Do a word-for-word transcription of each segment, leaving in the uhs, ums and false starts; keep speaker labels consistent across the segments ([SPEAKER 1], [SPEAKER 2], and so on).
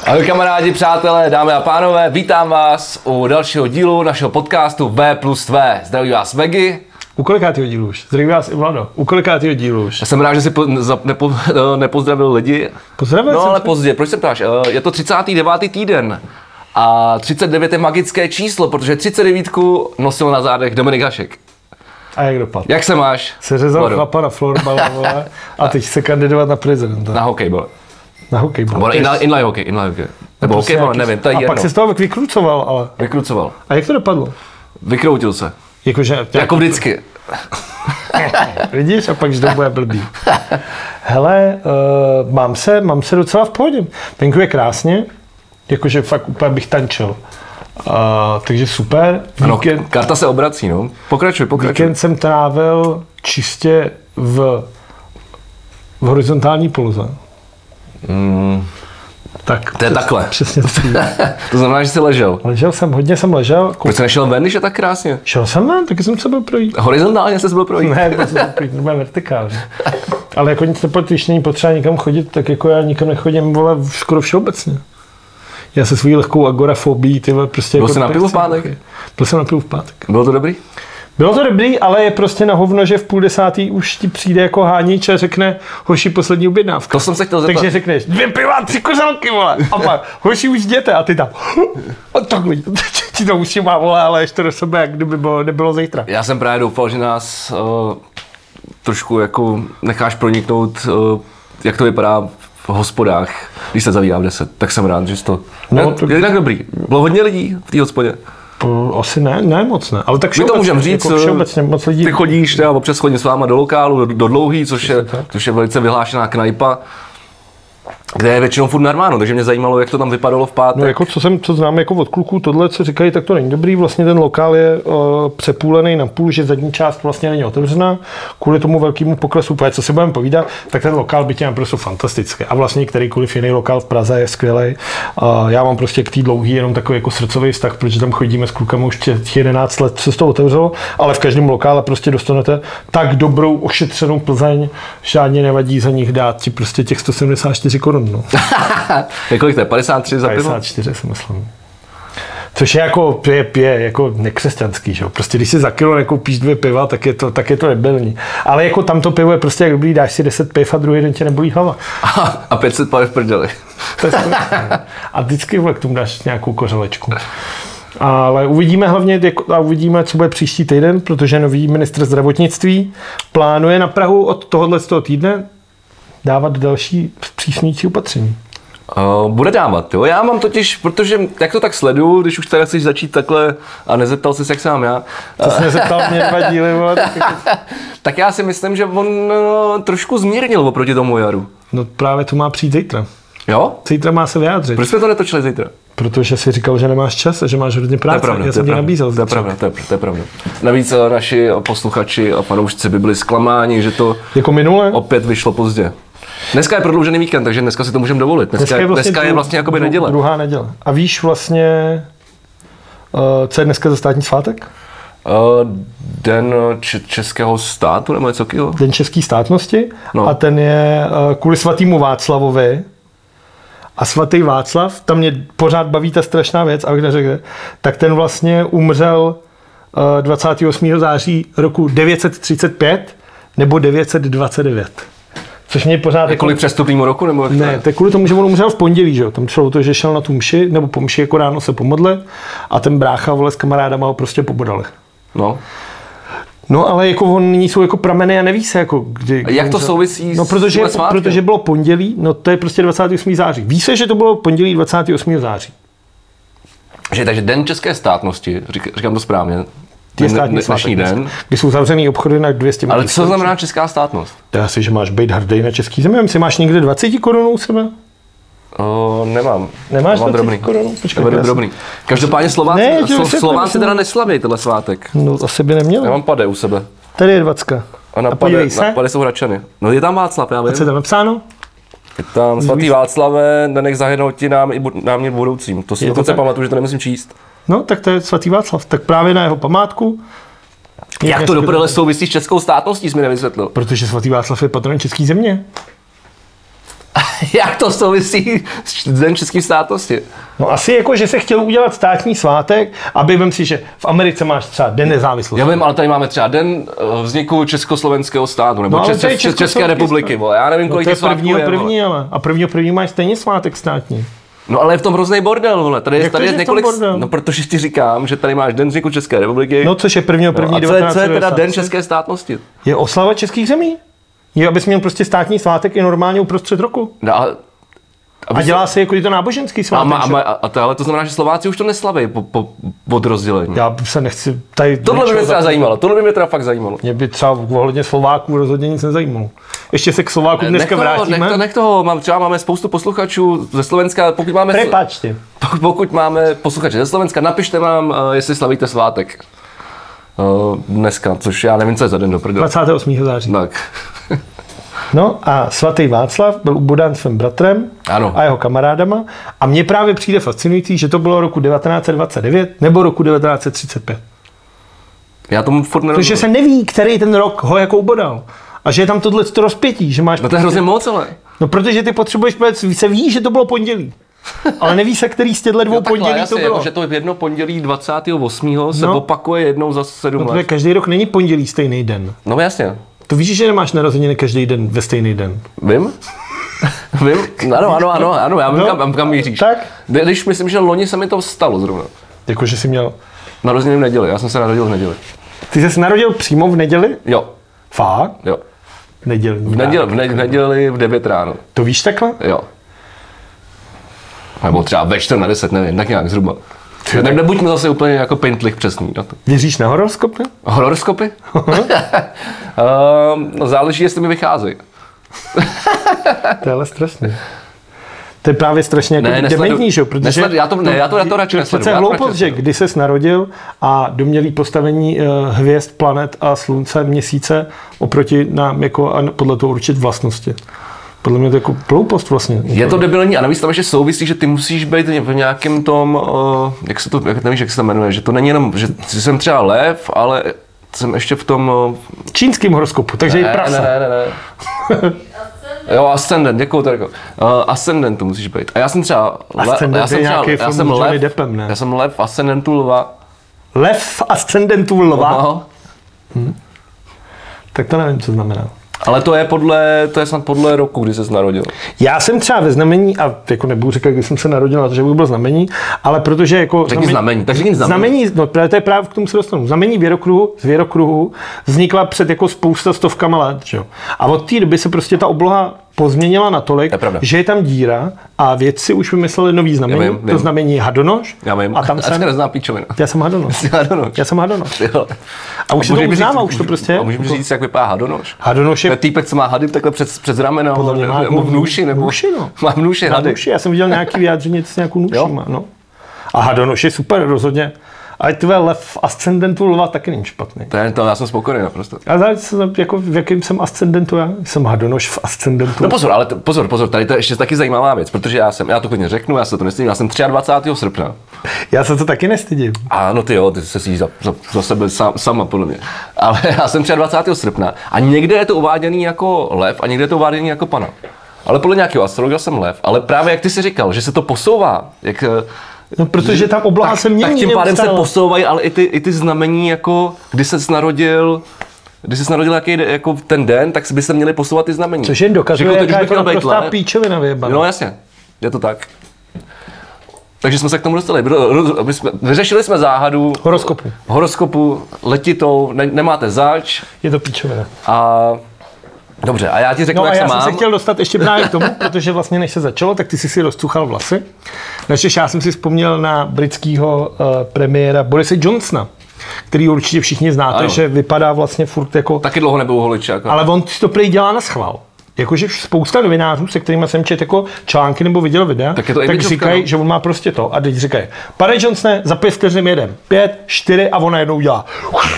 [SPEAKER 1] Ahoj kamarádi, přátelé, dámy a pánové, vítám vás u dalšího dílu našeho podcastu V plus V. Zdraví vás Vegy.
[SPEAKER 2] U kolikátýho dílu už? Zdraví vás i Vlado. U kolikátýho dílu už?
[SPEAKER 1] Já jsem rád, že jsi po, za, nepo, nepozdravil lidi.
[SPEAKER 2] Pozdravil
[SPEAKER 1] No
[SPEAKER 2] jsem
[SPEAKER 1] ale
[SPEAKER 2] se.
[SPEAKER 1] pozdě, proč se ptáš? Je to třicátý devátý týden a třicet devět je magické číslo, protože třicet devět nosil na zádech Dominik Hašek.
[SPEAKER 2] A jak dopadl?
[SPEAKER 1] Jak se máš?
[SPEAKER 2] Seřezal
[SPEAKER 1] Vlado?
[SPEAKER 2] chlapa na florbale, vole, a teď se kandidovat na prezidenta.
[SPEAKER 1] Na hokej byl.
[SPEAKER 2] Na hokej byl.
[SPEAKER 1] Nebo inline, inline hokej, inline hokej. Nebo
[SPEAKER 2] Prostě
[SPEAKER 1] hokej,
[SPEAKER 2] nějaký-
[SPEAKER 1] nevím, to je
[SPEAKER 2] A
[SPEAKER 1] jedno.
[SPEAKER 2] pak se z toho vykrucoval, ale.
[SPEAKER 1] Vykrucoval.
[SPEAKER 2] A jak to dopadlo?
[SPEAKER 1] Vykroutil se.
[SPEAKER 2] Jakože,
[SPEAKER 1] Jako vždycky.
[SPEAKER 2] vidíš, a pak to bude blbý. Hele, uh, mám, se, mám se docela v pohodě. Venku je krásně, jakože fakt úplně bych tančil. Uh, takže super.
[SPEAKER 1] Ano,
[SPEAKER 2] Víkend,
[SPEAKER 1] karta se obrací, no. Pokračuj, pokračuj.
[SPEAKER 2] víkend jsem trávil čistě v, v horizontální poloze.
[SPEAKER 1] Mm,
[SPEAKER 2] Tak,
[SPEAKER 1] to je takhle.
[SPEAKER 2] Přesně tak.
[SPEAKER 1] To znamená, že jsi ležel.
[SPEAKER 2] Ležel jsem, hodně jsem ležel. Kou...
[SPEAKER 1] Proč jsi nešel ven, když je tak krásně?
[SPEAKER 2] Šel jsem ven, taky jsem se byl projít.
[SPEAKER 1] Horizontálně jsi byl projít.
[SPEAKER 2] Ne, to jsem projít, normálně vertikálně. Ale jako nic nepojď, když není potřeba nikam chodit, tak jako já nikam nechodím, vole, skoro všeobecně. Já se svojí lehkou agorafobií, ty vole, prostě...
[SPEAKER 1] Byl
[SPEAKER 2] jako
[SPEAKER 1] jsi na pivu v pátek?
[SPEAKER 2] Byl jsem na pivu v pátek.
[SPEAKER 1] Bylo to dobrý?
[SPEAKER 2] Bylo to dobrý, ale je prostě na hovno, že v půl desátý už ti přijde jako hánič a řekne, hoši, poslední objednávka.
[SPEAKER 1] To jsem se chtěl zeptat.
[SPEAKER 2] Takže řekneš, dvě piva, tři kořalky, vole. A pak, hoši, už jděte. A ty tam, a takhle, ti to už má, vole, ale ještě do sebe, jak kdyby bylo, nebylo zítra.
[SPEAKER 1] Já jsem právě doufal, že nás uh, trošku jako necháš proniknout, uh, jak to vypadá v hospodách, když se zavírá v deset. Tak jsem rád, že jsi to...
[SPEAKER 2] No,
[SPEAKER 1] No,
[SPEAKER 2] to-
[SPEAKER 1] je tak dobrý. Bylo hodně lidí v té hospodě.
[SPEAKER 2] To asi ne, ne moc ne, ale tak
[SPEAKER 1] My to
[SPEAKER 2] všeobecně,
[SPEAKER 1] můžeme říct,
[SPEAKER 2] jako všeobecně moc lidí.
[SPEAKER 1] Ty chodíš, já občas chodím s váma do lokálu, do, do Dlouhý, což je, což je velice vyhlášená knajpa, kde je většinou furt narváno, takže mě zajímalo, jak to tam vypadalo v pátek.
[SPEAKER 2] No jako co jsem, co znám jako od kluků, tohle, co říkají, tak to není dobrý. Vlastně ten lokál je uh, přepůlený na půl, že zadní část vlastně není otevřená. Kvůli tomu velkému poklesu, protože co si budeme povídat, tak ten lokál by tě prostě fantastický. A vlastně kterýkoliv jiný lokál v Praze je skvělý. Uh, já mám prostě k té dlouhý jenom takový jako srdcový vztah, protože tam chodíme s klukama už těch jedenáct let, se to otevřelo, ale v každém lokále prostě dostanete tak dobrou ošetřenou Plzeň, žádně nevadí za nich dát ti prostě těch sto sedmdesát čtyři korun. No.
[SPEAKER 1] Je kolik to je? padesát tři za pivo?
[SPEAKER 2] padesát čtyři si myslím. Což je jako, je, je jako nekřesťanský, že jo. Prostě když si za kilo nekoupíš dvě piva, tak je to, tak je to debilní. Ale jako tamto pivo je prostě jak dobrý, dáš si deset piv a druhý den tě nebolí hlava.
[SPEAKER 1] A pět set paliv v prdeli.
[SPEAKER 2] To je skvělé. A vždycky vole, k tomu dáš nějakou kořelečku. Ale uvidíme hlavně, jako, a uvidíme, co bude příští týden, protože nový ministr zdravotnictví plánuje na Prahu od tohohle z toho týdne dávat další přísnější opatření.
[SPEAKER 1] Uh, bude dávat, jo. Já mám totiž, protože jak to tak sleduju, když už teda chceš začít takhle a nezeptal jsi, jak se mám já.
[SPEAKER 2] To jsi nezeptal mě dva díly, vole, tak jako...
[SPEAKER 1] Tak já si myslím, že on uh, trošku zmírnil oproti tomu jaru.
[SPEAKER 2] No právě to má přijít zítra.
[SPEAKER 1] Jo?
[SPEAKER 2] Zítra má se vyjádřit.
[SPEAKER 1] Proč jsme to netočili zítra?
[SPEAKER 2] Protože jsi říkal, že nemáš čas a že máš hodně
[SPEAKER 1] To je
[SPEAKER 2] práce.
[SPEAKER 1] pravda,
[SPEAKER 2] Já
[SPEAKER 1] to
[SPEAKER 2] jsem
[SPEAKER 1] je
[SPEAKER 2] ti
[SPEAKER 1] pravda,
[SPEAKER 2] nabízel.
[SPEAKER 1] to je pravda, to je, to je pravda. Navíc uh, naši posluchači a fanoušci by byli zklamáni, že to
[SPEAKER 2] Jako minule?
[SPEAKER 1] opět vyšlo pozdě. Dneska je prodloužený víkend, takže dneska si to můžeme dovolit. Dneska, dneska je vlastně, dneska je vlastně jakoby neděle.
[SPEAKER 2] Druhá neděle. A víš vlastně, uh, co je dneska za státní svátek?
[SPEAKER 1] Uh, den č- českého státu nebo něco takového?
[SPEAKER 2] Den české státnosti.
[SPEAKER 1] No.
[SPEAKER 2] A ten je uh, kvůli svatýmu Václavovi. A svatý Václav, tam mě pořád baví ta strašná věc, abych neřekl, tak ten vlastně umřel uh, dvacátého osmého září roku devět set třicet pět nebo devět set dvacet devět. Což mě pořád...
[SPEAKER 1] Kvůli přestupnímu roku? Nebo
[SPEAKER 2] Ne, to je kvůli tomu, že on umřel v pondělí, že jo. Tam šlo o to, že šel na tu mši, nebo po mši jako ráno se pomodlit a ten brácha, vole, s kamarádama ho prostě pobodali.
[SPEAKER 1] No.
[SPEAKER 2] No, ale jako on nyní jsou jako prameny a neví se, jako kdy...
[SPEAKER 1] A jak to souvisí
[SPEAKER 2] no,
[SPEAKER 1] s
[SPEAKER 2] protože,
[SPEAKER 1] tímhle svátkem?
[SPEAKER 2] protože bylo pondělí, no to je prostě dvacátého osmého září. Ví se, že to bylo pondělí dvacátého osmého září.
[SPEAKER 1] Že, takže den české státnosti, řík, říkám to správně,
[SPEAKER 2] Je
[SPEAKER 1] ten
[SPEAKER 2] státní
[SPEAKER 1] dnešní
[SPEAKER 2] svátek,
[SPEAKER 1] den.
[SPEAKER 2] kdy jsou zavřený obchody na dvě stě
[SPEAKER 1] Ale
[SPEAKER 2] metrů.
[SPEAKER 1] co znamená česká státnost?
[SPEAKER 2] To je asi, že máš být hrdý na český zemi. Myslím, máš někde dvacet korunů u sebe?
[SPEAKER 1] O, nemám.
[SPEAKER 2] Nemáš
[SPEAKER 1] Nemám
[SPEAKER 2] dvacet
[SPEAKER 1] drobný.
[SPEAKER 2] korun? Počkej,
[SPEAKER 1] Neberu
[SPEAKER 2] já si-
[SPEAKER 1] drobný. Každopádně Slováci,
[SPEAKER 2] Ne, že
[SPEAKER 1] Slo,
[SPEAKER 2] vysvětli,
[SPEAKER 1] Slováci
[SPEAKER 2] myslím.
[SPEAKER 1] teda neslaví tenhle svátek.
[SPEAKER 2] No, asi by neměli.
[SPEAKER 1] Já mám pade u sebe.
[SPEAKER 2] Tady je dvacka.
[SPEAKER 1] A na
[SPEAKER 2] A
[SPEAKER 1] pade,
[SPEAKER 2] podívej se.
[SPEAKER 1] na pade jsou Hradčany. No je tam Václav, já vím.
[SPEAKER 2] Co je tam napsáno?
[SPEAKER 1] Je tam svatý Václave, nenech zahynout ti nám i bu- námě budoucím. To si
[SPEAKER 2] Je to
[SPEAKER 1] dokonce
[SPEAKER 2] tak?
[SPEAKER 1] pamatuju, že to nemusím číst.
[SPEAKER 2] No, tak to je svatý Václav. Tak právě na jeho památku.
[SPEAKER 1] Jak to do prdele souvisí s českou státností, jsi mi nevysvětlil.
[SPEAKER 2] Protože svatý Václav je patron české země.
[SPEAKER 1] Jak to souvisí s Den české státnosti?
[SPEAKER 2] No asi jako, že se chtěl udělat státní svátek, aby vem si, že v Americe máš třeba Den nezávislosti.
[SPEAKER 1] Já vím, ale tady máme třeba Den vzniku Československého státu, nebo
[SPEAKER 2] No,
[SPEAKER 1] Čes, Čes, České, České republiky, vole. Já nevím,
[SPEAKER 2] No,
[SPEAKER 1] kolik
[SPEAKER 2] to je
[SPEAKER 1] těch svátků
[SPEAKER 2] prvního
[SPEAKER 1] je,
[SPEAKER 2] první, ale. A prvního první máš stejně svátek státní.
[SPEAKER 1] No ale je v tom hrozný bordel, vole. Tady je,
[SPEAKER 2] Jak to,
[SPEAKER 1] tady je
[SPEAKER 2] že v tom
[SPEAKER 1] několik...
[SPEAKER 2] bordel?
[SPEAKER 1] No protože ti říkám, že tady máš Den vzniku České republiky.
[SPEAKER 2] No což je prvního první
[SPEAKER 1] no, a co je, co je teda
[SPEAKER 2] devatenáct set
[SPEAKER 1] Den
[SPEAKER 2] devadesát.
[SPEAKER 1] české státnosti?
[SPEAKER 2] Je oslava českých zemí. Je, abys měl prostě státní svátek i normálně uprostřed roku.
[SPEAKER 1] No, a,
[SPEAKER 2] A dělá se jako je to náboženský
[SPEAKER 1] a,
[SPEAKER 2] svátek.
[SPEAKER 1] a,
[SPEAKER 2] že?
[SPEAKER 1] a, a to, ale to znamená, že Slováci už to neslaví po, po, od rozdělení.
[SPEAKER 2] Já se nechci tady...
[SPEAKER 1] Tohle by mě
[SPEAKER 2] něčeho
[SPEAKER 1] teda
[SPEAKER 2] za-
[SPEAKER 1] zajímalo, tohle by mě teda fakt zajímalo.
[SPEAKER 2] Mě by třeba ohledně Slováků rozhodně nic nezajímalo. Ještě se k Slovákům dneska
[SPEAKER 1] nech toho,
[SPEAKER 2] vrátíme.
[SPEAKER 1] Nech, to, nech toho, mám, třeba máme spoustu posluchačů ze Slovenska, pokud máme,
[SPEAKER 2] Prepačte.
[SPEAKER 1] pokud, pokud máme posluchače ze Slovenska, napište nám, uh, jestli slavíte svátek. Uh, dneska, což já nevím, co je za den do prdele.
[SPEAKER 2] dvacátého osmého září.
[SPEAKER 1] Tak.
[SPEAKER 2] No a svatý Václav byl ubodán svým bratrem
[SPEAKER 1] Ano.
[SPEAKER 2] a jeho kamarádama a mně právě přijde fascinující, že to bylo roku devatenáct set dvacet devět nebo roku devatenáct set třicet pět.
[SPEAKER 1] Já tomu furt nerozumím.
[SPEAKER 2] Protože se neví, který ten rok ho jako ubodal. A že je tam tohle to rozpětí, že máš...
[SPEAKER 1] No to je hrozně moc, ale.
[SPEAKER 2] No protože ty potřebuješ povedz, se ví, že to bylo pondělí. Ale neví se, který z těchto dvou
[SPEAKER 1] Jo, takhle,
[SPEAKER 2] pondělí
[SPEAKER 1] jasně,
[SPEAKER 2] to bylo.
[SPEAKER 1] jako, že to jedno pondělí dvacátého osmého se
[SPEAKER 2] No.
[SPEAKER 1] opakuje jednou za sedm
[SPEAKER 2] No, protože
[SPEAKER 1] let.
[SPEAKER 2] každý rok není pondělí stejný den.
[SPEAKER 1] No jasně.
[SPEAKER 2] To víš, že nemáš narozeniny každý den ve stejný den.
[SPEAKER 1] Vím? Vím? Ano, ano, ano, ano, já vím,
[SPEAKER 2] No,
[SPEAKER 1] kam, kam míříš.
[SPEAKER 2] tak.
[SPEAKER 1] Když myslím, že loni se mi to stalo zrovna.
[SPEAKER 2] Jako, že jsi měl...
[SPEAKER 1] Narozeniny v neděli, já jsem se narodil v neděli.
[SPEAKER 2] Ty jsi narodil přímo v neděli?
[SPEAKER 1] Jo,
[SPEAKER 2] Fakt?
[SPEAKER 1] jo.
[SPEAKER 2] Nedělní.
[SPEAKER 1] V neděli, v, ne, v neděli v devět ráno.
[SPEAKER 2] To víš takhle?
[SPEAKER 1] Jo. Nebo třeba ve čtyři na deset, nevím, tak nějak zhruba. Tak nebuďme zase úplně jako pintlich přesný na to.
[SPEAKER 2] Věříš na horoskopy?
[SPEAKER 1] Horoskopy? um, no záleží, jestli mi vychází.
[SPEAKER 2] To je ale strašné. To je právě strašně jako
[SPEAKER 1] Ne, nesledu-
[SPEAKER 2] dementní, že jo? Protože
[SPEAKER 1] nesledu- já to- ne, já to- já to radši
[SPEAKER 2] to je
[SPEAKER 1] nesleduju,
[SPEAKER 2] přece
[SPEAKER 1] já to radši
[SPEAKER 2] hloupost, že
[SPEAKER 1] nesleduju.
[SPEAKER 2] kdy ses narodil a domělý postavení uh, hvězd, planet a slunce, měsíce oproti nám jako a podle toho určit vlastnosti. Podle mě to je jako hloupost vlastně.
[SPEAKER 1] Je to debilní a navíc tam ještě souvisí, že ty musíš být v nějakém tom, uh, jak se to, jak nevíš, jak se to jmenuje, že to není jenom, že jsem třeba lev, ale jsem ještě v tom... Uh,
[SPEAKER 2] Čínským horoskopu, takže
[SPEAKER 1] ne,
[SPEAKER 2] i prasa.
[SPEAKER 1] ne, ne, ne. Jo, ascendent, děkuju, Terko. Uh, ascendent to musíš být. A já jsem třeba...
[SPEAKER 2] Ascendent
[SPEAKER 1] já jsem
[SPEAKER 2] je
[SPEAKER 1] třeba,
[SPEAKER 2] nějaký
[SPEAKER 1] já
[SPEAKER 2] film
[SPEAKER 1] jsem
[SPEAKER 2] s Johnny
[SPEAKER 1] lev,
[SPEAKER 2] Deppem, ne?
[SPEAKER 1] já jsem lev ascendentu lva.
[SPEAKER 2] Lev ascendentu lva.
[SPEAKER 1] No,
[SPEAKER 2] Tak to nevím, co znamená.
[SPEAKER 1] ale to je podle, to je snad podle roku, kdy ses narodil.
[SPEAKER 2] Já jsem třeba ve znamení, a jako nebudu říkat, kdy jsem se narodil na to, že bych byl znamení, ale protože jako...
[SPEAKER 1] Řekni znamení, tak řekni znamení.
[SPEAKER 2] Znamení, no právě to je právě k tomu se dostanu. Znamení věrokruhu, z věrokruhu vznikla před jako spousta stovkama let, že jo. A od té doby se prostě ta obloha pozměnila natolik,
[SPEAKER 1] Je pravda.
[SPEAKER 2] že je tam díra a vědci už vymysleli nový znamení.
[SPEAKER 1] Já vím,
[SPEAKER 2] To
[SPEAKER 1] vím.
[SPEAKER 2] znamení je hadonož.
[SPEAKER 1] Já vím,
[SPEAKER 2] A tam
[SPEAKER 1] já
[SPEAKER 2] jsem...
[SPEAKER 1] se neznám píčovina.
[SPEAKER 2] Já jsem hadonož.
[SPEAKER 1] Hadonož.
[SPEAKER 2] Já jsem hadonož.
[SPEAKER 1] Jo.
[SPEAKER 2] A už se to
[SPEAKER 1] můžeš mi
[SPEAKER 2] uznává,
[SPEAKER 1] říct-
[SPEAKER 2] už to prostě je.
[SPEAKER 1] A můžeš mi říct, jak vypadá hadonož?
[SPEAKER 2] Hadonož
[SPEAKER 1] To je
[SPEAKER 2] je...
[SPEAKER 1] týpek, co má hady takhle před, před ramena,
[SPEAKER 2] Podle mě má
[SPEAKER 1] nebo
[SPEAKER 2] jako
[SPEAKER 1] v nůši, nebo...
[SPEAKER 2] nůši, no.
[SPEAKER 1] Má v nůši
[SPEAKER 2] Má
[SPEAKER 1] hady.
[SPEAKER 2] nůši, já jsem viděl nějaký vyjádření s nějakou nůší
[SPEAKER 1] Jo.
[SPEAKER 2] má, no. A hadonož je super rozhodně. A tvé lev ascendentu lva taky není špatný.
[SPEAKER 1] To je to, já jsem spokojený naprosto.
[SPEAKER 2] A záleží, jako v jakém jsem ascendentu já? Jsem hadonož v ascendentu.
[SPEAKER 1] No pozor, ale t- pozor, pozor, tady to je ještě taky zajímavá věc, protože já jsem, já to klidně řeknu, já se to nestydím, já jsem dvacátého třetího srpna.
[SPEAKER 2] Já se to taky nestydím.
[SPEAKER 1] A no ty jo, ty se si za, za, za sebe sám, sama podle mě. Ale já jsem dvacátého třetího srpna a někde je to uváděný jako lev a někde je to uváděný jako pana. Ale podle nějakého astrologa jsem lev, ale právě jak ty jsi říkal, že se to posouvá, jak
[SPEAKER 2] No, protože tam obloha
[SPEAKER 1] tak,
[SPEAKER 2] se mění.
[SPEAKER 1] tak tím pádem se
[SPEAKER 2] neustále.
[SPEAKER 1] posouvají, ale i ty, i ty znamení, jako kdy ses narodil, když jsi narodil jaký, jako ten den, tak by se měly posouvat ty znamení.
[SPEAKER 2] Což jen dokazuje,
[SPEAKER 1] Řekl, teď
[SPEAKER 2] jaká
[SPEAKER 1] už
[SPEAKER 2] je
[SPEAKER 1] bych
[SPEAKER 2] to
[SPEAKER 1] měl být
[SPEAKER 2] naprostá
[SPEAKER 1] lev.
[SPEAKER 2] píčovina vyjebaná.
[SPEAKER 1] No jasně, je to tak. Takže jsme se k tomu dostali. Bylo- roz- my jsme- Vyřešili jsme záhadu
[SPEAKER 2] Horoskopu.
[SPEAKER 1] horoskopu letitou, ne, nemáte zač
[SPEAKER 2] Je to píčovina.
[SPEAKER 1] a dobře, a já ti řeknu,
[SPEAKER 2] No a
[SPEAKER 1] jak
[SPEAKER 2] já
[SPEAKER 1] se
[SPEAKER 2] jsem
[SPEAKER 1] mám.
[SPEAKER 2] se chtěl dostat ještě právě k tomu, protože vlastně než se začalo, tak ty jsi si rozcuchal vlasy. Načež já jsem si vzpomněl na britského uh, premiéra Borise Johnsona, který určitě všichni znáte,
[SPEAKER 1] Ano.
[SPEAKER 2] že vypadá vlastně furt jako...
[SPEAKER 1] Taky dlouho nebyl holič. Jako.
[SPEAKER 2] Ale on si to prý dělá na schvál. Jakože spousta novinářů, se kterými jsem četl jako články nebo viděl videa,
[SPEAKER 1] Tak je to
[SPEAKER 2] tak
[SPEAKER 1] imidžovka,
[SPEAKER 2] říkají,
[SPEAKER 1] no.
[SPEAKER 2] že on má prostě to. A teď říkají, pane Johnsone, za pět vteřin jedem. Pět, čtyři a ona jednou dělá.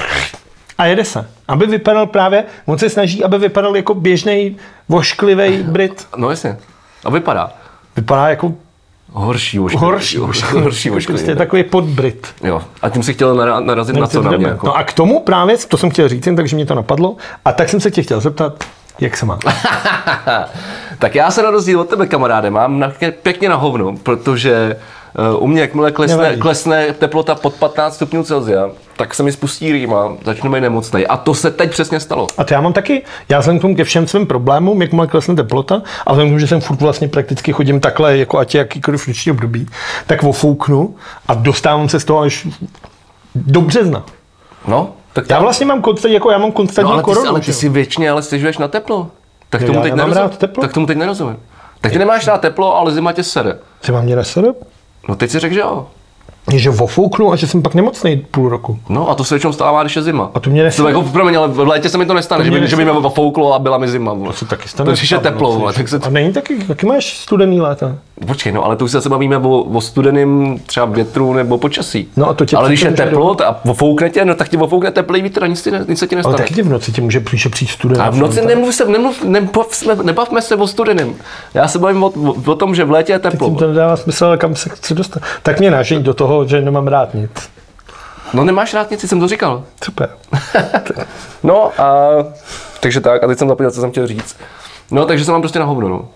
[SPEAKER 2] A jede se. Aby vypadal právě, on se snaží, aby vypadal jako běžný vošklivý Brit.
[SPEAKER 1] No jasně. A vypadá.
[SPEAKER 2] Vypadá jako
[SPEAKER 1] Horší ošklivý.
[SPEAKER 2] horší vošklivý.
[SPEAKER 1] Horší ošklivý.
[SPEAKER 2] Prostě takový podbrit.
[SPEAKER 1] Jo. A tím si chtěl nara- narazit na co na mě. Jako.
[SPEAKER 2] No a k tomu právě, to jsem chtěl říct, jen takže mě to napadlo. A tak jsem se tě chtěl zeptat, jak se má.
[SPEAKER 1] Tak já se na rozdíl od tebe, kamaráde, mám na, pěkně na hovno, protože uh, u mě, jakmile klesne, klesne teplota pod patnáct stupňů Celsia, tak se mi spustí rýma, začnu být nemocnej. A to se teď přesně stalo.
[SPEAKER 2] A to já mám taky, já jsem k tomu ke všem svým problémům, jakmile klesne teplota, a vzhledem k tomu, že jsem furt vlastně prakticky chodím takhle, jako ať jakýkoliv noční období, tak ofouknu a dostávám se z toho až do března.
[SPEAKER 1] No, tak
[SPEAKER 2] já vlastně mám konstantní, jako já mám konstantní
[SPEAKER 1] no, ale ty,
[SPEAKER 2] koronu.
[SPEAKER 1] ale ty si věčně ale stěžuješ na teplo. Tak
[SPEAKER 2] jo,
[SPEAKER 1] tomu
[SPEAKER 2] já
[SPEAKER 1] teď
[SPEAKER 2] nemám
[SPEAKER 1] nerozumím.
[SPEAKER 2] rád teplo.
[SPEAKER 1] Tak tomu teď nerozumím. Tak ty nemáš rád teplo, ale zima tě sere.
[SPEAKER 2] Ty mám mě nesere?
[SPEAKER 1] No teď si řekl, že jo.
[SPEAKER 2] Je, že ofouknu a že jsem pak nemocnej půl roku.
[SPEAKER 1] No a to se většinou stává, když je zima.
[SPEAKER 2] A to mě nesere.
[SPEAKER 1] To jako, promiň, ale v létě se mi to nestane, to že, by, že by mě ofouklo a byla mi zima.
[SPEAKER 2] To se taky stane.
[SPEAKER 1] To je teplo. Noci, tak se...
[SPEAKER 2] A není taky, taky máš studený léta.
[SPEAKER 1] Počkej, no ale to už se bavíme o, o studeném třeba větru nebo počasí.
[SPEAKER 2] No a to tě
[SPEAKER 1] ale když je teplo do... a ofoukne tě, no tak ti ofoukne teplý vítr a nic, ti ne, nic se ti nestane.
[SPEAKER 2] Ale taky tě v noci tě může přijít přijít studený.
[SPEAKER 1] A v noci nemluv se, nemluv, nemluv, nebavme se o studeném. Já se bavím o, o, o tom, že v létě je teplo.
[SPEAKER 2] Teď to nedává smysl, ale kam se chci dostat. Tak mě nážení do toho, že nemám rád nic.
[SPEAKER 1] No nemáš rád nic, jsem to říkal.
[SPEAKER 2] Super.
[SPEAKER 1] No a takže tak, a teď jsem zapomněl, co jsem chtěl říct. No takže jsem mám prostě na hovno, no.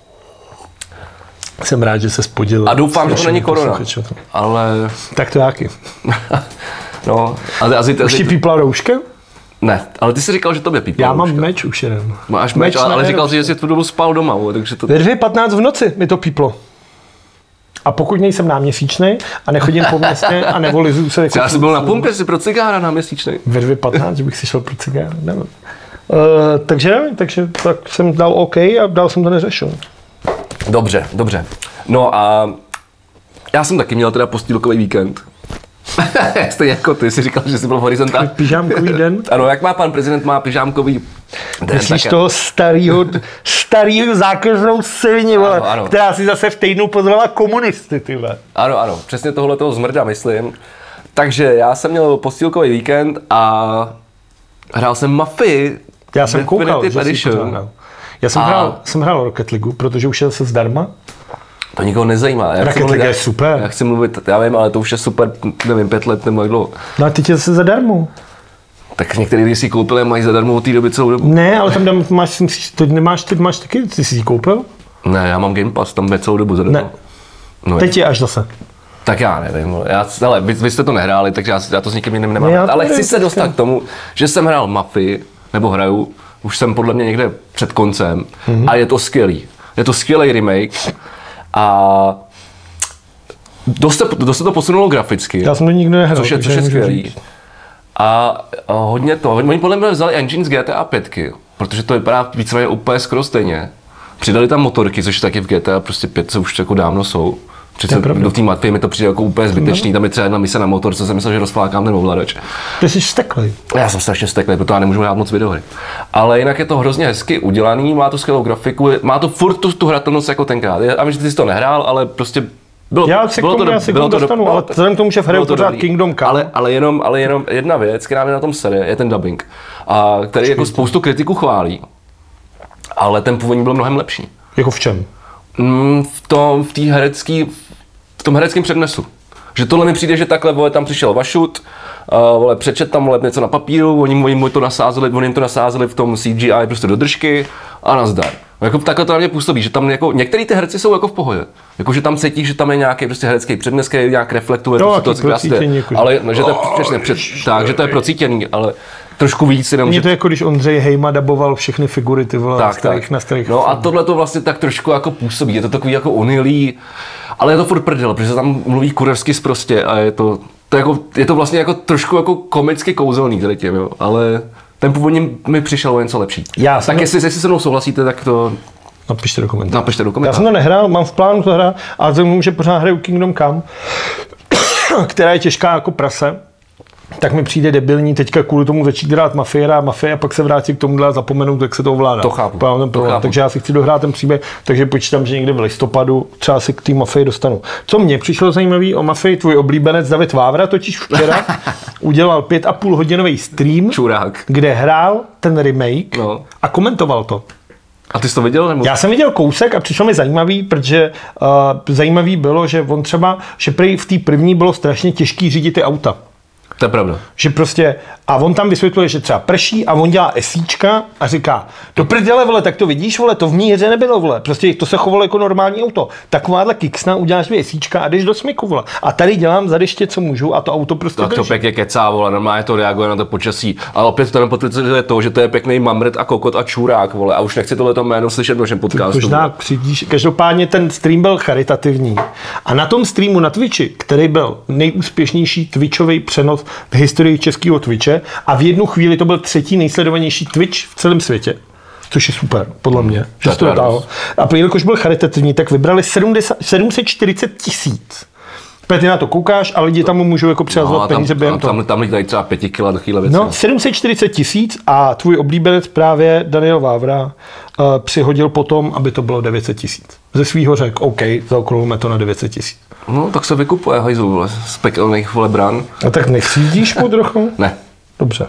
[SPEAKER 2] Jsem rád, že se spodil.
[SPEAKER 1] A doufám, že to není korona. Ale...
[SPEAKER 2] Tak to jaký.
[SPEAKER 1] No, ale asi...
[SPEAKER 2] Už ti pípla rouška?
[SPEAKER 1] Ne, ale ty jsi říkal, že tobě pípla
[SPEAKER 2] Já mám
[SPEAKER 1] rouška.
[SPEAKER 2] meč už jeden.
[SPEAKER 1] Máš meč, meč ale, ale říkal jsi, že jsi tu dobu spal doma, takže to...
[SPEAKER 2] Ve dvě patnáct v noci mi to píplo. A pokud nejsem náměsíčnej a nechodím po městě a nevolizuju se... Jako
[SPEAKER 1] já jsem byl na pumpě si pro cigára náměsíčnej.
[SPEAKER 2] Ve dvě patnáct, že bych si šel pro cigára, nevím. Uh, takže nevím, takže tak jsem dal OK a dál jsem to neřešil.
[SPEAKER 1] Dobře, dobře. No a já jsem taky měl teda postýlkový víkend. Stejně jako ty jsi říkal, že jsi byl v horizontální.
[SPEAKER 2] Pyžámkový den?
[SPEAKER 1] Ano, jak má pan prezident, má pyžámkový den.
[SPEAKER 2] Myslíš toho starýho, starýho zákaznou svině, ano, ano. Která si zase v týdnu pozvala komunisty, tyhle.
[SPEAKER 1] Ano, ano, přesně tohle toho zmrda myslím. Takže já jsem měl postýlkový víkend a hrál jsem Mafii.
[SPEAKER 2] Já jsem koukal, že jsi to hrál. Já jsem, a... hrál, jsem hrál Rocket League, protože už je zase zdarma.
[SPEAKER 1] To nikoho nezajímá. Já
[SPEAKER 2] Rocket League je super.
[SPEAKER 1] Já chci mluvit, já vím, ale to už je super, nevím, pět let nebo jak dlouho.
[SPEAKER 2] No a teď je zase zadarmo.
[SPEAKER 1] Tak některý lidi si koupili, mají zadarmo od té doby celou dobu.
[SPEAKER 2] Ne, ale tam, tam máš, ty nemáš, ty máš taky, ty jsi ji koupil?
[SPEAKER 1] Ne, já mám Game Pass, tam je celou dobu zadarmo.
[SPEAKER 2] Ne. No teď je až zase.
[SPEAKER 1] Tak já nevím, já, ale vy, vy jste to nehráli, takže já, já to s nikým jiným nemám. Ne, ale chci se dostat k tomu, že jsem hrál Mafii, nebo hraju, už jsem podle mě někde před koncem, mm-hmm. a je to skvělý. Je to skvělý remake a dost se, dost se to posunulo graficky.
[SPEAKER 2] Já jsem to nikdy nehrál.
[SPEAKER 1] Což je, což je skvělý. A, a hodně to, oni podle mě vzali engine z G T A pět, protože to vypadá víceméně úplně skoro stejně. Přidali tam motorky, což taky v G T A prostě pět, co už jako dávno jsou. Přece do té Mafii mi to přijde jako úplně zbytečný, tam je třeba jedna mise na motor, co jsem myslel, že rozflákám ten ovladač.
[SPEAKER 2] Ty jsi steklý.
[SPEAKER 1] Já jsem strašně steklý, proto já nemůžu hrát moc videohry. Ale jinak je to hrozně hezky udělaný, má to skvělou grafiku, má to furt tu, tu hratelnost jako tenkrát. Já vím, že ty jsi to nehrál, ale prostě bylo,
[SPEAKER 2] já se
[SPEAKER 1] bylo
[SPEAKER 2] k tomu,
[SPEAKER 1] to,
[SPEAKER 2] já se
[SPEAKER 1] bylo to
[SPEAKER 2] dostanu, ale vzhledem k tomu, že v hraju pořád
[SPEAKER 1] dobrý.
[SPEAKER 2] Kingdom Come.
[SPEAKER 1] Ale, ale, jenom, ale jenom jedna věc, která mě na tom sere, je ten dubbing, a který jako spoustu kritiků chválí, ale ten původní byl mnohem lepší.
[SPEAKER 2] Jako v čem?
[SPEAKER 1] Mm, v tom, v té herecký, v tom hereckém přednesu. Že tohle mi přijde, že takhle, vole, tam přišel Vašut, uh, vole, přečet tam, vole, něco na papíru, oni, oni mu to nasázeli, oni jim to nasázeli v tom C G I prostě do držky a nazdar. Jako takhle to na mě působí, že tam jako, některý ty herci jsou jako v pohodě. Jako, že tam cítíš, že tam je nějaký prostě herecký přednes, který nějak reflektuje
[SPEAKER 2] no,
[SPEAKER 1] to situaci, ale no, že to je přesně před, tak, že to je procítěný, ale trošku víc jenom.
[SPEAKER 2] Je
[SPEAKER 1] že...
[SPEAKER 2] to jako když Ondřej Hejma daboval všechny figury, ty vole, tak, starých, tak. na starých.
[SPEAKER 1] No a tohle to vlastně tak trošku jako působí, je to takový jako unilý, ale je to furt prdel, protože se tam mluví kurevsky sprostě a je to, to jako, je to vlastně jako trošku jako komicky kouzelný tady tím, jo, ale ten původní mi přišel o něco lepší. Já tak jestli, jestli se mnou souhlasíte, tak to
[SPEAKER 2] napište do komentářů.
[SPEAKER 1] Napište do komentářů.
[SPEAKER 2] Já jsem to nehrál, mám v plánu to hrát, ale vzhledem, že pořád hraju Kingdom Come, která je těžká jako prase, tak mi přijde debilní teďka kvůli tomu začít hrát Mafii a Mafii a pak se vrátit k tomuhle a zapomenout, jak se to ovládá.
[SPEAKER 1] To chápu.
[SPEAKER 2] To chápu. Takže já si chci dohrát ten příběh, takže počítám, že někdy v listopadu třeba si k té Mafii dostanu. Co mě přišlo zajímavý o Mafii, tvůj oblíbenec David Vávra totiž včera udělal pět a půl hodinový stream,
[SPEAKER 1] Čurák.
[SPEAKER 2] kde hrál ten remake no. a komentoval to.
[SPEAKER 1] A ty jsi to viděl? Nebo?
[SPEAKER 2] Já jsem viděl kousek a přišlo mi zajímavý, protože uh, zajímavý bylo, že on třeba, že prý v té první bylo strašně těžký řídit ty auta.
[SPEAKER 1] To je pravda.
[SPEAKER 2] Že prostě, a on tam vysvětluje, že třeba prší a on dělá esíčka a říká, do prdele, vole, tak to vidíš, vole, to v míře nebylo, vole, prostě to se chovalo jako normální auto. Takováhle kiksna, uděláš dvě esíčka a jdeš do smyku, vole. A tady dělám za deště, co můžu a to auto prostě
[SPEAKER 1] Tak to pěkně kecá, vole, normálně to reaguje na to počasí. Ale opět to nepotvrzuje to, že to je pěkný mamret a kokot a čurák, vole, a už nechci tohleto jméno slyšet v našem podcastu.
[SPEAKER 2] Možná přidíš, každopádně ten stream byl charitativní. A na tom streamu na Twitchi, který byl nejúspěšnější Twitchový přenos v historii českého Twitche a v jednu chvíli to byl třetí nejsledovanější Twitch v celém světě. Což je super, podle mě. Že to dotáhl. A jelikož byl charitativní, tak vybrali sedm set čtyřicet tisíc. Ty na to koukáš a lidi tam můžou jako přihazovat no, peníze během toho.
[SPEAKER 1] Tam, tam lidi dají třeba pěti kila takovýhle věci.
[SPEAKER 2] No, sedm set čtyřicet tisíc a tvůj oblíbenec právě Daniel Vávra uh, přihodil potom, aby to bylo devět set tisíc. Ze svýho řekl, OK, zaokrolujeme to na devět set tisíc.
[SPEAKER 1] No, tak se vykupuje hajzlu, vole, z pekelných, vole, brán.
[SPEAKER 2] A tak nechřídíš mu trochu?
[SPEAKER 1] Ne.
[SPEAKER 2] Dobře.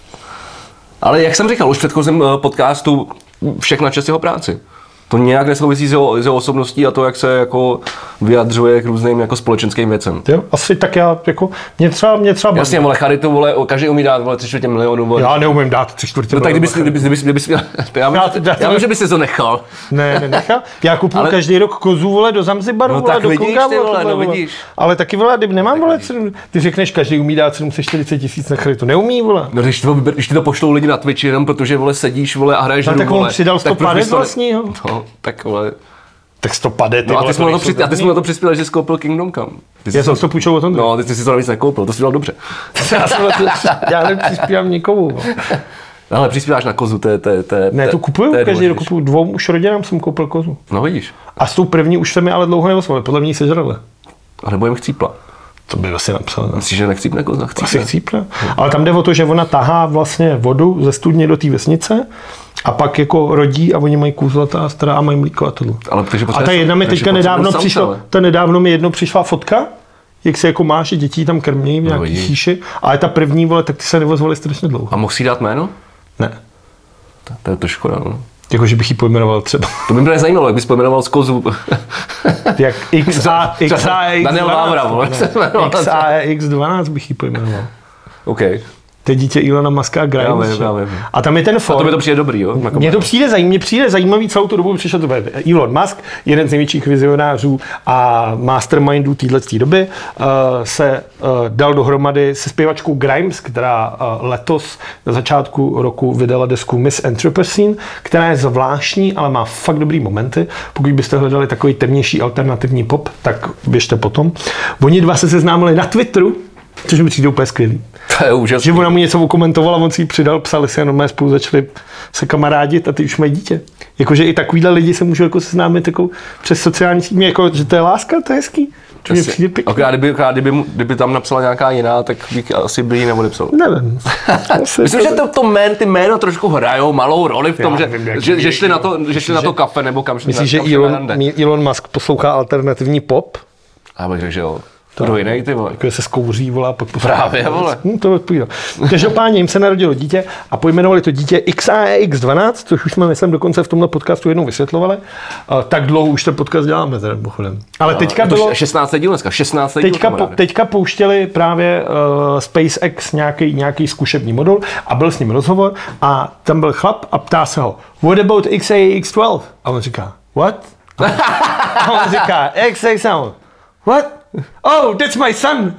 [SPEAKER 1] Ale jak jsem říkal už v předchozím podcastu, všechna čest jeho práci. To nějak nesouvisí s jeho, s jeho osobností a to, jak se jako vyjadřuje k různým jako společenským věcem.
[SPEAKER 2] Jo, asi tak já, jako, mě třeba, mě třeba baví.
[SPEAKER 1] Jasně, vole, charitu, vole, každý umí dát, vole, tři čtvrtě milionu, vole.
[SPEAKER 2] Já neumím dát tři čtvrtě
[SPEAKER 1] milionu. No tak
[SPEAKER 2] milionu.
[SPEAKER 1] kdybys, kdybys, kdybys, kdybys, já, já, já, já vím, že bys to nechal.
[SPEAKER 2] Ne, nenechal. Já kupuju ale... každý rok kozu, vole, do Zanzibaru,
[SPEAKER 1] no,
[SPEAKER 2] vole,
[SPEAKER 1] tak
[SPEAKER 2] do
[SPEAKER 1] vidíš,
[SPEAKER 2] Konga,
[SPEAKER 1] ty, vole, no,
[SPEAKER 2] vole.
[SPEAKER 1] vidíš.
[SPEAKER 2] Ale taky, vole, kdyby nemám, vole, ty řekneš, každý umí dát sedm set čtyřicet tisíc na charitu. Neumí, vole.
[SPEAKER 1] No, když, to, když ti to pošlou lidi na Twitchi jenom protože, vole, sedíš, vole, a hraješ hru,
[SPEAKER 2] tak on přidal sto padesát vlastního.
[SPEAKER 1] No, tak, vole.
[SPEAKER 2] Tak sto padesát, ty
[SPEAKER 1] no, a ty jsi mu
[SPEAKER 2] to
[SPEAKER 1] na, na, na to přispěl, že jsi koupil Kingdom Come. Ty
[SPEAKER 2] já jsem to půjčil o tom.
[SPEAKER 1] No, ty jsi to navíc nekoupil, to jsi dělal dobře.
[SPEAKER 2] já, jsem to, já nepřispívám nikomu. No.
[SPEAKER 1] Ale přispíváš na kozu, to je... To je, to je
[SPEAKER 2] ne, to kupuju, každý rok kupuju. Dvou už rodinám jsem koupil kozu.
[SPEAKER 1] No vidíš.
[SPEAKER 2] A s tou první už se mi ale dlouho neosvali, podle mě sežrali.
[SPEAKER 1] A nebo jim chcípla.
[SPEAKER 2] To by asi napsal. Ne?
[SPEAKER 1] Myslíš, že nechcípne koza? Chcípne.
[SPEAKER 2] Asi chcípne. Ale tam jde o to, že ona tahá vlastně vodu ze studně do té vesnice a pak jako rodí a oni mají kůzlatá stará a mají mlíko a tohle.
[SPEAKER 1] Ale
[SPEAKER 2] a ta jedna mi teďka nedávno přišla, ta nedávno mi jedno přišla fotka, jak se jako máš, dětí tam krmí v nějaký no, chýši, ale ta první, vole, tak ty se nevozvaly strašně dlouho.
[SPEAKER 1] A mohl si dát jméno?
[SPEAKER 2] Ne.
[SPEAKER 1] To, to je to škoda, no.
[SPEAKER 2] Jako, že bych ji pojmenoval třeba.
[SPEAKER 1] To by mě zajímalo, jak bys pojmenoval z kozu.
[SPEAKER 2] Jak X A X
[SPEAKER 1] Daniel Vávra, vole.
[SPEAKER 2] X A X dvanáct bych ji pojmenoval.
[SPEAKER 1] OK.
[SPEAKER 2] To je dítě Ilona Muska a Grimes. Já vím, já vím. A tam je ten Ford.
[SPEAKER 1] A to mi to přijde dobrý, jo?
[SPEAKER 2] Mně to přijde zajímavý, mně přijde zajímavý celou tu dobu, přišel to Elon Musk, jeden z největších vizionářů a mastermindů této doby, uh, se uh, dal dohromady se zpěvačkou Grimes, která uh, letos na začátku roku vydala desku Miss Anthropocene, která je zvláštní, ale má fakt dobrý momenty. Pokud byste hledali takový temnější alternativní pop, tak běžte potom. Oni dva se seznámili na Twitteru, což mi přijde úplně skvělý.
[SPEAKER 1] To je úžasný.
[SPEAKER 2] Že ona mu něco okomentovala, on si ji přidal, psali si jenom spolu začali se kamarádit a ty už mají dítě. Jakože i takovýhle lidi se můžou jako seznámit jako přes sociální sítě, jako, že to je láska, to je hezký. To mě přijde pěkný.
[SPEAKER 1] Okay, a kdyby, kdyby, kdyby, tam napsala nějaká jiná, tak bych asi by ji neodepsal.
[SPEAKER 2] Nevím.
[SPEAKER 1] Myslím, že to, to jmén, ty jméno trošku hrajou malou roli v tom, že, nevím, že, že, šli na to, že šli na to kafe nebo kam šli.
[SPEAKER 2] Myslíš, že Elon, Elon Musk poslouchá alternativní pop?
[SPEAKER 1] Já bych řekl, že jo. To do jinej, ty vole.
[SPEAKER 2] Jako se zkouří, vole, a pak
[SPEAKER 1] poslouchá. Právě, vole.
[SPEAKER 2] Hm, to odpovídá. Každopádně jim se narodilo dítě a pojmenovali to dítě X A X dvanáct, což už jsme, myslím, dokonce v tomhle podcastu jednou vysvětlovali. Uh, tak dlouho už ten podcast děláme, teda pochodem. Ale no, teďka bylo...
[SPEAKER 1] šestnáct díl dneska, šestnáct díl.
[SPEAKER 2] Teďka, po, teďka pouštěli právě uh, SpaceX nějaký, nějaký zkušební modul a byl s ním rozhovor a tam byl chlap a ptá se ho, what about X A X dvanáct? A on říká, what? A on říká, X A X dvanáct. What? Oh, that's my son.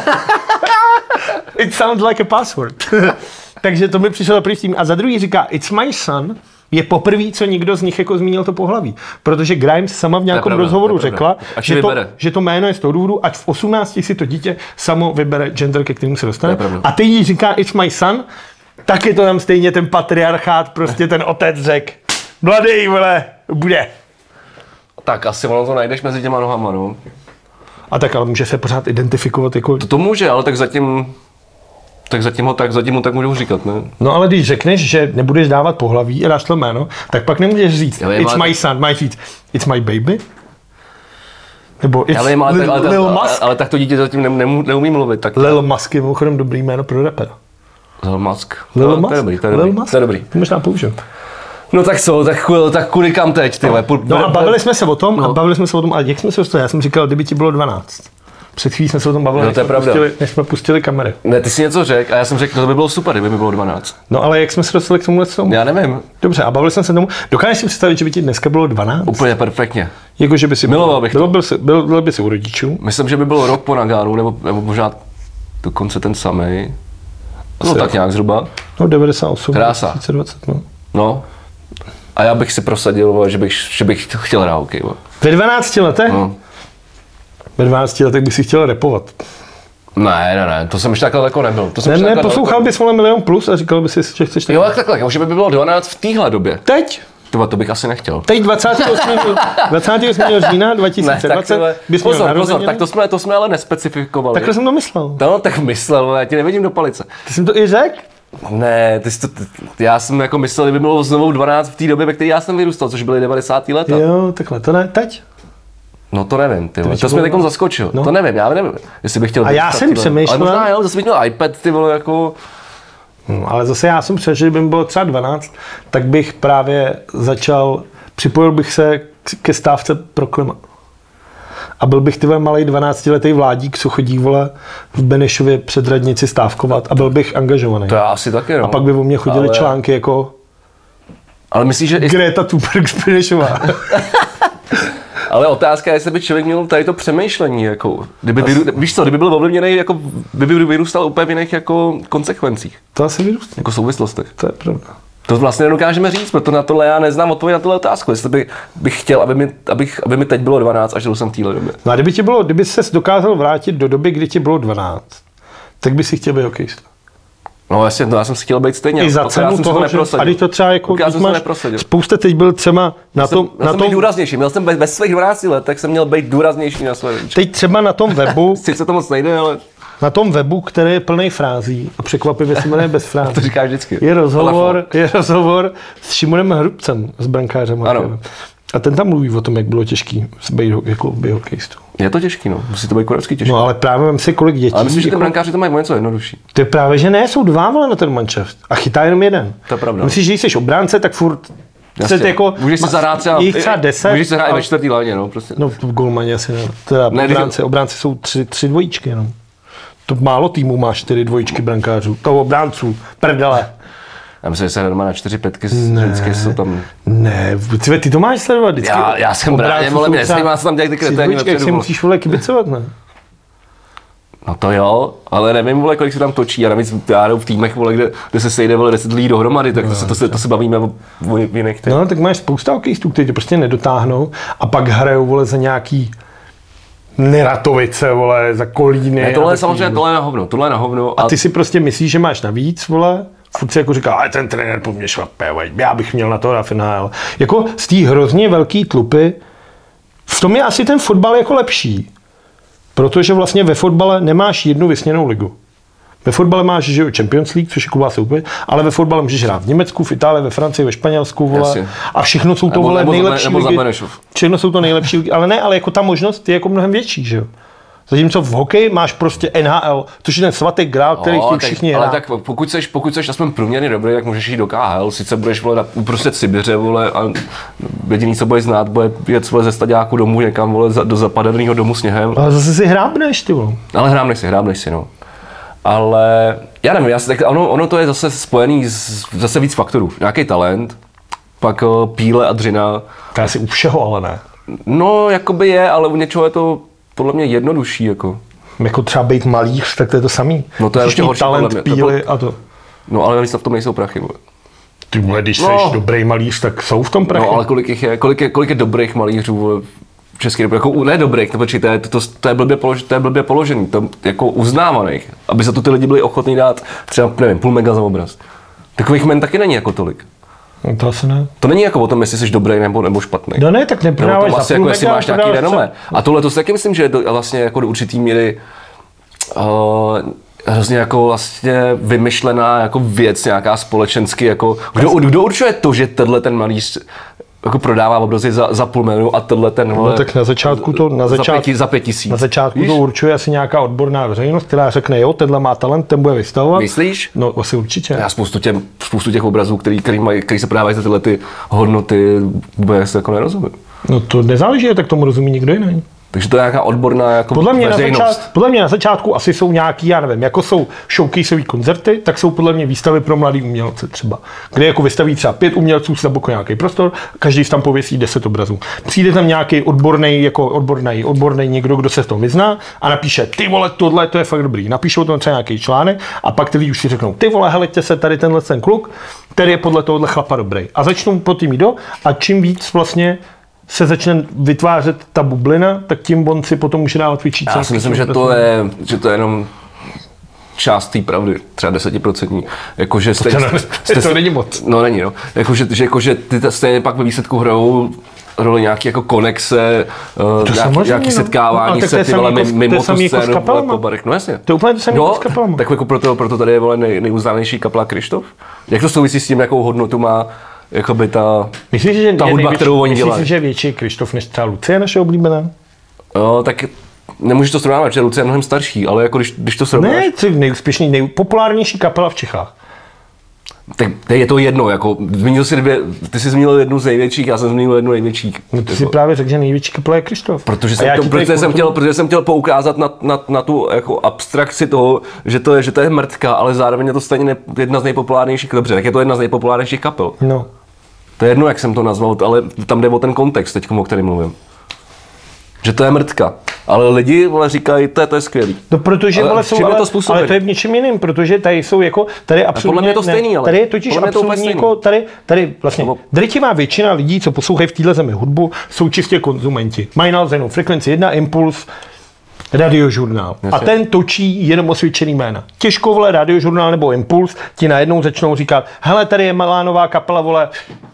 [SPEAKER 2] It sounds like a password. Takže to mi přišlo první tím. A za druhý říká, it's my son, je poprvé, co někdo z nich jako zmínil to pohlaví. Protože Grimes sama v nějakém pravda, rozhovoru řekla, že to, že to jméno je z toho důvodu, ať v osmnácti si to dítě samo vybere gender, ke kterému se dostane. A teď jí říká, it's my son, tak je to tam stejně ten patriarchát, prostě ten otec řek. Mladý, vole, bude.
[SPEAKER 1] Tak asi ono to najdeš mezi těma nohama, no.
[SPEAKER 2] A tak ale může se pořád identifikovat jako...
[SPEAKER 1] To, to může, ale tak zatím... Tak zatím ho tak, zatím ho tak můžu říkat, ne?
[SPEAKER 2] No ale když řekneš, že nebudeš dávat pohlaví a dáš to jméno, tak pak nemůžeš říct, vím, it's ale... my son, máš říct, it's my baby? Nebo it's
[SPEAKER 1] vím, ale,
[SPEAKER 2] Lil,
[SPEAKER 1] ale,
[SPEAKER 2] Lil
[SPEAKER 1] ale,
[SPEAKER 2] Musk?
[SPEAKER 1] Ale, ale tak to dítě zatím ne, ne, neumí mluvit. Tak
[SPEAKER 2] Lil Musk je mimochodem dobrý jméno pro rapera.
[SPEAKER 1] Lil Musk?
[SPEAKER 2] Lil
[SPEAKER 1] no,
[SPEAKER 2] Musk?
[SPEAKER 1] To je dobrý, to je dobrý.
[SPEAKER 2] Lil Musk?
[SPEAKER 1] To je dobrý.
[SPEAKER 2] To možná použiju.
[SPEAKER 1] No tak co, tak, tak kudy kam teď, ty
[SPEAKER 2] no, no a bavili jsme se o tom, no. a bavili jsme se o tom, a jak jsme se dostali, já jsem říkal, kdyby ti bylo dvanáct. Před chvílí jsme se o tom bavili,
[SPEAKER 1] No, to je
[SPEAKER 2] než, jsme
[SPEAKER 1] pravda.
[SPEAKER 2] pustili, než jsme pustili kamery.
[SPEAKER 1] Ne, ty jsi něco řekl a já jsem řekl, to by bylo super, kdyby mi bylo dvanáct.
[SPEAKER 2] No ale jak jsme se dostali k tomu tomu?
[SPEAKER 1] Já nevím.
[SPEAKER 2] Dobře, a bavili jsme se tomu. Dokážeš si představit, že by ti dneska bylo dvanáct?
[SPEAKER 1] Úplně perfektně.
[SPEAKER 2] Jako, že by si
[SPEAKER 1] Miloval bych to.
[SPEAKER 2] byl, byl, byl, byl, byl by si u rodičů.
[SPEAKER 1] Myslím, že by byl rok po Nagánu, nebo, nebo možná dokonce ten samej. No
[SPEAKER 2] Asi
[SPEAKER 1] tak nějak zhruba.
[SPEAKER 2] No devadesát osm,
[SPEAKER 1] Krása.
[SPEAKER 2] dva tisíce dvacet, no.
[SPEAKER 1] No. A já bych si prosadil, vole, že bych, že bych chtěl hrát hokej. Vole.
[SPEAKER 2] Ve dvanácti letech?
[SPEAKER 1] No.
[SPEAKER 2] Ve dvanácti letech bych si chtěl rapovat.
[SPEAKER 1] Ne, ne, ne, to jsem ještě takhle jako nebyl. To jsem
[SPEAKER 2] Ne,
[SPEAKER 1] ještě
[SPEAKER 2] ne,
[SPEAKER 1] takhle
[SPEAKER 2] poslouchal
[SPEAKER 1] daleko.
[SPEAKER 2] bys vole Milion Plus a říkal bys si, že chceš
[SPEAKER 1] Jo,
[SPEAKER 2] tak.
[SPEAKER 1] tak takhle, že by bylo dvanáct v téhle době.
[SPEAKER 2] Teď?
[SPEAKER 1] Tyba, to bych asi nechtěl.
[SPEAKER 2] Teď dvacátého osmého dvacátého osmého října dva tisíce dvacet bys měl
[SPEAKER 1] pozor, pozor,
[SPEAKER 2] narozeniny?
[SPEAKER 1] tak to jsme, to jsme ale nespecifikovali.
[SPEAKER 2] Takhle jsem to myslel.
[SPEAKER 1] No, tak myslel, já ti nevidím do palice.
[SPEAKER 2] Ty jsem to i řekl?
[SPEAKER 1] Ne, ty jsi to, ty, já jsem jako myslel, kdyby bylo znovu dvanáct v té době, ve které já jsem vyrůstal, což byly devadesátá léta.
[SPEAKER 2] Jo, takhle, to ne, teď?
[SPEAKER 1] No to nevím, ty vole,
[SPEAKER 2] by
[SPEAKER 1] to
[SPEAKER 2] ti
[SPEAKER 1] jsi mě
[SPEAKER 2] bylo-
[SPEAKER 1] takom zaskočil,
[SPEAKER 2] No.
[SPEAKER 1] to nevím, já nevím, jestli bych chtěl
[SPEAKER 2] A já
[SPEAKER 1] vyrůstat,
[SPEAKER 2] jsem
[SPEAKER 1] ty vole.
[SPEAKER 2] přemýšlel-
[SPEAKER 1] Ale možná jo, zase bych měl iPad, ty vole, jako...
[SPEAKER 2] No, ale zase já jsem přemýšlel, že by mi bylo třeba dvanáct, tak bych právě začal, připojil bych se k- ke stávce pro klima. A byl bych tyhle malej dvanáctiletý vládík, co chodí, vole, v Benešově před radnici stávkovat a byl bych angažovaný.
[SPEAKER 1] To já asi taky, no.
[SPEAKER 2] A pak by o mě chodily
[SPEAKER 1] ale...
[SPEAKER 2] články jako
[SPEAKER 1] Ale myslíš, že... i-
[SPEAKER 2] Greta Thunberg z Benešova.
[SPEAKER 1] Ale otázka je, jestli by člověk měl tady to přemýšlení, jako... Kdyby vyru... Víš co, kdyby byl ovlivněný, jako... By vyrůstal úplně v jiných, jako, konsekvencích,
[SPEAKER 2] To asi vyrůstne.
[SPEAKER 1] jako souvislostech.
[SPEAKER 2] To je pravda.
[SPEAKER 1] To vlastně nedokážeme říct, protože na tohle já neznám odpověď na tuhle otázku. Jestli by, bych chtěl, aby mi, abych, aby mi teď bylo dvanáct a žil jsem v téhle době.
[SPEAKER 2] No a kdyby ti bylo, kdyby ses dokázal vrátit do doby, kdy ti bylo dvanáct, tak by si chtěl být hokejista.
[SPEAKER 1] No jasně, no, já jsem si chtěl být stejně.
[SPEAKER 2] I za
[SPEAKER 1] Pokud já
[SPEAKER 2] cenu
[SPEAKER 1] jsem si to
[SPEAKER 2] toho, že,
[SPEAKER 1] neprosadil.
[SPEAKER 2] a když to třeba jako,
[SPEAKER 1] Pokud já
[SPEAKER 2] když
[SPEAKER 1] jsem to
[SPEAKER 2] máš,
[SPEAKER 1] neprosadil.
[SPEAKER 2] spousta teď byl třeba na tom,
[SPEAKER 1] Já
[SPEAKER 2] na
[SPEAKER 1] jsem být
[SPEAKER 2] tom
[SPEAKER 1] důraznější, měl jsem bez, bez svých dvanácti let, tak jsem měl být důraznější na své rodiče.
[SPEAKER 2] teď třeba na tom webu,
[SPEAKER 1] Sice to moc nejde, ale
[SPEAKER 2] na tom webu, který je plný frází a překvapivě se jmenuje bez frází.
[SPEAKER 1] to říkáš vždycky.
[SPEAKER 2] Je rozhovor, je rozhovor s Šimonem Hrubcem, s brankářem.
[SPEAKER 1] Ano.
[SPEAKER 2] A ten tam mluví o tom, jak bylo těžký být, ho- jako být hokejistou.
[SPEAKER 1] Je to těžký, no. Musí to být korecky těžký.
[SPEAKER 2] No ale právě vem si, kolik dětí.
[SPEAKER 1] ale myslím, že ty
[SPEAKER 2] jako,
[SPEAKER 1] brankáři to mají o něco jednodušší.
[SPEAKER 2] to je právě, že ne, jsou dva vole na ten manšaft a chytá jenom jeden.
[SPEAKER 1] To je pravda.
[SPEAKER 2] Myslíš, že jsi obránce, tak furt
[SPEAKER 1] Jasně.
[SPEAKER 2] chcete jako,
[SPEAKER 1] Můžeš si zahrát třeba,
[SPEAKER 2] jich třeba deset.
[SPEAKER 1] můžeš si hrát i
[SPEAKER 2] a-
[SPEAKER 1] ve čtvrtý léně, no. Prostě.
[SPEAKER 2] No v golmani asi ne. Teda
[SPEAKER 1] Ne, když-
[SPEAKER 2] obránci, obránci jsou tři, tři dvojičky jenom. To málo týmů má čtyři dvojičky brankářů. To obránců, prdele.
[SPEAKER 1] Já myslím, že se hraje na čtyři pětky, že vždycky jsou tam...
[SPEAKER 2] Ne, ty, ty to máš sledovat vždycky.
[SPEAKER 1] Já, já jsem
[SPEAKER 2] Obránců
[SPEAKER 1] bráně, vole,
[SPEAKER 2] jsou
[SPEAKER 1] mě
[SPEAKER 2] třeba
[SPEAKER 1] nezajímá, co tam dělají ty
[SPEAKER 2] tři
[SPEAKER 1] kreténi
[SPEAKER 2] dvojičky, jak si
[SPEAKER 1] vepředu, vole.
[SPEAKER 2] musíš vole kibicovat, ne?
[SPEAKER 1] No to jo, ale nevím, vole, kolik se tam točí a navíc já jdu v týmech, vole, kde, kde se sejde, vole, deset lidí dohromady, tak to, se, to, se, to se bavíme o, o jiných těch.
[SPEAKER 2] No, tak máš spousta hokejistů, kteří to prostě nedotáhnou a pak hrajou, vole, za nějaký Neratovice, vole, za Kolíny.
[SPEAKER 1] Ne,
[SPEAKER 2] a
[SPEAKER 1] tohle je
[SPEAKER 2] takový,
[SPEAKER 1] samozřejmě,
[SPEAKER 2] vole.
[SPEAKER 1] tohle je na hovno, tohle je na hovno.
[SPEAKER 2] A ty si prostě myslíš, že máš navíc, vole, furt si jako říká, ale ten trenér po mně šlape, vole, já bych měl na to na finál. Jako z té hrozně velký tlupy, v tom je asi ten fotbal jako lepší. Protože vlastně ve fotbale nemáš jednu vysněnou ligu. Ve fotbale máš, že jo, Champions League, což je klubová soupeř, ale ve fotbale můžeš hrát v Německu, v Itálii, ve Francii, ve Španělsku, vole.
[SPEAKER 1] Jasně.
[SPEAKER 2] A všechno jsou to,
[SPEAKER 1] Nebo-
[SPEAKER 2] vole,
[SPEAKER 1] nebo za-
[SPEAKER 2] nejlepší
[SPEAKER 1] nebo za
[SPEAKER 2] ligy.
[SPEAKER 1] Benešov.
[SPEAKER 2] Všechno jsou to nejlepší ligy, ale ne, ale jako ta možnost je jako mnohem větší, že jo. Zatímco v hokeji máš prostě N H L, což je ten svatý grál, který
[SPEAKER 1] No,
[SPEAKER 2] chtějí
[SPEAKER 1] tak-
[SPEAKER 2] všichni
[SPEAKER 1] ale
[SPEAKER 2] hrát.
[SPEAKER 1] tak pokud seš, pokud seš aspoň průměrně dobrý, tak můžeš jít do K H L, sice budeš, vole, na uprostřed Sibiře, vole, a jediný, co budeš znát, bude jet, vole, ze staďáku domů někam, vole, za- do zapadeného domu sněhem.
[SPEAKER 2] Ale zase si hrábneš, ty vole.
[SPEAKER 1] Ale hrábneš si, hrábneš si, no. Ale já nevím, já si, tak ono, ono to je zase spojený z zase víc faktorů. Nějaký talent, pak o, píle a dřina.
[SPEAKER 2] To je asi u všeho, ale ne.
[SPEAKER 1] No, jakoby je, ale u něčeho je to podle mě jednodušší, jako.
[SPEAKER 2] Jako třeba být malíř, tak to je to samý.
[SPEAKER 1] No to je
[SPEAKER 2] Musíš
[SPEAKER 1] ještě
[SPEAKER 2] mít
[SPEAKER 1] horší,
[SPEAKER 2] talent,
[SPEAKER 1] podle mě. To
[SPEAKER 2] píly a to.
[SPEAKER 1] No, ale navíc v tom nejsou prachy, vole.
[SPEAKER 2] Ty vole, když
[SPEAKER 1] No.
[SPEAKER 2] jsi dobrý malíř, tak jsou v tom prachy.
[SPEAKER 1] No, ale kolik jich je, kolik je, kolik je dobrých malířů, vole, v České republice, jako ne dobrých, to, počkej, to, je, to, to, to, je blbě polož, to je blbě položený, to jako uznávaných, aby za to ty lidi byli ochotní dát třeba, nevím, půl mega za obraz. Takových men taky není jako tolik.
[SPEAKER 2] No, to asi ne.
[SPEAKER 1] To není jako o tom, jestli jsi dobrý nebo, nebo špatný.
[SPEAKER 2] No ne, tak
[SPEAKER 1] Nebo
[SPEAKER 2] neprodáváš
[SPEAKER 1] to
[SPEAKER 2] za
[SPEAKER 1] asi
[SPEAKER 2] půl
[SPEAKER 1] jako jestli
[SPEAKER 2] mega,
[SPEAKER 1] máš nějaký
[SPEAKER 2] prodáváš
[SPEAKER 1] renomé.
[SPEAKER 2] třeba-
[SPEAKER 1] A tohle to si taky myslím, že je do, vlastně jako do určitý míry uh, hrozně jako vlastně vymyšlená jako věc, nějaká společensky, jako kdo, kdo určuje to, že tenhle ten malíř jako prodává obrazy za, za půl milionu a tenhle ten,
[SPEAKER 2] No tak na začátku to, na
[SPEAKER 1] za,
[SPEAKER 2] začátku,
[SPEAKER 1] pěti, za pět tisíc.
[SPEAKER 2] na začátku
[SPEAKER 1] Víš?
[SPEAKER 2] to určuje asi nějaká odborná veřejnost, která řekne, jo, tenhle má talent, ten bude vystavovat.
[SPEAKER 1] Myslíš?
[SPEAKER 2] No asi určitě.
[SPEAKER 1] Já spoustu, těm, spoustu těch obrazů, který, který, mají, který se prodávají za tyhle ty hodnoty, vůbec jako nerozumím.
[SPEAKER 2] No to nezáleží, tak tomu rozumí nikdo jiný.
[SPEAKER 1] Takže to je nějaká odborná jako
[SPEAKER 2] podle mě, na
[SPEAKER 1] veřejnost.
[SPEAKER 2] začátku, podle mě na začátku asi jsou nějaký, já nevím, jako jsou showcaseový koncerty, tak jsou podle mě výstavy pro mladý umělce třeba. Kde jako vystaví třeba pět umělců, se jako nějaký prostor, každý tam pověsí deset obrazů. Přijde tam nějaký odborný, jako odborný, odborný někdo, kdo se v tom vyzná a napíše, ty vole, tohle to je fakt dobrý. Napíšou tam třeba nějaký článek a pak ty lidi už si řeknou, ty vole, heleďte se, tady tenhle ten kluk, který je podle tohohle chlapa dobrý. A začnou po tím jít do a čím víc vlastně se začne vytvářet ta bublina, tak tím on si potom může dávat větší cenu.
[SPEAKER 1] Já si myslím, že to je, že to je jenom část té pravdy, třeba desetiprocentní. Jakože jste,
[SPEAKER 2] to,
[SPEAKER 1] jste,
[SPEAKER 2] to,
[SPEAKER 1] jste,
[SPEAKER 2] to není moc.
[SPEAKER 1] No není, no. Jakože, že, jakože ty stejně pak ve výsledku hrajou roli nějaký jako konexe, uh, nějaký, nějaký setkávání
[SPEAKER 2] no,
[SPEAKER 1] se ty vole
[SPEAKER 2] jako,
[SPEAKER 1] mimo tu scénu
[SPEAKER 2] jako
[SPEAKER 1] po barech. No jasně.
[SPEAKER 2] To je úplně to samé
[SPEAKER 1] no,
[SPEAKER 2] jako s kapelama.
[SPEAKER 1] Tak jako proto, proto tady je vole nej, nejuznávanější kapela Krištof. Jak to souvisí s tím, jakou hodnotu má jakoby ta,
[SPEAKER 2] myslíš, že
[SPEAKER 1] ta hudba,
[SPEAKER 2] největší,
[SPEAKER 1] kterou oni dělají?
[SPEAKER 2] Myslíš, že je větší Krištof než třeba Lucie, naše oblíbená?
[SPEAKER 1] No, tak nemůžeš to srovnávat, že Lucie je mnohem starší, ale jako když, když to srovnáš...
[SPEAKER 2] Ne, to je nejúspěšnější, nejpopulárnější kapela v Čechách.
[SPEAKER 1] Tak je to jedno, jako zmínil si dvě, ty jsi zmínil jednu z největších, já jsem zmínil jednu největších.
[SPEAKER 2] No ty si právě řekl, že největší kapela je Krištof.
[SPEAKER 1] Protože jsem, to, protože jsem, chtěl, protože jsem chtěl poukázat na, na, na tu jako abstrakci toho, že to je, že to je mrtka, ale zároveň je to stejně ne, jedna z nejpopulárnějších, dobře, tak je to jedna z nejpopulárnějších kapel.
[SPEAKER 2] No.
[SPEAKER 1] To je jedno, jak jsem to nazval, ale tam jde o ten kontext teď, o kterém mluvím. Že to je mrtka. Ale lidi vole, říkají, to je, to je skvělý.
[SPEAKER 2] No, protože
[SPEAKER 1] ale,
[SPEAKER 2] vole, jsou, ale,
[SPEAKER 1] to
[SPEAKER 2] ale to je v něčem jiným, protože tady jsou jako, tady absolutně,
[SPEAKER 1] podle mě je to stejný, ale
[SPEAKER 2] tady je totiž absolutně jako, tady, tady vlastně, no, drtivá většina lidí, co poslouchají v téhle zemi hudbu, jsou čistě konzumenti. Mají nalezenou frekvenci jedna, Impuls, Radiožurnál. A ten točí jenom osvědčený jména. Těžko, vole, Radiožurnál nebo Impuls ti najednou začnou říkat, hele, tady je malá nová kapela, vole,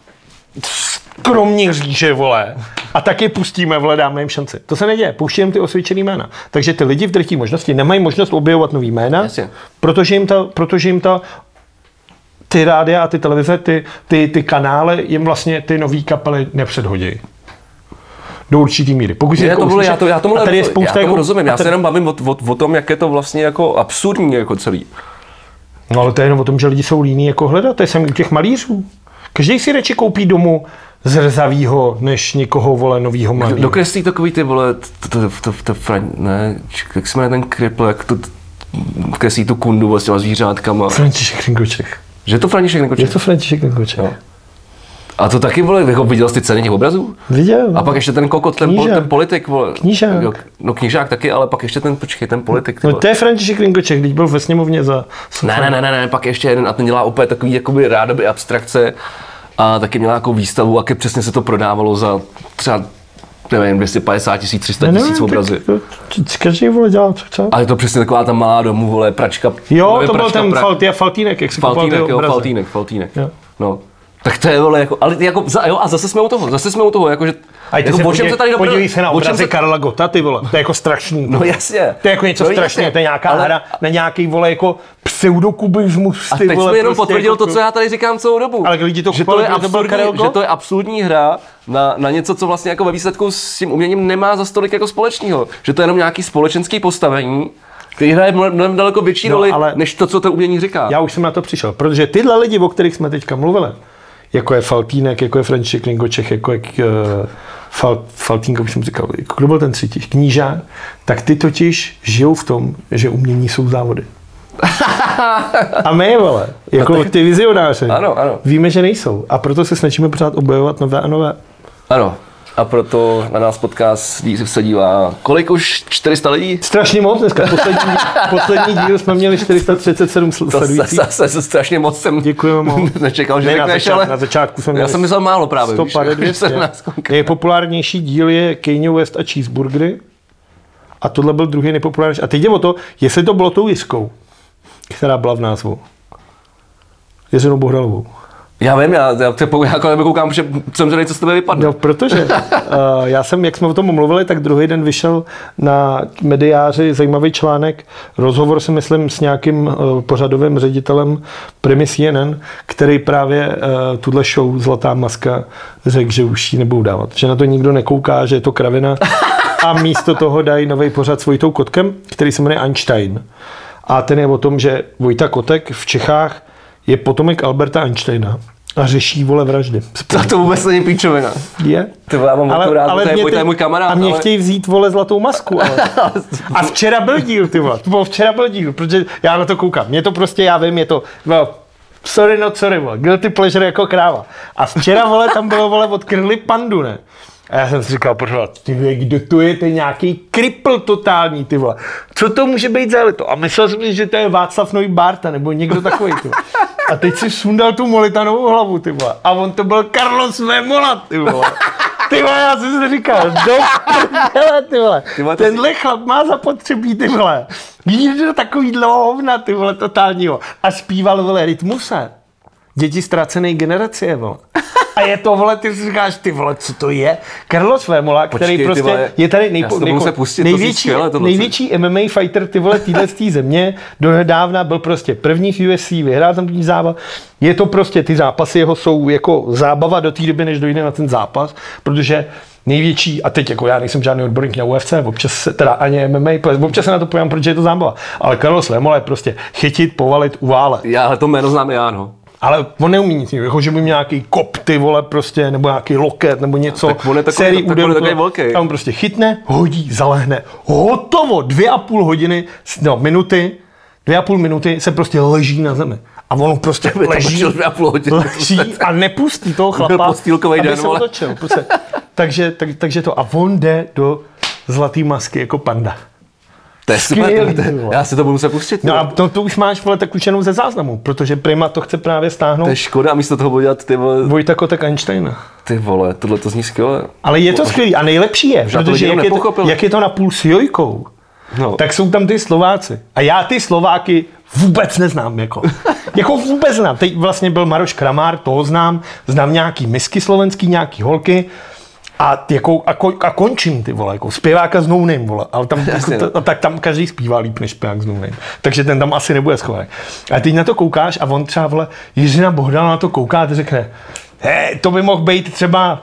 [SPEAKER 2] Kroměříže, vole. A taky pustíme, vole, dáme jim šanci. To se neděje, pouští jim ty osvědčený jména. Takže ty lidi v drtí možnosti nemají možnost objevovat nový jména, protože jim ta, protože jim ta ty rádia a ty televize, ty, ty, ty kanály jim vlastně ty nový kapely nepředhodí. Do určitý míry. Pokud si
[SPEAKER 1] já,
[SPEAKER 2] jako
[SPEAKER 1] to
[SPEAKER 2] uslyšet,
[SPEAKER 1] já, to, já, tomu,
[SPEAKER 2] a tady je spousta
[SPEAKER 1] já tomu
[SPEAKER 2] jako,
[SPEAKER 1] rozumím, já
[SPEAKER 2] tady,
[SPEAKER 1] se jenom bavím o, o, o tom, jak je to vlastně jako absurdní jako celý.
[SPEAKER 2] No ale to je jenom o tom, že lidi jsou líní jako hledat, to je samý u těch malířů. Každý si radši koupí domů zrzavýho, než někoho, vole, novýho malýho.
[SPEAKER 1] Dokreslí takový ty, vole, to, to, to, to, to ne, jak se jmenuje ten kripl, jak to kreslí tu kundu vlastně s těma zvířátkama.
[SPEAKER 2] František Ringoček.
[SPEAKER 1] Že je to František Ringoček?
[SPEAKER 2] Je to František Ringoček. Jo.
[SPEAKER 1] A to taky, vole, jako viděl jsi ty ceny těch obrazů?
[SPEAKER 2] Viděl.
[SPEAKER 1] A pak ještě ten kokot, ten, pol, ten politik, vole.
[SPEAKER 2] Knížák.
[SPEAKER 1] Jo, no knížák taky, ale pak ještě ten, počkej, ten politik.
[SPEAKER 2] No to je František Ringoček, když byl ve sněmovně za...
[SPEAKER 1] Ne, ne, ne, ne, ne, pak ještě jeden a ten dělá opět takový jakoby rádoby abstrakce a taky měl nějakou výstavu a přesně se to prodávalo za třeba, nevím, dvě stě padesát tisíc, tři sta tisíc obrazy.
[SPEAKER 2] Každý, vole, dělá co chce.
[SPEAKER 1] Ale je to přesně taková ta malá domů, vole, pračka.
[SPEAKER 2] Jo, to byl ten Falty, Faltýnek, jak si
[SPEAKER 1] Faltýnek, jo, Faltýnek, Faltýnek.
[SPEAKER 2] Jo.
[SPEAKER 1] No. Tak to je, vole, jako, ale jako, jo, a zase jsme u toho, zase jsme u toho, jakože,
[SPEAKER 2] jako, se, podívej, se tady podívej se na obrazy se... Karla Gotta, ty vole, to je jako strašný.
[SPEAKER 1] No jasně.
[SPEAKER 2] To je jako něco no, strašného, to je nějaká ale... hra na nějaký, vole, jako pseudokubismus, ty
[SPEAKER 1] a teď
[SPEAKER 2] vole.
[SPEAKER 1] jsme jenom
[SPEAKER 2] prostě
[SPEAKER 1] potvrdil
[SPEAKER 2] jako...
[SPEAKER 1] to, co já tady říkám celou dobu.
[SPEAKER 2] Ale lidi to
[SPEAKER 1] že, to je absurdní, že to je absurdní hra na, na něco, co vlastně jako ve výsledku s tím uměním nemá za stolik jako společného. Že to je jenom nějaký společenský postavení, který hraje mnohem daleko větší no, roli, ale... než to, co to umění říká.
[SPEAKER 2] Já už jsem na to přišel, protože tyhle lidi, o kterých jsme teďka mluvili, jako je Faltýnek, jako je František Ringoček, jako je uh, Fal, Faltýnk, už jsem říkal, jako kdo byl ten třetí, Knížák, tak ty totiž žijou v tom, že umění jsou závody. A my, vole, jako no tak... ty vizionáři,
[SPEAKER 1] ano, ano.
[SPEAKER 2] víme, že nejsou. A proto se snažíme pořád objevovat nové a nové.
[SPEAKER 1] Ano. A proto na nás podcast se dívá, kolik už? čtyři sta lidí?
[SPEAKER 2] Strašně moc dneska. Poslední, poslední díl jsme měli čtyři sta třicet sedm sledujících.
[SPEAKER 1] To zase strašně moc jsem
[SPEAKER 2] Děkujeme moc.
[SPEAKER 1] nečekal, že
[SPEAKER 2] ne,
[SPEAKER 1] řekneš,
[SPEAKER 2] na začátku, ale... Na začátku jsem
[SPEAKER 1] já jsem myslel málo právě.
[SPEAKER 2] sto padesát, dvě stě. Nejpopulárnější díl je Kanye West a cheeseburgery. A tohle byl druhý nejpopulárnější. A teď jde o to, jestli to bylo tou jiskou, která byla v názvu. Jiřinou Bohdalovou.
[SPEAKER 1] Já vím, já, já, já jako nekoukám, že jsem zvědavý, co z tebe vypadne.
[SPEAKER 2] No, protože uh, já jsem, jak jsme o tom mluvili, tak druhý den vyšel na Mediáři zajímavý článek, rozhovor si myslím s nějakým uh, pořadovým ředitelem Primy C N N, který právě uh, tuhle show Zlatá maska řekl, že už ji nebudou dávat. Že na to nikdo nekouká, že je to kravina a místo toho dají nový pořad s Vojtou Kotkem, který se jmenuje Einstein. A ten je o tom, že Vojta Kotek v Čechách je potomek Alberta Einsteina. A řeší, vole, vraždy.
[SPEAKER 1] To, to vůbec není píčovina.
[SPEAKER 2] Je.
[SPEAKER 1] Ty vole, já mám ale, rád, ale to je, můj, to je můj kamarád.
[SPEAKER 2] A mě
[SPEAKER 1] ale...
[SPEAKER 2] chtějí vzít, vole, zlatou masku. Ale. A včera byl díl, ty vole. To bylo včera byl díl, protože já na to koukám. Mě to prostě, já vím, je to... Well, sorry, not sorry, vole. Guilty pleasure jako kráva. A včera, vole, tam bylo, vole, odkryli pandu, ne? A já jsem si říkal, pořád, ty vole, kdo to je, to je nějaký kripl totální, ty vole. Co to může být za lito? A myslel jsem si, že to je Václav Nový Bárta, nebo někdo takový, ty vole. A teď si sundal tu Molitanovou hlavu, ty vole. A on to byl Carlos Vémola, ty vole. Ty vole, já jsem si říkal, do prdele, ty vole. Ty vole tenhle si... chlap má zapotřebí, ty vole. Jít do takový dlouhovna, ty vole, totálního. A zpíval, vole, Rytmuse. Děti ztracené generace, vole. A je to, vole, ty si říkáš, ty vole, co to je? Carlos Vémola, který
[SPEAKER 1] Počkej,
[SPEAKER 2] prostě
[SPEAKER 1] vole,
[SPEAKER 2] je tady nejpo, nejko,
[SPEAKER 1] pustit,
[SPEAKER 2] největší,
[SPEAKER 1] skvěle,
[SPEAKER 2] největší M M A fighter, ty vole, týhle z té země. Donedávna byl prostě první v U F C, vyhrál tam ten zápas. Je to prostě, ty zápasy jeho jsou jako zábava do té doby, než dojde na ten zápas, protože největší, a teď jako já nejsem žádný odborník na U F C, občas se, teda ani M M A, občas se na to pojím, protože je to zábava. Ale Carlos Vémola je prostě chytit, povalit, uválet.
[SPEAKER 1] Já to jméno znám já, no.
[SPEAKER 2] Ale on neumí nic, jako že by měl nějaký kop, ty vole, prostě, nebo nějaký loket, nebo něco.
[SPEAKER 1] Tak on je takový, takový, takový velký.
[SPEAKER 2] A on prostě chytne, hodí, zalehne, hotovo, dvě a půl hodiny, no minuty, dvě a půl minuty se prostě leží na zemi. A on prostě leží,
[SPEAKER 1] dvě a půl hodiny.
[SPEAKER 2] leží a nepustí toho chlapa, aby den, se otočil. Prostě. takže, tak, takže to, a on jde do zlatý masky jako panda.
[SPEAKER 1] To je super, já si to budu muset pustit.
[SPEAKER 2] No a to, to už máš, vole, tak už jenom ze záznamu, protože Prima to chce právě stáhnout.
[SPEAKER 1] To je škoda a místo toho bude dělat ty vole...
[SPEAKER 2] Vojta Kotek Einsteina.
[SPEAKER 1] Ty vole, tohle to zní skvěle.
[SPEAKER 2] Ale je to skvělý a nejlepší je, protože jak je, to, jak je to napůl s Jojkou, no. Tak jsou tam ty Slováci. A já ty Slováky vůbec neznám, jako. jako vůbec znám. Teď vlastně byl Maroš Kramár, toho znám, znám nějaký misky slovenský, nějaký holky. A, jako, a, ko, a končím, ty vole, jako zpěváka s No Name, vole, ale tam,
[SPEAKER 1] Jasně,
[SPEAKER 2] jako, tak tam každý zpívá líp než zpěvák s No Name, takže ten tam asi nebude schovaný. A teď na to koukáš a on třeba, vole, Jiřina Bohdana na to kouká a ty řekne, hej, to by mohl být třeba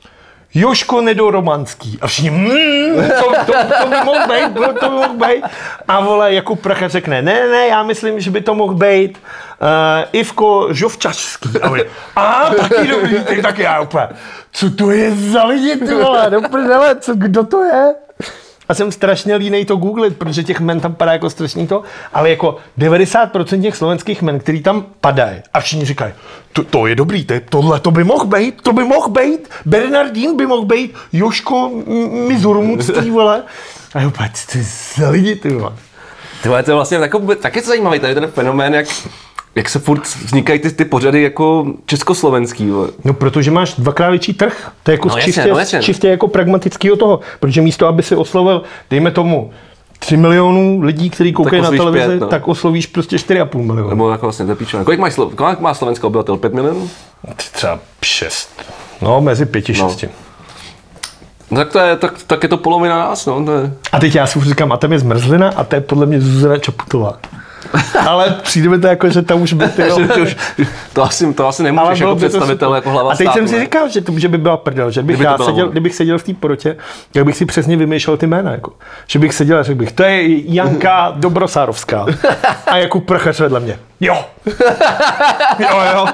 [SPEAKER 2] Joško Nedoromanský. A všichni, mm, to, to, to by mohl být, to, to by mohl být. A vole, Jakub Prachař řekne, ne, ne, já myslím, že by to mohl být uh, Ivko Žovčařský. A vole, a taky dobrý, ty taky já úplně, co to je za lidi, ty vole, do prdele, co, kdo to je? A jsem strašně línej to googlit, protože těch men tam padá jako strašný to, ale jako devadesát procent těch slovenských men, který tam padají, a všichni říkají, to, to je dobrý, to, tohle to by mohl být, to by mohl být, Bernardín by mohl být, Joško Mizurmucký, vole. A jo, pojď, ty za lidi, ty vole.
[SPEAKER 1] Ty vole, to je vlastně taky, taky zajímavý, tady ten fenomén, jak Jak se furt vznikají ty, ty pořady jako československý, vole.
[SPEAKER 2] No, protože máš dvakrát větší trh. To je jako
[SPEAKER 1] no,
[SPEAKER 2] čistě,
[SPEAKER 1] jasně, no,
[SPEAKER 2] čistě jako pragmatického toho. Protože místo, aby si oslovil, dejme tomu, tři milionů lidí, kteří koukají na televizi, pět, no. Tak oslovíš prostě čtyři a půl milionu.
[SPEAKER 1] Nebo jako vlastně zapíčené. Kolik, kolik má Slovensko obyvatel? pět milionů?
[SPEAKER 2] Třeba šest. No, mezi pěti a šesti.
[SPEAKER 1] No. Tak, to je, tak, tak je to polovina nás, no. To je...
[SPEAKER 2] A teď já si už říkám, a tam je zmrzlina a to je podle mě Zuzana Čaputová. Ale přijde mi to jako, že tam už by ty
[SPEAKER 1] to asi, to asi nemůžeš jako představitel, jako hlava
[SPEAKER 2] státu. A teď
[SPEAKER 1] státu,
[SPEAKER 2] jsem si
[SPEAKER 1] ne?
[SPEAKER 2] říkal, že to že by byla prdel, že bych Kdyby já seděl, kdybych seděl v té porotě, tak bych si přesně vymýšlel ty jména, jako. Že bych seděl a řekl bych, to je Janka Dobrosárovská a Jakub Prachař vedle mě. Jo. jo, jo.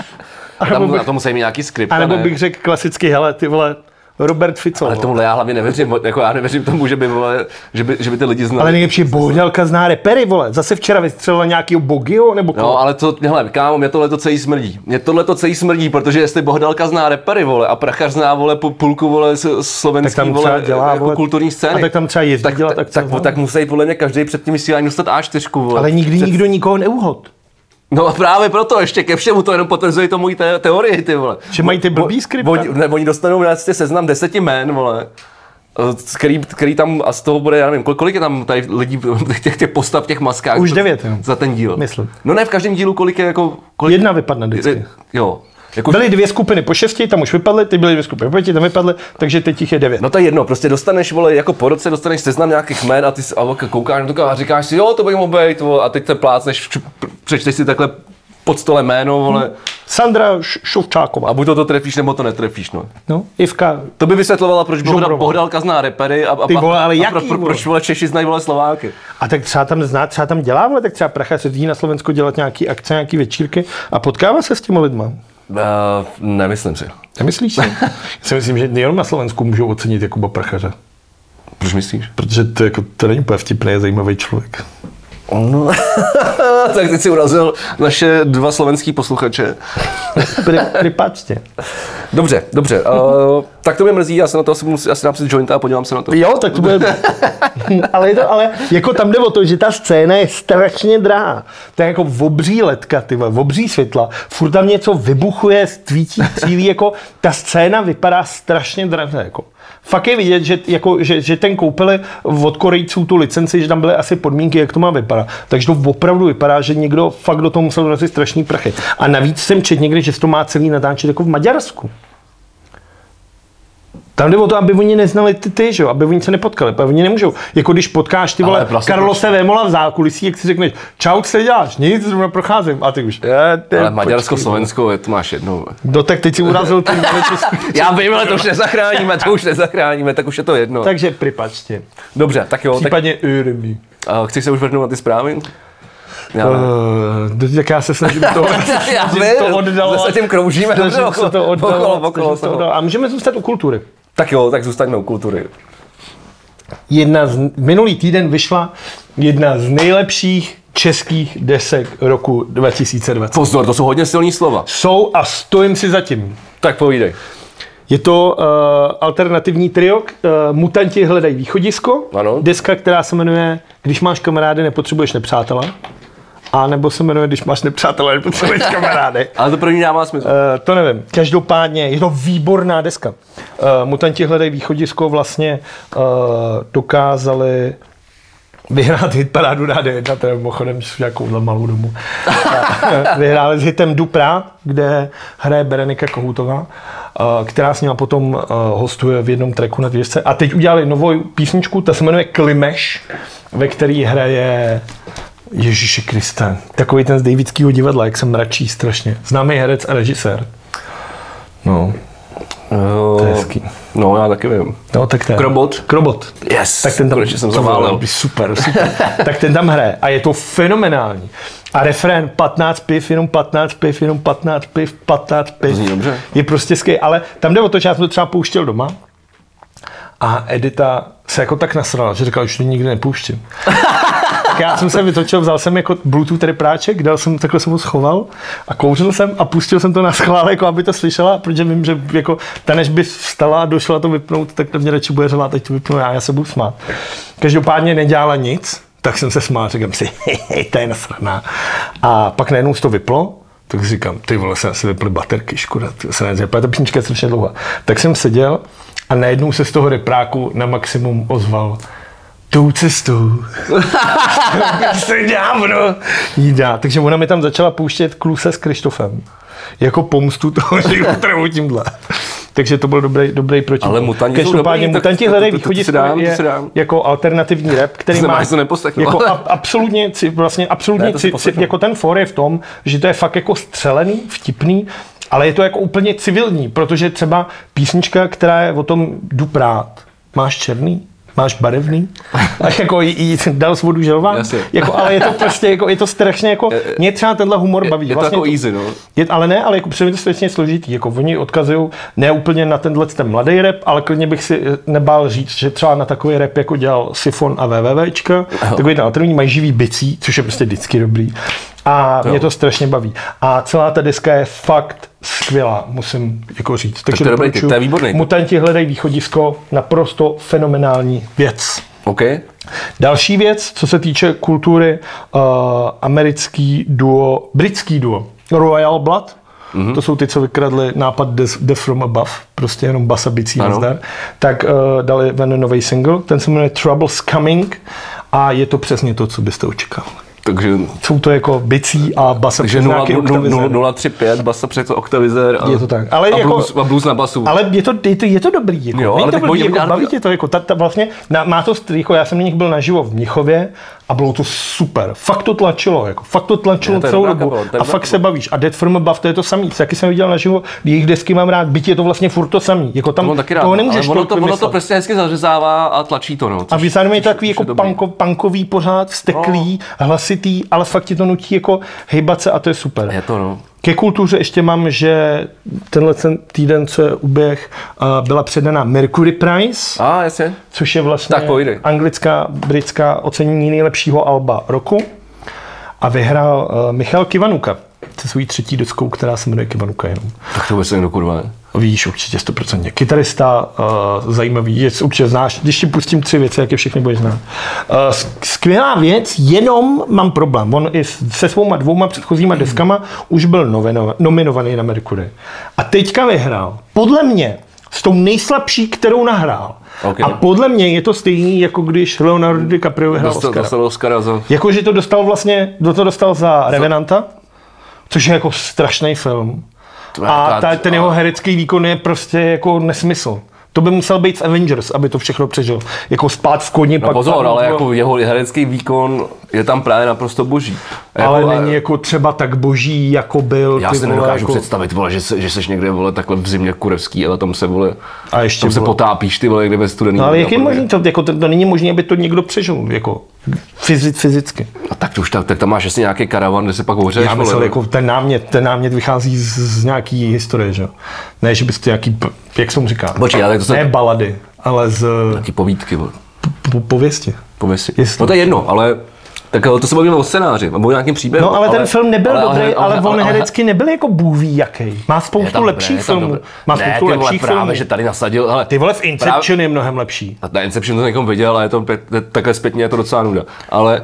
[SPEAKER 1] A tam, bych, na to musí mít nějaký skript.
[SPEAKER 2] A nebo bych řekl klasicky, hele, ty vole, Robert Fico.
[SPEAKER 1] Ale tomuhle já hlavně nevěřím, jako já nevěřím tomu, že by, vole, že by, že by ty lidi znali.
[SPEAKER 2] Ale nejlepší Bohdelka zná repery, vole. Zase včera vystřelila nějakýho Bogio, nebo koho?
[SPEAKER 1] No, ale to, hele, kámo, mě tohle to celý smrdí. Mě tohle to celý smrdí, protože jestli Bohdelka zná repery, vole, a Prachař zná, vole, půlku, vole, slovenský, vole,
[SPEAKER 2] dělá,
[SPEAKER 1] jako
[SPEAKER 2] vole,
[SPEAKER 1] kulturní scény.
[SPEAKER 2] A tak tam třeba jezdí
[SPEAKER 1] tak,
[SPEAKER 2] dělat
[SPEAKER 1] tak, tak, tak, tak musí podle mě každý před tím vysíláním dostat á čtyři, vole.
[SPEAKER 2] Ale nikdy
[SPEAKER 1] před...
[SPEAKER 2] nikdo nikoho neuhod.
[SPEAKER 1] No a právě proto ještě ke všemu to jenom potvrzuje to mojí te- teorii, ty vole.
[SPEAKER 2] Že mají ty blbý skripta?
[SPEAKER 1] Oni, ne, oni dostanou vlastně seznam deseti jmen, vole, který, který tam, a z toho bude, já nevím, kolik je tam tady lidí, těch, těch postav v těch maskách.
[SPEAKER 2] Už devět, jo.
[SPEAKER 1] Za ten díl.
[SPEAKER 2] Myslím.
[SPEAKER 1] No ne, v každém dílu kolik je jako... Kolik...
[SPEAKER 2] Jedna vypadne vždycky.
[SPEAKER 1] Jo. Jako...
[SPEAKER 2] Byly dvě skupiny po šesti, tam už vypadly, ty byly dvě skupiny po pěti, tam vypadly, takže teď jich je devět.
[SPEAKER 1] No to je jedno, prostě dostaneš, vole, jako po roce dostaneš seznam nějakých jmen a ty a koukáš na to a říkáš si, jo, to by mohl být, vole, a teď se plácneš, přečteš si takhle pod stole jméno, vole. Hmm.
[SPEAKER 2] Sandra Šovčáková.
[SPEAKER 1] A buď to, to trefíš, nebo to netrefíš, no.
[SPEAKER 2] No, Ivka.
[SPEAKER 1] To by vysvětlovala, proč Bohdal, Bohdalka zná repery a, a,
[SPEAKER 2] Ty vole, ale
[SPEAKER 1] a
[SPEAKER 2] jaký,
[SPEAKER 1] pro, pro, proč vole Češi znají, vole, Slováky.
[SPEAKER 2] A tak třeba tam zná, třeba tam dělá, vole, tak třeba Prachař se jezdí na Slovensko dělat nějaký akce, nějaký večírky a potkává se s těmi lidma.
[SPEAKER 1] Uh, nemyslím si.
[SPEAKER 2] Nemyslíš si? Já si myslím, že nejenom na Slovensku můžou ocenit Jakuba Prachaře.
[SPEAKER 1] Proč myslíš?
[SPEAKER 2] Protože to, jako, to není úplně vtipný a zajímavý člověk.
[SPEAKER 1] No, tak teď si urazil naše dva slovenský posluchače.
[SPEAKER 2] Pri, pripačtě.
[SPEAKER 1] Dobře, dobře. Uh, tak to mě mrzí, já se na to asi musím asi napsat jointa a podívám se na to.
[SPEAKER 2] Jo, tak to bude... ale, je to, ale jako tam jde o to, že ta scéna je strašně drahá. To je jako obří ledka, ty vole, obří světla. Furt tam něco vybuchuje, stvítí, střílí, jako ta scéna vypadá strašně drahé, jako. Fakt je vidět, že, jako, že, že ten koupili od Korejců tu licenci, že tam byly asi podmínky, jak to má vypadat. Takže to opravdu vypadá, že někdo fakt do toho musel dorazit strašný prachy. A navíc jsem četl někdy, že to má celý natáčet jako v Maďarsku. Tam jde o to, aby oni neznali ty, ty že jo, aby oni se nepotkali, protože oni nemůžou. Jako když potkáš ty vole Karlose Vémola v zákulisí, jak si řekneš, čau, co děláš, nic, zrovna procházím, a ty už. Je,
[SPEAKER 1] ale Maďarsko, Slovensko, je to máš jednou.
[SPEAKER 2] No tak teď si urazil ty.
[SPEAKER 1] Já vím, ale to už nezachráníme, to už nezachráníme, tak už je to jedno.
[SPEAKER 2] Takže pripačtě.
[SPEAKER 1] Dobře, tak jo.
[SPEAKER 2] Případně Urmi.
[SPEAKER 1] Tak, chci se už vrhnout na ty zprávy?
[SPEAKER 2] Já, uh, tak já se snažím to,
[SPEAKER 1] já
[SPEAKER 2] snažím
[SPEAKER 1] vím,
[SPEAKER 2] to oddalovat.
[SPEAKER 1] Zase tím kroužíme, dobře,
[SPEAKER 2] okolo, to oddalovat,
[SPEAKER 1] okolo, okolo,
[SPEAKER 2] to oddalovat. A můžeme zůstat u kultury.
[SPEAKER 1] Tak jo, tak zůstaňme u kultury.
[SPEAKER 2] Jedna z, minulý týden vyšla jedna z nejlepších českých desek roku dva tisíce dvacet.
[SPEAKER 1] Pozor, to jsou hodně silný slova.
[SPEAKER 2] Jsou a stojím si za tím.
[SPEAKER 1] Tak povídej.
[SPEAKER 2] Je to uh, alternativní trio, uh, Mutanti hledají východisko.
[SPEAKER 1] Ano.
[SPEAKER 2] Deska, která se jmenuje Když máš kamarády, nepotřebuješ nepřátela. A nebo se jmenuje Když máš nepřátela, nepotřebuješ kamarády.
[SPEAKER 1] Ale to pro ní dává smysl.
[SPEAKER 2] Uh, to nevím. Každopádně je to výborná deska. Uh, Mutanti hledají východisko, vlastně uh, dokázali vyhrát hit parádu Rádia jedna, to je mimochodem s nějakou malou domu. Vyhráli s hitem Dupra, kde hraje Berenika Kohoutová, která s nima potom hostuje v jednom tracku na týžce. A teď udělali novou písničku, ta se jmenuje Klimeš, ve který hraje Ježíši Kriste, takový ten z Davidského divadla, jak jsem mračí strašně. Známý herec a režisér. No.
[SPEAKER 1] Uh,
[SPEAKER 2] to je hezký.
[SPEAKER 1] No, já taky vím.
[SPEAKER 2] No, tak ten.
[SPEAKER 1] Krobot.
[SPEAKER 2] Krobot.
[SPEAKER 1] Yes.
[SPEAKER 2] Tak ten tam,
[SPEAKER 1] konečně jsem zaválel.
[SPEAKER 2] Super, super. Tak ten tam hraje a je to fenomenální. A refrén patnáct piv, jenom patnáct piv, jenom patnáct piv, patnáct piv.
[SPEAKER 1] To zní dobře.
[SPEAKER 2] Je prostě skvělý, ale tam jde o to, že já jsem to třeba pouštěl doma a Edita se jako tak nasrala, že říkala, že to nikdy nepouštím. Tak já jsem se vytočil, vzal jsem jako Bluetooth repráček, dal jsem, takhle jsem ho schoval a kouřil jsem a pustil jsem to na schvál, jako aby to slyšela, protože vím, že jako ta než by vstala a došla to vypnout, tak to mě radši bude řela, teď to vypnu já, já se budu smát. Každopádně nedělala nic, tak jsem se smál, říkám si, to je nasraná. A pak najednou se to vyplo, tak si říkám, ty vole, se asi vyply baterky, škoda, se nedělá, ta písnička je strašně dlouhá. Tak jsem seděl a najednou se z toho repráku na maximum ozval tou cestou. Se dávno jídá. Takže ona mi tam začala pouštět Kluse s Krištofem. Jako pomstu toho, že ji utrhu tímhle. Takže to byl dobrý, dobrý proti.
[SPEAKER 1] Ale mutanti jsou dobrý,
[SPEAKER 2] Mutanti hledají východisko je jako alternativní rap, který má jako a, absolutně, vlastně absolutně ne, ci, jako ten for je v tom, že to je fakt jako střelený, vtipný, ale je to jako úplně civilní, protože třeba písnička, která je o tom jdu prát, máš černý? Máš barevný? A jako jí, jí dal s vodu želvám? Jako, ale je to prostě, jako, je to strašně jako, mě třeba tenhle humor baví.
[SPEAKER 1] Je, je to
[SPEAKER 2] vlastně
[SPEAKER 1] jako easy, no.
[SPEAKER 2] Je, ale ne, ale jako přijde to strašně složitý. Jako oni odkazují ne úplně na tenhle ten mladý rap, ale klidně bych si nebál říct, že třeba na takový rap jako dělal Sifon a WWWčka, takový ten alternativní mají živý bicí, což je prostě vždycky dobrý. A to mě to strašně baví. A celá ta deska je fakt skvělá, musím jako říct. Takže
[SPEAKER 1] tak to, dobrý, to je výborný.
[SPEAKER 2] Mutanti hledají východisko, naprosto fenomenální věc.
[SPEAKER 1] Okay.
[SPEAKER 2] Další věc, co se týče kultury, uh, americký duo, britský duo, Royal Blood, mm-hmm. to jsou ty, co vykradli nápad Death, Death from Above, prostě jenom basa bicí nazdar, tak uh, dali ven nový single, ten se jmenuje Trouble's Coming a je to přesně to, co byste očekávali.
[SPEAKER 1] Takže
[SPEAKER 2] jsou to jako bicí a basa přes nějaký oktavizér.
[SPEAKER 1] nula tři pět, basa přes oktavizér a,
[SPEAKER 2] je to tak. Ale
[SPEAKER 1] a,
[SPEAKER 2] jako,
[SPEAKER 1] blues, a blues na basu.
[SPEAKER 2] Ale je to, je to, je to dobrý. Jako.
[SPEAKER 1] Jo, ale
[SPEAKER 2] to blbý, jako,
[SPEAKER 1] já...
[SPEAKER 2] baví tě to. Jako, ta, ta, vlastně, na, má to jako, já jsem na nich byl naživo v Mnichově a bylo to super. Fakt to tlačilo. Jako, fakt to tlačilo
[SPEAKER 1] je,
[SPEAKER 2] celou dobu.
[SPEAKER 1] Kapel,
[SPEAKER 2] a fakt kapel. Se bavíš. A Death from Above to je to samý. Taky jsem viděl naživo, jejich desky mám rád, byť je to vlastně furt to samý. Jako, tam
[SPEAKER 1] to taky rád,
[SPEAKER 2] toho nemůžeš
[SPEAKER 1] ono to, ono to prostě hezky zařezává a tlačí to. No,
[SPEAKER 2] a vy zároveň je to takový jako punko, punkový pořád, vzteklý, no. hlasitý, ale fakt ti to nutí jako hejbat se a to je super.
[SPEAKER 1] Je to, no.
[SPEAKER 2] Ke kultuře ještě mám, že tenhle ten týden, co je uběh, byla předaná Mercury Prize,
[SPEAKER 1] A, jasně.
[SPEAKER 2] což je vlastně
[SPEAKER 1] Tak pojde.
[SPEAKER 2] anglická, britská ocenění nejlepšího alba roku. A vyhrál uh, Michal Kivanuka se svojí třetí deskou, která se jmenuje Kivanuka jenom.
[SPEAKER 1] Tak to vůbec někdo kurva, ne?
[SPEAKER 2] Víš, určitě sto procent. Kytarista, uh, zajímavý, je, určitě znáš, když ti pustím tři věci, jak je všechny budeš znát. Uh, skvělá věc, jenom mám problém. On i se svýma dvouma předchozíma deskama už byl novino, nominovaný na Mercury. A teďka vyhrál. Podle mě s tou nejslabší, kterou nahrál. Okay. A podle mě je to stejný, jako když Leonardo DiCaprio vyhrál
[SPEAKER 1] Dostal,
[SPEAKER 2] Oscara.
[SPEAKER 1] dostal Oscara za...
[SPEAKER 2] Jakože to dostal vlastně, kdo to dostal za Revenanta, což je jako strašný film. A ta, ten jeho herecký výkon je prostě jako nesmysl. To by musel být z Avengers, aby to všechno přežil. Jako spát v koni,
[SPEAKER 1] No
[SPEAKER 2] pak...
[SPEAKER 1] pozor,
[SPEAKER 2] pak,
[SPEAKER 1] ale jako jeho herecký výkon je tam právě naprosto boží.
[SPEAKER 2] Ale
[SPEAKER 1] jako,
[SPEAKER 2] není jako třeba tak boží, jako byl.
[SPEAKER 1] Já
[SPEAKER 2] ty
[SPEAKER 1] si
[SPEAKER 2] vole,
[SPEAKER 1] nedokážu
[SPEAKER 2] jako...
[SPEAKER 1] představit, vole, že, se, že seš někde vole, takhle v zimě kurevský, ale tam se vole,
[SPEAKER 2] A ještě
[SPEAKER 1] tam se
[SPEAKER 2] bylo...
[SPEAKER 1] potápíš ty vole, kde ve studený.
[SPEAKER 2] No ale jak je možný, to, jako, to, to není možné, aby to někdo přežil, jako fyzic, fyzicky.
[SPEAKER 1] A tak to už tak, tak tam máš asi nějaký karavan, kde se pak hořeš.
[SPEAKER 2] Já myslel,
[SPEAKER 1] vole,
[SPEAKER 2] jako ten námět, ten námět vychází z, z nějaký historie, že jo? Ne, že byste nějaký, jak se mu říká,
[SPEAKER 1] Počkej, ale to se...
[SPEAKER 2] ne balady, ale z
[SPEAKER 1] Taky povídky, vole.
[SPEAKER 2] po, pověsti.
[SPEAKER 1] Pověsi.
[SPEAKER 2] Jestli-
[SPEAKER 1] No to je jedno, ale tak to se bavíme o scénáři, nebo o nějakým příběhu.
[SPEAKER 2] No ale, ten film nebyl
[SPEAKER 1] ale,
[SPEAKER 2] dobrý, ale, ale, ale on
[SPEAKER 1] ale,
[SPEAKER 2] herecky nebyl jako bůhví jaký. Má
[SPEAKER 1] je
[SPEAKER 2] spoustu
[SPEAKER 1] tam
[SPEAKER 2] lepších
[SPEAKER 1] dobré, je tam
[SPEAKER 2] filmů.
[SPEAKER 1] dobré.
[SPEAKER 2] Má
[SPEAKER 1] Ne,
[SPEAKER 2] spoustu
[SPEAKER 1] ty vole,
[SPEAKER 2] lepších
[SPEAKER 1] právě,
[SPEAKER 2] filmů.
[SPEAKER 1] že tady nasadil, ale...
[SPEAKER 2] Ty vole, v Inception je mnohem lepší.
[SPEAKER 1] A na Inception to někom viděl, ale je to pět, takhle zpětně je to docela nuda. Ale...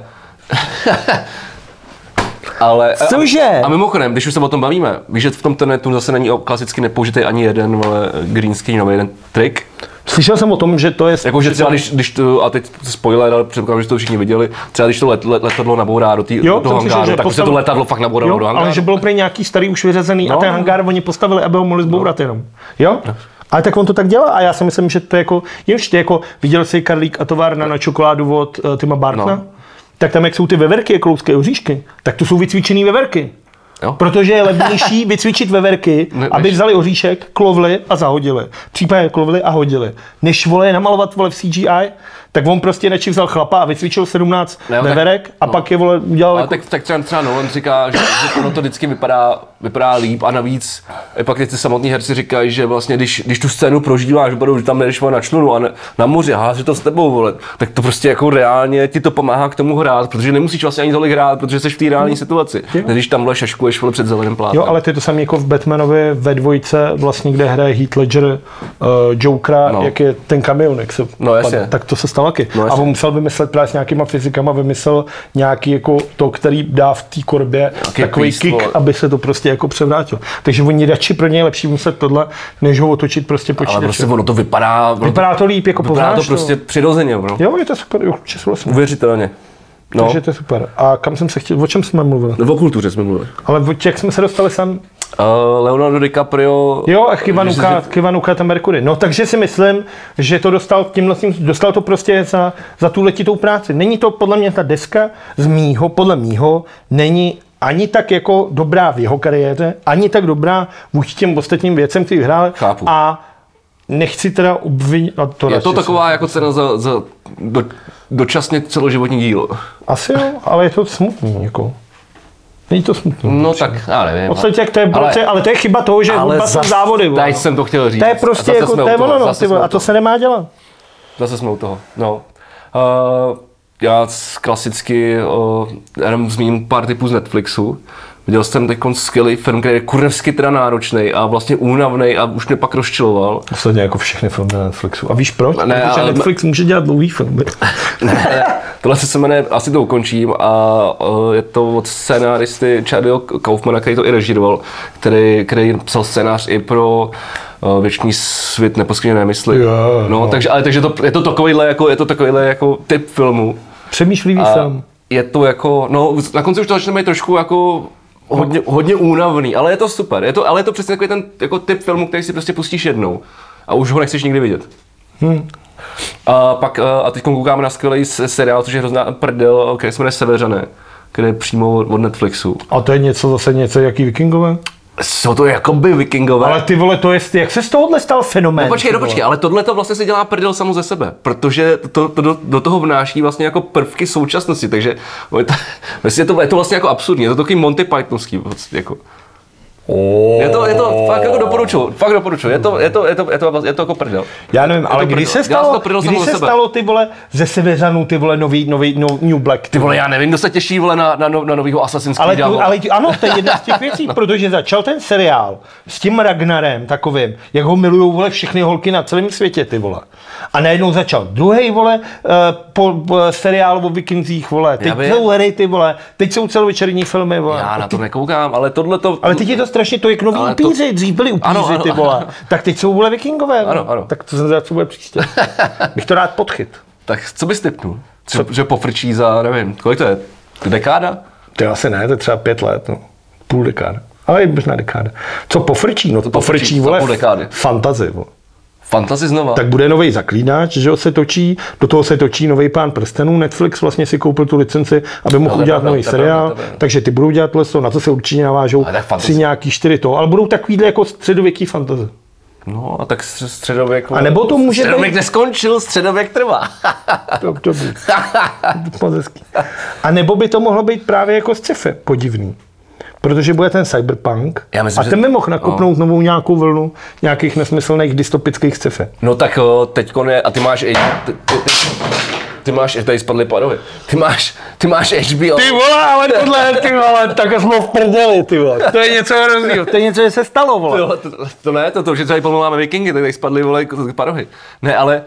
[SPEAKER 1] ale
[SPEAKER 2] Cože?
[SPEAKER 1] A, a mimochodem, když už se o tom bavíme, víš, že v tom internetu zase není klasicky nepoužitý ani jeden vole, green screen, jeden trik.
[SPEAKER 2] Slyšel jsem o tom, že to je...
[SPEAKER 1] Jakože třeba když, když to, a teď spoiler, ale předpokládám, že to všichni viděli, třeba když to let, let, letadlo nabourá do, tý,
[SPEAKER 2] Jo,
[SPEAKER 1] do toho
[SPEAKER 2] jsem slyšel,
[SPEAKER 1] hangáru,
[SPEAKER 2] že
[SPEAKER 1] tak
[SPEAKER 2] postav-
[SPEAKER 1] se to letadlo fakt nabouralo
[SPEAKER 2] Jo,
[SPEAKER 1] do hangáru.
[SPEAKER 2] ale že bylo prý nějaký starý už vyřazený
[SPEAKER 1] No.
[SPEAKER 2] a ten hangár oni postavili, aby ho mohli zbourat jenom. Jo? Ale tak on to tak dělá a já si myslím, že to je jako, jenž ty jako, viděl jsi Karlík a továrna na čokoládu od uh, Tima Bartona?
[SPEAKER 1] No.
[SPEAKER 2] Tak tam jak jsou ty veverky, jako louské oříšky, tak to jsou vycvičený veverky.
[SPEAKER 1] Jo.
[SPEAKER 2] Protože je levnější vycvičit veverky,
[SPEAKER 1] Ne,
[SPEAKER 2] aby
[SPEAKER 1] než-
[SPEAKER 2] vzali oříšek, klovli a zahodili. Případně klovli a hodili. Než vole namalovat vole v C G I, tak on prostě radši vzal chlapa a vycvičil sedmnáct
[SPEAKER 1] Ne, tak-
[SPEAKER 2] veverek a
[SPEAKER 1] no.
[SPEAKER 2] pak je vole udělal
[SPEAKER 1] Ale
[SPEAKER 2] jako...
[SPEAKER 1] tak, tak třeba, třeba Nolan říká, že, že ono to vždycky vypadá, vypadá líp a navíc i pak ty samotní herci říkají, že vlastně když, když tu scénu prožíváš, budou, že tam nejdeš na člunu a ne, na moři, háže to s tebou, vole, tak to prostě jako reálně ti to pomáhá k tomu hrát, protože nemusíš vlastně ani tolik hrát, protože jsi v té reální situaci.
[SPEAKER 2] Jo.
[SPEAKER 1] Když tam vole šaškuješ vole před zeleným plátem.
[SPEAKER 2] Jo, ale to je to samé jako v Batmanovi ve dvojce, vlastně, kde hraje Heath Ledger uh, Jokera,
[SPEAKER 1] No.
[SPEAKER 2] jak je ten kamion, jak se
[SPEAKER 1] No, jasně.
[SPEAKER 2] padne. Tak to se stalo taky.
[SPEAKER 1] No,
[SPEAKER 2] a
[SPEAKER 1] jasně.
[SPEAKER 2] on musel vymyslet právě s nějakýma fyzikama, vymyslel nějaký jako to, který dá v té korbě
[SPEAKER 1] Taky
[SPEAKER 2] takový
[SPEAKER 1] twist,
[SPEAKER 2] kick,
[SPEAKER 1] vole.
[SPEAKER 2] aby se to prostě jako převrátilo. Takže oni radši pro něj lepší muset tohle, než ho otočit prostě
[SPEAKER 1] ale
[SPEAKER 2] počítačem.
[SPEAKER 1] prostě ono to vypadá, ono
[SPEAKER 2] Vypadá to líp, jako
[SPEAKER 1] vypadá to
[SPEAKER 2] poznáš
[SPEAKER 1] prostě přirozeně, bro.
[SPEAKER 2] Jo, je to super, jo, určitě souhlasím.
[SPEAKER 1] Uvěřitelně. No,
[SPEAKER 2] Takže to je super. A kam jsem se chtěl, o čem jsme mluvili?
[SPEAKER 1] no o kultuře jsme mluvili.
[SPEAKER 2] Ale o- jak jsme se dostali sem?
[SPEAKER 1] Uh, Leonardo DiCaprio...
[SPEAKER 2] Jo, a Kivanuka,
[SPEAKER 1] že-
[SPEAKER 2] Kivanuka tam Mercury. No takže si myslím, že to dostal tímhle, tím- dostal to prostě za, za tu letitou práci. Není to podle mě ta deska z mýho, podle mýho, není ani tak jako dobrá v jeho kariéře, ani tak dobrá vůči těm ostatním věcem, který hrál.
[SPEAKER 1] Chápu.
[SPEAKER 2] A nechci teda obvinit... a To
[SPEAKER 1] Je to
[SPEAKER 2] radši
[SPEAKER 1] taková jako cena za, za do, dočasně celoživotní dílo.
[SPEAKER 2] jsem- Asi jo, ale je to smutný, jako. Není to smutný.
[SPEAKER 1] No tak, já nevím.
[SPEAKER 2] V podstatě, jak to je, ale, ale, ale to je chyba toho, že
[SPEAKER 1] ale
[SPEAKER 2] hudba jsou
[SPEAKER 1] zas-
[SPEAKER 2] závody. vole.
[SPEAKER 1] Teď jsem to chtěl říct.
[SPEAKER 2] To je prostě
[SPEAKER 1] Zase
[SPEAKER 2] jako,
[SPEAKER 1] jsme
[SPEAKER 2] to je
[SPEAKER 1] u toho,
[SPEAKER 2] ono, no,
[SPEAKER 1] zase
[SPEAKER 2] ty vole,
[SPEAKER 1] jsme u
[SPEAKER 2] a to
[SPEAKER 1] toho.
[SPEAKER 2] se nemá dělat.
[SPEAKER 1] Zase jsme u toho, no. Uh, já s- klasicky uh, jenom zmíním pár typů z Netflixu. Viděl jsem teď skvělý film, který je kurevsky teda náročný a vlastně únavný a už mě pak rozčiloval.
[SPEAKER 2] Vlastně jako všechny filmy na Netflixu. A víš proč?
[SPEAKER 1] Ne,
[SPEAKER 2] Protože
[SPEAKER 1] ale-
[SPEAKER 2] Netflix může dělat dlouhý filmy.
[SPEAKER 1] Ne, tohle se jmenuje, asi to ukončím a uh, je to od scénáristy Charlieho Kaufmana, který to i režíroval, který, který psal scénář i pro uh, Věčný svět neposkytné mysli.
[SPEAKER 2] Jo,
[SPEAKER 1] no,
[SPEAKER 2] no.
[SPEAKER 1] takže, ale takže to, je to takovýhle jako, je to takovýhle jako typ filmu.
[SPEAKER 2] Přemýšlivý
[SPEAKER 1] A
[SPEAKER 2] film.
[SPEAKER 1] je to jako, no na konci už to začne být trošku jako hodně, hodně únavný, ale je to super. Je to, ale je to přesně takový ten jako typ filmu, který si prostě pustíš jednou a už ho nechceš nikdy vidět.
[SPEAKER 2] Hm.
[SPEAKER 1] A pak, a teď koukáme na skvělý seriál, což je hrozná prdel, který se jmenuje Severané, který je přímo od Netflixu.
[SPEAKER 2] A to je něco zase něco, jaký vikingové?
[SPEAKER 1] Jsou to jakoby vikingové.
[SPEAKER 2] Ale ty vole, to je, jak se z tohohle stal fenomén?
[SPEAKER 1] No počkej,
[SPEAKER 2] ty
[SPEAKER 1] no
[SPEAKER 2] vole?
[SPEAKER 1] počkej, ale tohle to vlastně si dělá prdel samo ze sebe, protože to, to do, do toho vnáší vlastně jako prvky současnosti, takže je to, je to, je to vlastně jako absurdní, je to takový Monty Pythonský, jako. Je to, je to fakt jako doporučuju, fakt doporučuju, je to, je to, je to, je to, je to jako prdel.
[SPEAKER 2] Já nevím, ale kdy se stalo, kdy se
[SPEAKER 1] sebe.
[SPEAKER 2] stalo ty vole ze Severanů, ty vole nový, nový, no, New Black.
[SPEAKER 1] Ty vole, já nevím, kdo se těší vole na, na, na novýho Assassin's
[SPEAKER 2] ale,
[SPEAKER 1] Creed.
[SPEAKER 2] tu, ale ano, to je jedna z těch věcí, protože začal ten seriál s tím Ragnarem takovým, jak ho milujou vole všechny holky na celém světě, ty vole. A najednou začal druhý vole uh, po, po seriál o Vikingzích, vole. Teď jsou hry, ty vole. Teď jsou celovečerní filmy, vole.
[SPEAKER 1] Já na to nekoukám, ale tohle to...
[SPEAKER 2] Ale teď je to strašně to, jak noví upíři, to... dřív byli upíři, ano, ano, ty vole. Ano. Tak teď jsou vole Vikingové.
[SPEAKER 1] Ano, ano.
[SPEAKER 2] Tak to jsem za co bude příště. Bych to rád podchyt.
[SPEAKER 1] Tak co bys tipnul? Co? Že pofrčí za, nevím, kolik to je? Dekáda?
[SPEAKER 2] To asi ne, to je třeba pět let, no. Půl dekáda. Ale možná dekáda. Co pofrčí? No to pofrčí, pofrčí vole, fantasy, vole.
[SPEAKER 1] Fantasy znova.
[SPEAKER 2] Tak bude nový Zaklínač, že ho se točí, do toho se točí nový Pán prstenů, Netflix vlastně si koupil tu licenci, aby mohl no, udělat nový seriál, tebe, tebe. Takže ty budou dělat leso, na to se určitě navážou tři nějaký čtyři toho, ale budou takovýhle jako středověký fantasy.
[SPEAKER 1] No a tak středověk...
[SPEAKER 2] A nebo to může
[SPEAKER 1] středověk být... neskončil, středověk trvá.
[SPEAKER 2] to, to by. A nebo by to mohlo být právě jako sci-fi podivný. Protože bude ten cyberpunk já myslím, a ten by mohl nakopnout no. novou nějakou vlnu nějakých nesmyslných dystopických sci-fi.
[SPEAKER 1] No tak teďko ne, a ty máš... Ty, ty, ty, ty máš, tady spadly padovy, ty máš, ty máš H B O.
[SPEAKER 2] Ty vole, ale tohle, ty vole, tak jsme v prdeli, ty vole. To je něco hrozného, to je něco, že se stalo, vole.
[SPEAKER 1] To, to, to ne, to, to že tady pomluváme Vikingy, tak tady spadly, vole, padohy. Ne, ale...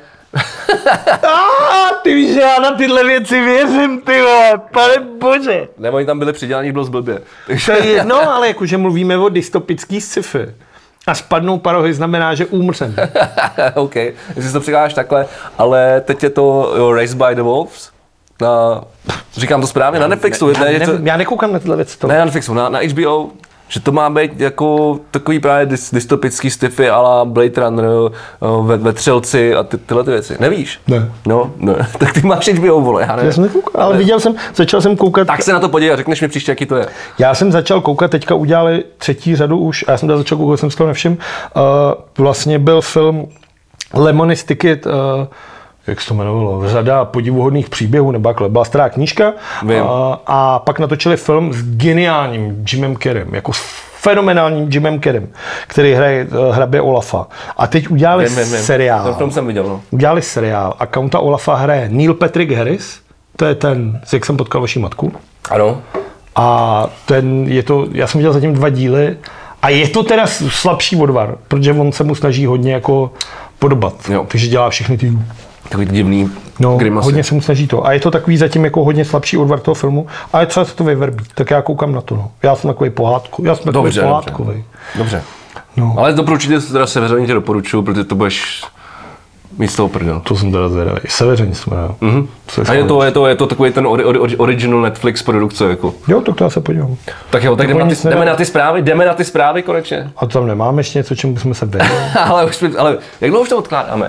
[SPEAKER 2] ah, ty víš, že já na tyhle věci věřím, ty vole, pane bože.
[SPEAKER 1] Ne, oni tam byli přidělaní, bylo zblbě.
[SPEAKER 2] To je jedno, ale jakože mluvíme o dystopický sci-fi. A spadnou parohy znamená, že umřem.
[SPEAKER 1] OK, jestli to přikládáš takhle, ale teď je to jo, Raised by the Wolves. Na, říkám to správně, na Netflixu.
[SPEAKER 2] Já,
[SPEAKER 1] ne,
[SPEAKER 2] ne,
[SPEAKER 1] to,
[SPEAKER 2] já nekoukám na tyhle věci. To.
[SPEAKER 1] Ne, na Netflixu, na, na H B O. Že to má být jako takový právě dystopický sci-fi a la Blade Runner, ve, vetřelci a ty, tyhle ty věci. Nevíš?
[SPEAKER 2] Ne.
[SPEAKER 1] No, ne. Tak ty máš H B O, vole, já ne.
[SPEAKER 2] Já jsem nekoukal, ale viděl jsem, začal jsem koukat.
[SPEAKER 1] Tak se na to podívej a řekneš mi příště, jaký to je.
[SPEAKER 2] Já jsem začal koukat, teďka udělali třetí řadu už, a já jsem tady začal koukat, jsem si to nevšiml. Uh, vlastně byl film Lemon's Ticket, uh, jak se to jmenovalo, řada podivuhodných příběhů, nebo jakhle, byla stará knížka. A, a pak natočili film s geniálním Jimem Carreym, jako s fenomenálním Jimem Carreym, který hraje hrabě Olafa. A teď udělali vím, vím, vím. seriál.
[SPEAKER 1] Ten film jsem viděl, no.
[SPEAKER 2] Udělali seriál a Counta Olafa hraje Neil Patrick Harris, to je ten, jak jsem potkal vaši matku.
[SPEAKER 1] Ano.
[SPEAKER 2] A ten je to, já jsem viděl zatím dva díly a je to teda slabší odvar, protože on se mu snaží hodně jako podobat. Jo. Takže dělá všechny ty
[SPEAKER 1] takový divný
[SPEAKER 2] no,
[SPEAKER 1] grimasy.
[SPEAKER 2] Hodně se mu snaží to. A je to takový zatím jako hodně slabší odvar toho filmu, ale třeba se to vyverbí. Tak já koukám na to. No. Já jsem takový pohádku. Já jsem takový
[SPEAKER 1] dobře,
[SPEAKER 2] pohádkový.
[SPEAKER 1] Dobře. dobře. No. Ale doporučitě teda Seveřaní tě doporučuju, protože to budeš mít z toho prdel.
[SPEAKER 2] To jsem teda zvědavý. Seveřaní jsme, jo.
[SPEAKER 1] Mm-hmm. A je to, je, to, je to takový ten ori, ori, original Netflix produkce, jako.
[SPEAKER 2] Jo, tak to já se podívám.
[SPEAKER 1] Tak jo, tak jdeme na, ty, jdeme na ty zprávy, jdeme na ty zprávy konečně.
[SPEAKER 2] A tam nemáme ještě něco, čemu jsme se věděli.
[SPEAKER 1] ale, už, ale jak dlouho už to odkládáme?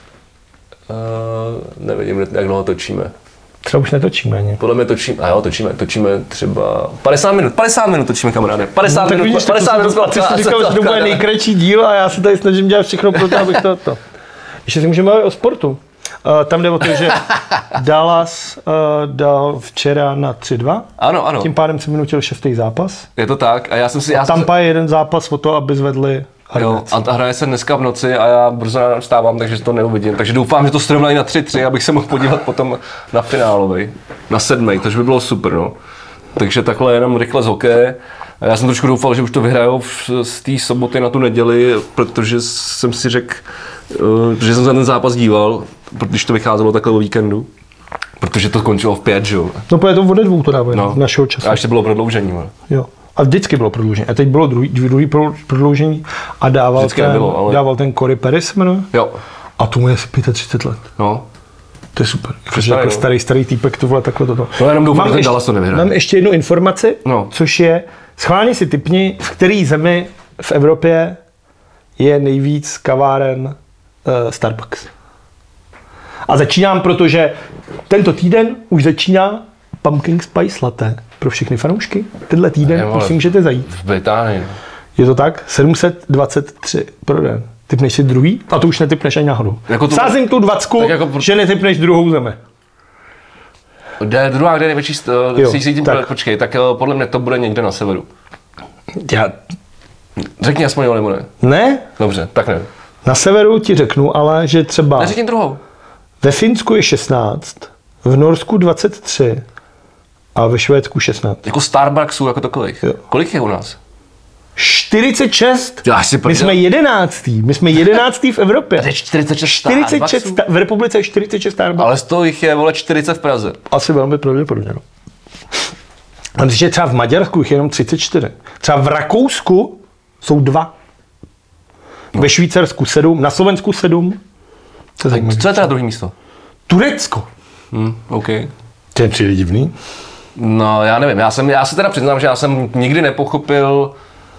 [SPEAKER 1] Uh, nevidím, jak dlouho točíme.
[SPEAKER 2] Třeba už netočíme ani.
[SPEAKER 1] Podle mě točíme, a jo, točíme, točíme třeba padesát minut, padesát minut točíme, kamaráde. padesát
[SPEAKER 2] no,
[SPEAKER 1] minut,
[SPEAKER 2] vidíš,
[SPEAKER 1] padesát minut.
[SPEAKER 2] Ty jsi říkal, že to bude nejkratší díl a já se tady snažím dělat všechno pro to, abych to... to. Ještě si můžeme bavit o sportu. Uh, tam jde o to, že Dallas uh, dal včera na tři dva.
[SPEAKER 1] Ano, ano.
[SPEAKER 2] Tím pádem se vynutil šestý zápas.
[SPEAKER 1] Je to tak a já jsem si... Já
[SPEAKER 2] Tampa
[SPEAKER 1] jsem...
[SPEAKER 2] je jeden zápas o to, aby zvedli
[SPEAKER 1] jo, a hraje se dneska v noci a já brzo ráno vstávám, takže to neuvidím. Takže doufám, že to srovnají na tři tři, abych se mohl podívat potom na finálovej, na sedmej, takže by bylo super, no. Takže takhle jenom rychle z hokeje. Já jsem trošku doufal, že už to vyhrajou z té soboty na tu neděli, protože jsem si řekl, že jsem se na ten zápas díval, když to vycházelo takhle o víkendu. Protože to končilo v pět, že jo.
[SPEAKER 2] No protože to ode dvou to dávají no. našeho času.
[SPEAKER 1] A ještě bylo prodloužení, ale.
[SPEAKER 2] Jo. A vždycky bylo prodloužení. A teď bylo druhý, druhý prodloužení a dával
[SPEAKER 1] vždycky
[SPEAKER 2] ten,
[SPEAKER 1] nebylo, ale...
[SPEAKER 2] dával ten Corey Perry se jmenuje.
[SPEAKER 1] Jo.
[SPEAKER 2] A tomu je asi třicet pět let.
[SPEAKER 1] No.
[SPEAKER 2] To je super. Protože jako starý, starý týpek to vole takhle toto.
[SPEAKER 1] No jenom doufám, že ten Dallas to nevyhraje.
[SPEAKER 2] Mám ještě jednu informaci, no. Což je, schválně si tipni, v který zemi v Evropě je nejvíc kaváren uh, Starbucks. A začínám, protože tento týden už začíná Pumpkin Spice Latte pro všechny fanoušky. Tenhle týden už si můžete zajít.
[SPEAKER 1] V Británii.
[SPEAKER 2] Je to tak? sedm set dvacet tři pro den. Typneš si druhý? A to už netypneš ani náhodou. Jako tu... Sázím tu dvacku, jako... že netypneš druhou zemi.
[SPEAKER 1] Kde druhá, kde je největší, jo, tím, tak. Počkej, tak podle mě to bude někde na severu.
[SPEAKER 2] Já
[SPEAKER 1] Řekni aspoň o limone.
[SPEAKER 2] Ne?
[SPEAKER 1] Dobře, tak ne.
[SPEAKER 2] Na severu ti řeknu, ale že třeba
[SPEAKER 1] Neřekni druhou.
[SPEAKER 2] ve Finsku je šestnáct, v Norsku dvacet tři a ve Švédsku šestnáct.
[SPEAKER 1] Jako Starbucksů, jako takových.
[SPEAKER 2] Jo.
[SPEAKER 1] Kolik je u nás?
[SPEAKER 2] čtyřicet šest?
[SPEAKER 1] Já si
[SPEAKER 2] My jsme jedenáctý. My jsme jedenáctý v Evropě.
[SPEAKER 1] To je čtyřicet šest
[SPEAKER 2] čtyřicet šest
[SPEAKER 1] Starbucksů.
[SPEAKER 2] sta- v republice je čtyřicet šest Starbucks.
[SPEAKER 1] Ale z toho jich je, vole, čtyřicet v Praze.
[SPEAKER 2] Asi velmi pravděpodobně. No. A když je třeba v Maďarsku jich je jenom třicet čtyři. Třeba v Rakousku jsou dva. No. Ve Švýcarsku sedm, na Slovensku sedm. To je zajímavé.
[SPEAKER 1] Co je teda druhý místo?
[SPEAKER 2] Turecko.
[SPEAKER 1] Hm, OK.
[SPEAKER 2] To je přijde divný.
[SPEAKER 1] No, já nevím, já, jsem, já se teda přiznám, že já jsem nikdy nepochopil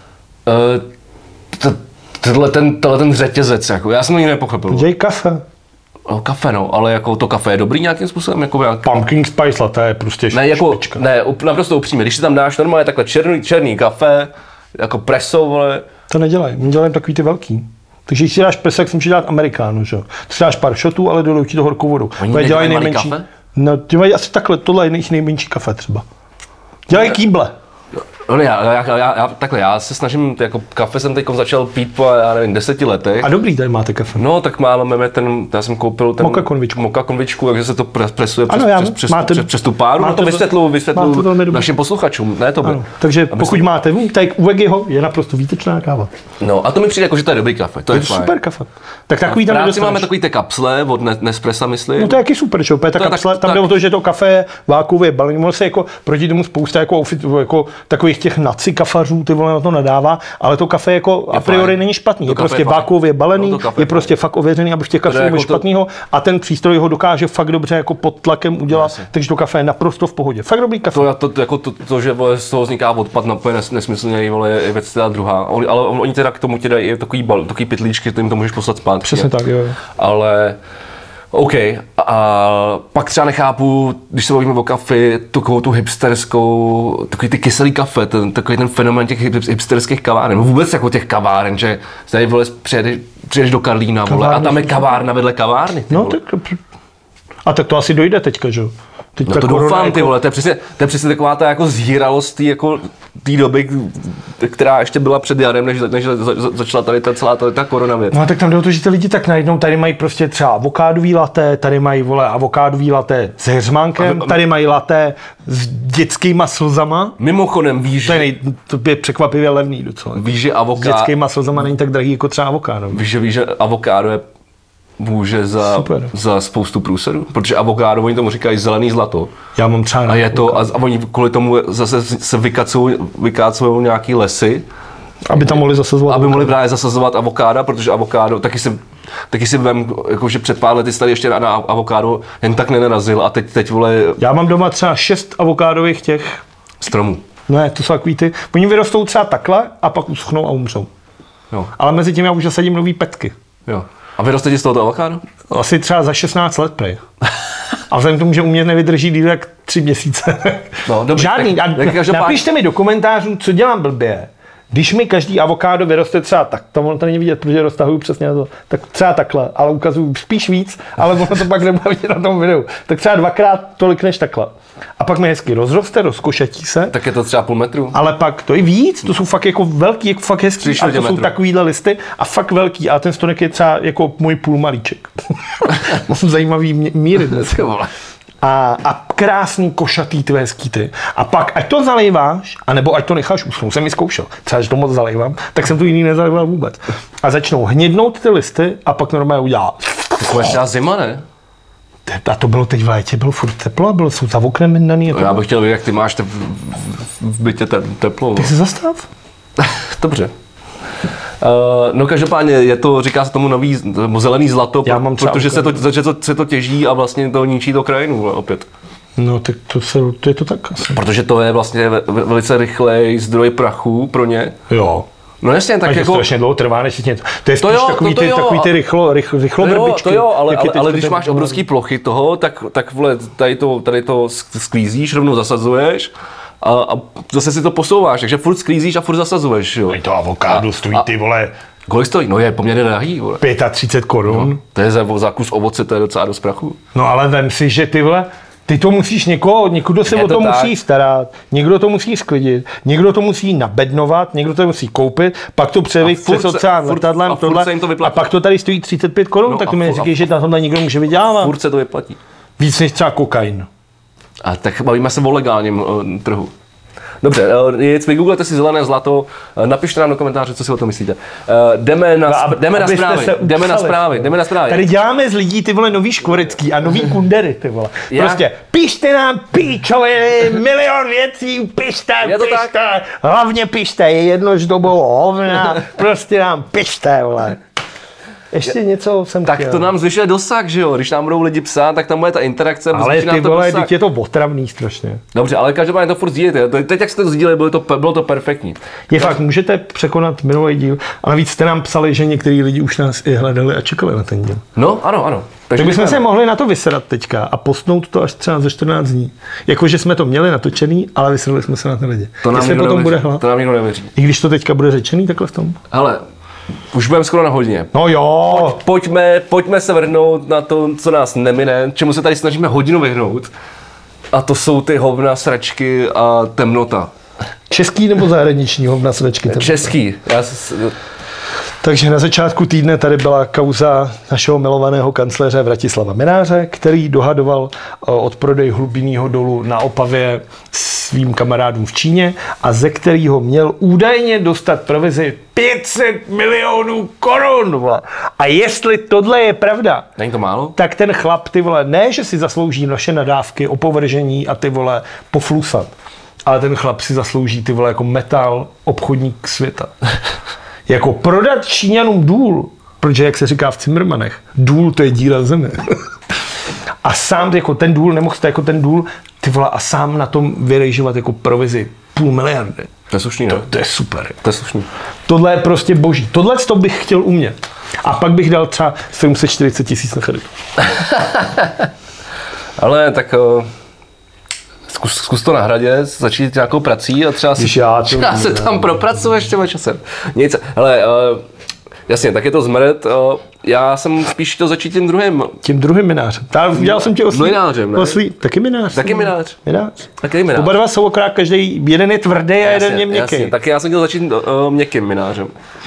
[SPEAKER 1] uh, t- tenhle ten, tenhle ten řetězec, jako, já jsem to nikdy nepochopil.
[SPEAKER 2] Děj kafe.
[SPEAKER 1] No, kafe, no, ale jako to kafe je dobrý nějakým způsobem, jako jak...
[SPEAKER 2] Pumpkin spice latte je prostě
[SPEAKER 1] Ne, jako,
[SPEAKER 2] špička.
[SPEAKER 1] ne, up, naprosto upřímně, když si tam dáš normálně takhle černý, černý kafe, jako preso, vole,
[SPEAKER 2] To nedělají, my děláme takový ty velký. Takže když si dáš presek, si můžeš dát amerikánu, že jo. Ty si dáš pár shotů, ale dolejou ti to horkou vodou.
[SPEAKER 1] Oni
[SPEAKER 2] Oni dělají
[SPEAKER 1] nedělají malý
[SPEAKER 2] nejmenší.
[SPEAKER 1] kafe?
[SPEAKER 2] No, ty mají asi takhle, tohle je jejich nejmenší kafe třeba. Dělají kýble.
[SPEAKER 1] no ne, já, já, já, já, takhle, já se snažím, jako kafe jsem teď začal pít po, já nevím, deseti letech.
[SPEAKER 2] A dobrý, tady máte kafe.
[SPEAKER 1] No, tak máme ten, já jsem koupil ten...
[SPEAKER 2] Moka konvičku.
[SPEAKER 1] Moka konvičku, takže se to pres, presuje přes,
[SPEAKER 2] Ano, já
[SPEAKER 1] přes,
[SPEAKER 2] vím.
[SPEAKER 1] přes,
[SPEAKER 2] Máte-
[SPEAKER 1] přes, přes tu páru, no
[SPEAKER 2] máte
[SPEAKER 1] to
[SPEAKER 2] to-
[SPEAKER 1] vysvětluju,
[SPEAKER 2] máte to velmi
[SPEAKER 1] vysvětluju
[SPEAKER 2] dobře.
[SPEAKER 1] našim posluchačům, ne to by.
[SPEAKER 2] Ano, takže pokud máte, hm, tak u Vegiho je naprosto výtečná káva.
[SPEAKER 1] No a to mi přijde jako, že to je dobrý kafe, to je,
[SPEAKER 2] Je to
[SPEAKER 1] fajn.
[SPEAKER 2] super kafe. Tak takový
[SPEAKER 1] V
[SPEAKER 2] tam
[SPEAKER 1] práci
[SPEAKER 2] nedostaneš.
[SPEAKER 1] máme takový ty kapsle od Ne- Nespressa, myslím.
[SPEAKER 2] No to je jaký super, že? Ta
[SPEAKER 1] To je
[SPEAKER 2] kapsle,
[SPEAKER 1] tak-
[SPEAKER 2] tam
[SPEAKER 1] tak-
[SPEAKER 2] jde o to, že to kafe je vákuově balený. Ono se jako proti tomu spousta jako, outfit- jako takových těch naci kafařů, ty vole na to nadává, ale to kafe jako a priori
[SPEAKER 1] fajn.
[SPEAKER 2] není špatný.
[SPEAKER 1] To
[SPEAKER 2] Je
[SPEAKER 1] kafe
[SPEAKER 2] prostě
[SPEAKER 1] je fajn.
[SPEAKER 2] vákuově balený,
[SPEAKER 1] No, to kafe
[SPEAKER 2] je
[SPEAKER 1] je
[SPEAKER 2] prostě fakt ověřený, aby v těch
[SPEAKER 1] To je
[SPEAKER 2] kafích
[SPEAKER 1] jako
[SPEAKER 2] jako
[SPEAKER 1] to-
[SPEAKER 2] špatnýho a ten přístroj ho dokáže fakt dobře jako pod tlakem udělat,
[SPEAKER 1] Jasně.
[SPEAKER 2] takže to kafe je naprosto v pohodě. Fakt dobrý kafe.
[SPEAKER 1] To, to, jako to, to, že vole, z toho vzniká odpad na nes, nesmyslně, vole, je věc teda druhá. Oni, ale on- oni teda k tomu ti dají i takový, bal, takový pytlíčky, kterým to můžeš poslat zpátky.
[SPEAKER 2] Přesně tak, jo.
[SPEAKER 1] Ale OK, a pak třeba nechápu, když se bavíme o kafi, takovou tu hipsterskou, takový ty kyselý kafe, ten, takový ten fenomén těch hip- hipsterských kaváren, no vůbec jako těch kaváren, že tady vole přijedeš, přijedeš do Karlína, vole, a
[SPEAKER 2] Kavárny
[SPEAKER 1] tam je
[SPEAKER 2] jsou
[SPEAKER 1] kavárna vedle kavárny. Ty
[SPEAKER 2] No
[SPEAKER 1] vole.
[SPEAKER 2] tak a tak to asi dojde teďka, že jo? Teď
[SPEAKER 1] No
[SPEAKER 2] ta
[SPEAKER 1] to
[SPEAKER 2] korona
[SPEAKER 1] doufám,
[SPEAKER 2] jako-
[SPEAKER 1] ty vole, to je přesně, to je přesně taková ta jako zhýralost té jako, té doby, která ještě byla před jarem, než, než za, za, začala tady ta celá ta, ta korona věc.
[SPEAKER 2] No tak tam jde o to, že ty lidi tak najednou tady mají prostě třeba avokádový latte, tady mají vole avokádový latte s heřmánkem,
[SPEAKER 1] A- a-
[SPEAKER 2] tady mají latte s dětskýma slzama.
[SPEAKER 1] Mimochodem víš,
[SPEAKER 2] To je, nej, to je překvapivě levný docela.
[SPEAKER 1] víš, že
[SPEAKER 2] S
[SPEAKER 1] avoká,
[SPEAKER 2] dětskýma slzama není tak drahý jako třeba avokádo.
[SPEAKER 1] víš, že, víš, že avokádo je může za,
[SPEAKER 2] Super.
[SPEAKER 1] za spoustu průserů, protože avokádo, oni tomu říkají zelený zlato.
[SPEAKER 2] Já mám třeba
[SPEAKER 1] A je to, a, a oni kvůli tomu zase se vykacují, vykácují nějaký lesy,
[SPEAKER 2] aby tam mohli zasazovat.
[SPEAKER 1] aby mohli právě zasazovat avokáda, protože avokádo, taky si, taky si vem, jakože před pár lety jsi tady ještě na, na avokádo jen tak nenarazil a teď, teď vole
[SPEAKER 2] Já mám doma třeba šest avokádových těch,
[SPEAKER 1] stromů.
[SPEAKER 2] ne, to jsou takový ty, oni vyrostou třeba takhle a pak uschnou a umřou.
[SPEAKER 1] Jo,
[SPEAKER 2] Ale mezi tím já už zasadím nový petky.
[SPEAKER 1] jo. A vyroste ti z tohoto avokádo?
[SPEAKER 2] Asi třeba za šestnáct let prej. A vzhledem k tomu, že u mě nevydrží díl jak tři měsíce.
[SPEAKER 1] No, dobrý,
[SPEAKER 2] Žádný.
[SPEAKER 1] tak-
[SPEAKER 2] A
[SPEAKER 1] tak každopádně-
[SPEAKER 2] napište mi do komentářů, co dělám blbě. Když mi každý avokádo vyroste třeba tak, to ono to není vidět, protože roztahuju přesně na to, tak třeba takhle, ale ukazuju spíš víc, ale ono to pak nebude vidět na tom videu. Tak třeba dvakrát tolik než takhle. A pak mi hezky rozroste, rozkošatí se.
[SPEAKER 1] Tak je to třeba půl metru.
[SPEAKER 2] Ale pak to je víc, to jsou fakt jako velký, jako fakt hezký,
[SPEAKER 1] Tři
[SPEAKER 2] a
[SPEAKER 1] čtvrtě
[SPEAKER 2] to jsou
[SPEAKER 1] metru.
[SPEAKER 2] takovýhle listy a fakt velký a ten stonek je třeba jako můj půl malíček. Mám zajímavý mě- míry dnes.
[SPEAKER 1] Ty vole.
[SPEAKER 2] A, a krásný košatý ty hezký ty. A pak ať to zalejváš, anebo ať to necháš uschnout, jsem mi zkoušel. Třeba, že to moc zalejvám, tak jsem to jiný nezalejval vůbec. A začnou hnědnout ty listy a pak normálně udělá.
[SPEAKER 1] To je třeba zima, ne?
[SPEAKER 2] A to bylo teď v létě, bylo furt teplo a bylo jsou za oknem mindaný.
[SPEAKER 1] No, já bych chtěl vědět, jak ty máš te, v, v bytě te, teplo.
[SPEAKER 2] Tak se zastav.
[SPEAKER 1] Dobře. Uh, no každopádně je to, říká se tomu nový z- zelený zlato,
[SPEAKER 2] Já mám třeba
[SPEAKER 1] protože se to,
[SPEAKER 2] ukradnu.
[SPEAKER 1] že to, se to těží a vlastně to ničí to krajinu opět.
[SPEAKER 2] No tak to, se, to je to tak asi.
[SPEAKER 1] Protože to je vlastně ve- ve- velice rychlej zdroj prachu pro ně.
[SPEAKER 2] Jo.
[SPEAKER 1] No jasně, tak
[SPEAKER 2] Tak
[SPEAKER 1] jako...
[SPEAKER 2] to strašně dlouho trvá, než si něco. To je spíš
[SPEAKER 1] To jo,
[SPEAKER 2] takový,
[SPEAKER 1] to- to
[SPEAKER 2] ty,
[SPEAKER 1] jo,
[SPEAKER 2] takový ty
[SPEAKER 1] a-
[SPEAKER 2] rychlo, rychlo, rychlo
[SPEAKER 1] To jo,
[SPEAKER 2] brbičky.
[SPEAKER 1] to jo, ale,
[SPEAKER 2] jak je
[SPEAKER 1] ale,
[SPEAKER 2] teď
[SPEAKER 1] ale
[SPEAKER 2] to
[SPEAKER 1] když
[SPEAKER 2] ten-
[SPEAKER 1] máš obrovský plochy toho, tak, tak vole, tady to, tady to sk- sklízíš, rovnou zasazuješ a, a zase si to posouváš, takže furt sklízíš a furt zasazuješ, jo.
[SPEAKER 2] To avokádo stojí
[SPEAKER 1] a-
[SPEAKER 2] ty vole
[SPEAKER 1] Kolik stojí? No je poměrně drahý, vole.
[SPEAKER 2] třicet pět korun.
[SPEAKER 1] To je za, za kus ovoce, to je docela dost prachu.
[SPEAKER 2] No ale vem si, že ty vole, Ty to musíš někoho, někdo se
[SPEAKER 1] Je
[SPEAKER 2] o to,
[SPEAKER 1] to
[SPEAKER 2] musí
[SPEAKER 1] tak.
[SPEAKER 2] starat, někdo to musí sklidit, někdo to musí nabednovat, někdo to musí koupit, pak to převést
[SPEAKER 1] A furt
[SPEAKER 2] přes
[SPEAKER 1] se-
[SPEAKER 2] oceán
[SPEAKER 1] furt-
[SPEAKER 2] letadlem,
[SPEAKER 1] a furt
[SPEAKER 2] tohle,
[SPEAKER 1] se jim to
[SPEAKER 2] a
[SPEAKER 1] vyplatí.
[SPEAKER 2] pak to tady stojí třicet pět korun,
[SPEAKER 1] No
[SPEAKER 2] tak
[SPEAKER 1] a
[SPEAKER 2] to mi
[SPEAKER 1] fu-
[SPEAKER 2] neříkej,
[SPEAKER 1] a-
[SPEAKER 2] že na tomhle někdo může vydělávat.
[SPEAKER 1] Furt se to vyplatí.
[SPEAKER 2] Víc než třeba kokain.
[SPEAKER 1] A tak bavíme se o legálním uh, trhu. Dobře, uh, nic, vygooglete si zelené zlato, uh, napište nám do komentáře, co si o tom myslíte. Uh, jdeme na, sp- jdeme na
[SPEAKER 2] Abyste
[SPEAKER 1] zprávy,
[SPEAKER 2] se
[SPEAKER 1] jdeme na
[SPEAKER 2] upsali.
[SPEAKER 1] zprávy, jdeme na zprávy.
[SPEAKER 2] Tady děláme z lidí ty vole nový Škvorecký a nový Kundery, ty vole.
[SPEAKER 1] Já-
[SPEAKER 2] Prostě pište nám píčoviny, milion věcí, pište,
[SPEAKER 1] Je to
[SPEAKER 2] pište, hlavně pište, je jedno, že to bylo hovna, prostě nám pište, vole. Ještě něco jsem
[SPEAKER 1] Tak
[SPEAKER 2] chtěl.
[SPEAKER 1] to nám zvyšuje dosah, že jo? Když nám budou lidi psát, tak tam bude ta interakce.
[SPEAKER 2] Ale
[SPEAKER 1] zvýší nám
[SPEAKER 2] ty
[SPEAKER 1] to
[SPEAKER 2] vole,
[SPEAKER 1] dosah.
[SPEAKER 2] teď je to otravný strašně.
[SPEAKER 1] Dobře, ale každopádně to furt sdílejte. To- Teď, jak jste to sdíleli, bylo to, pe- bylo to perfektní.
[SPEAKER 2] Je fakt, můžete překonat minulý díl, a navíc jste nám psali, že některý lidi už nás i hledali a čekali na ten díl.
[SPEAKER 1] No, ano, ano.
[SPEAKER 2] Tak bychom
[SPEAKER 1] děkujeme.
[SPEAKER 2] se mohli na to vysedat teďka a postnout to až třeba za čtrnáct dní. Jakože jsme to měli natočený, ale vysedali jsme se na ty lidi.
[SPEAKER 1] To nám
[SPEAKER 2] Jestli
[SPEAKER 1] nikdo
[SPEAKER 2] potom
[SPEAKER 1] nevěří.
[SPEAKER 2] bude hlad.
[SPEAKER 1] To nám nikdo nevěří.
[SPEAKER 2] I když to teďka bude řečený takhle v tom.
[SPEAKER 1] Hele, už budeme skoro na hodině.
[SPEAKER 2] No jo,
[SPEAKER 1] Pojďme, pojďme se vrhnout na to, co nás nemine, čemu se tady snažíme hodinu vyhnout. A to jsou ty hovna, sračky a temnota.
[SPEAKER 2] český nebo zahraniční hovna sračky. tam.
[SPEAKER 1] Český. Já s,
[SPEAKER 2] Takže na začátku týdne tady byla kauza našeho milovaného kancléře Vratislava Mynáře, který dohadoval eh, odprodej hlubinného dolu na Opavě svým kamarádům v Číně a ze kterého měl údajně dostat provizi pět set milionů korun. Vole. A jestli tohle je pravda,
[SPEAKER 1] není to málo?
[SPEAKER 2] tak ten chlap, ty vole, ne, že si zaslouží naše nadávky, opovržení a ty vole poflusat, ale ten chlap si zaslouží ty vole jako metal obchodník světa. Jako prodat Číňanům důl, protože jak se říká v Cimrmanech, důl to je díra země. A sám jako ten důl, nemohl jste jako ten důl, ty vole, a sám na tom vyrejžovat jako provizi půl miliardy.
[SPEAKER 1] To je slušný, ne?
[SPEAKER 2] To, to je super.
[SPEAKER 1] To je slušný.
[SPEAKER 2] Tohle je prostě boží. Tohle to bych chtěl umět. A pak bych dal třeba sedm set čtyřicet tisíc na charitu.
[SPEAKER 1] Ale tak uh, zkus, zkus to na hradě, začít nějakou prací a třeba,
[SPEAKER 2] Když
[SPEAKER 1] si,
[SPEAKER 2] já to
[SPEAKER 1] třeba se
[SPEAKER 2] umím,
[SPEAKER 1] tam propracuješ těma časem. Nic, hele, uh, jasně, tak je to zmrt. Uh, já jsem spíš chtěl začít tím druhým.
[SPEAKER 2] Tím druhým minářem. Já udělal jsem tě oslí.
[SPEAKER 1] Mlynářem, ne?
[SPEAKER 2] Oslí. Taky minář.
[SPEAKER 1] Taky minář.
[SPEAKER 2] Minář.
[SPEAKER 1] Taky minář.
[SPEAKER 2] Oba dva jsou akorát každý, jeden je tvrdý a jeden je měkký.
[SPEAKER 1] Jasně, tak já jsem chtěl začít uh, měkkým minářem.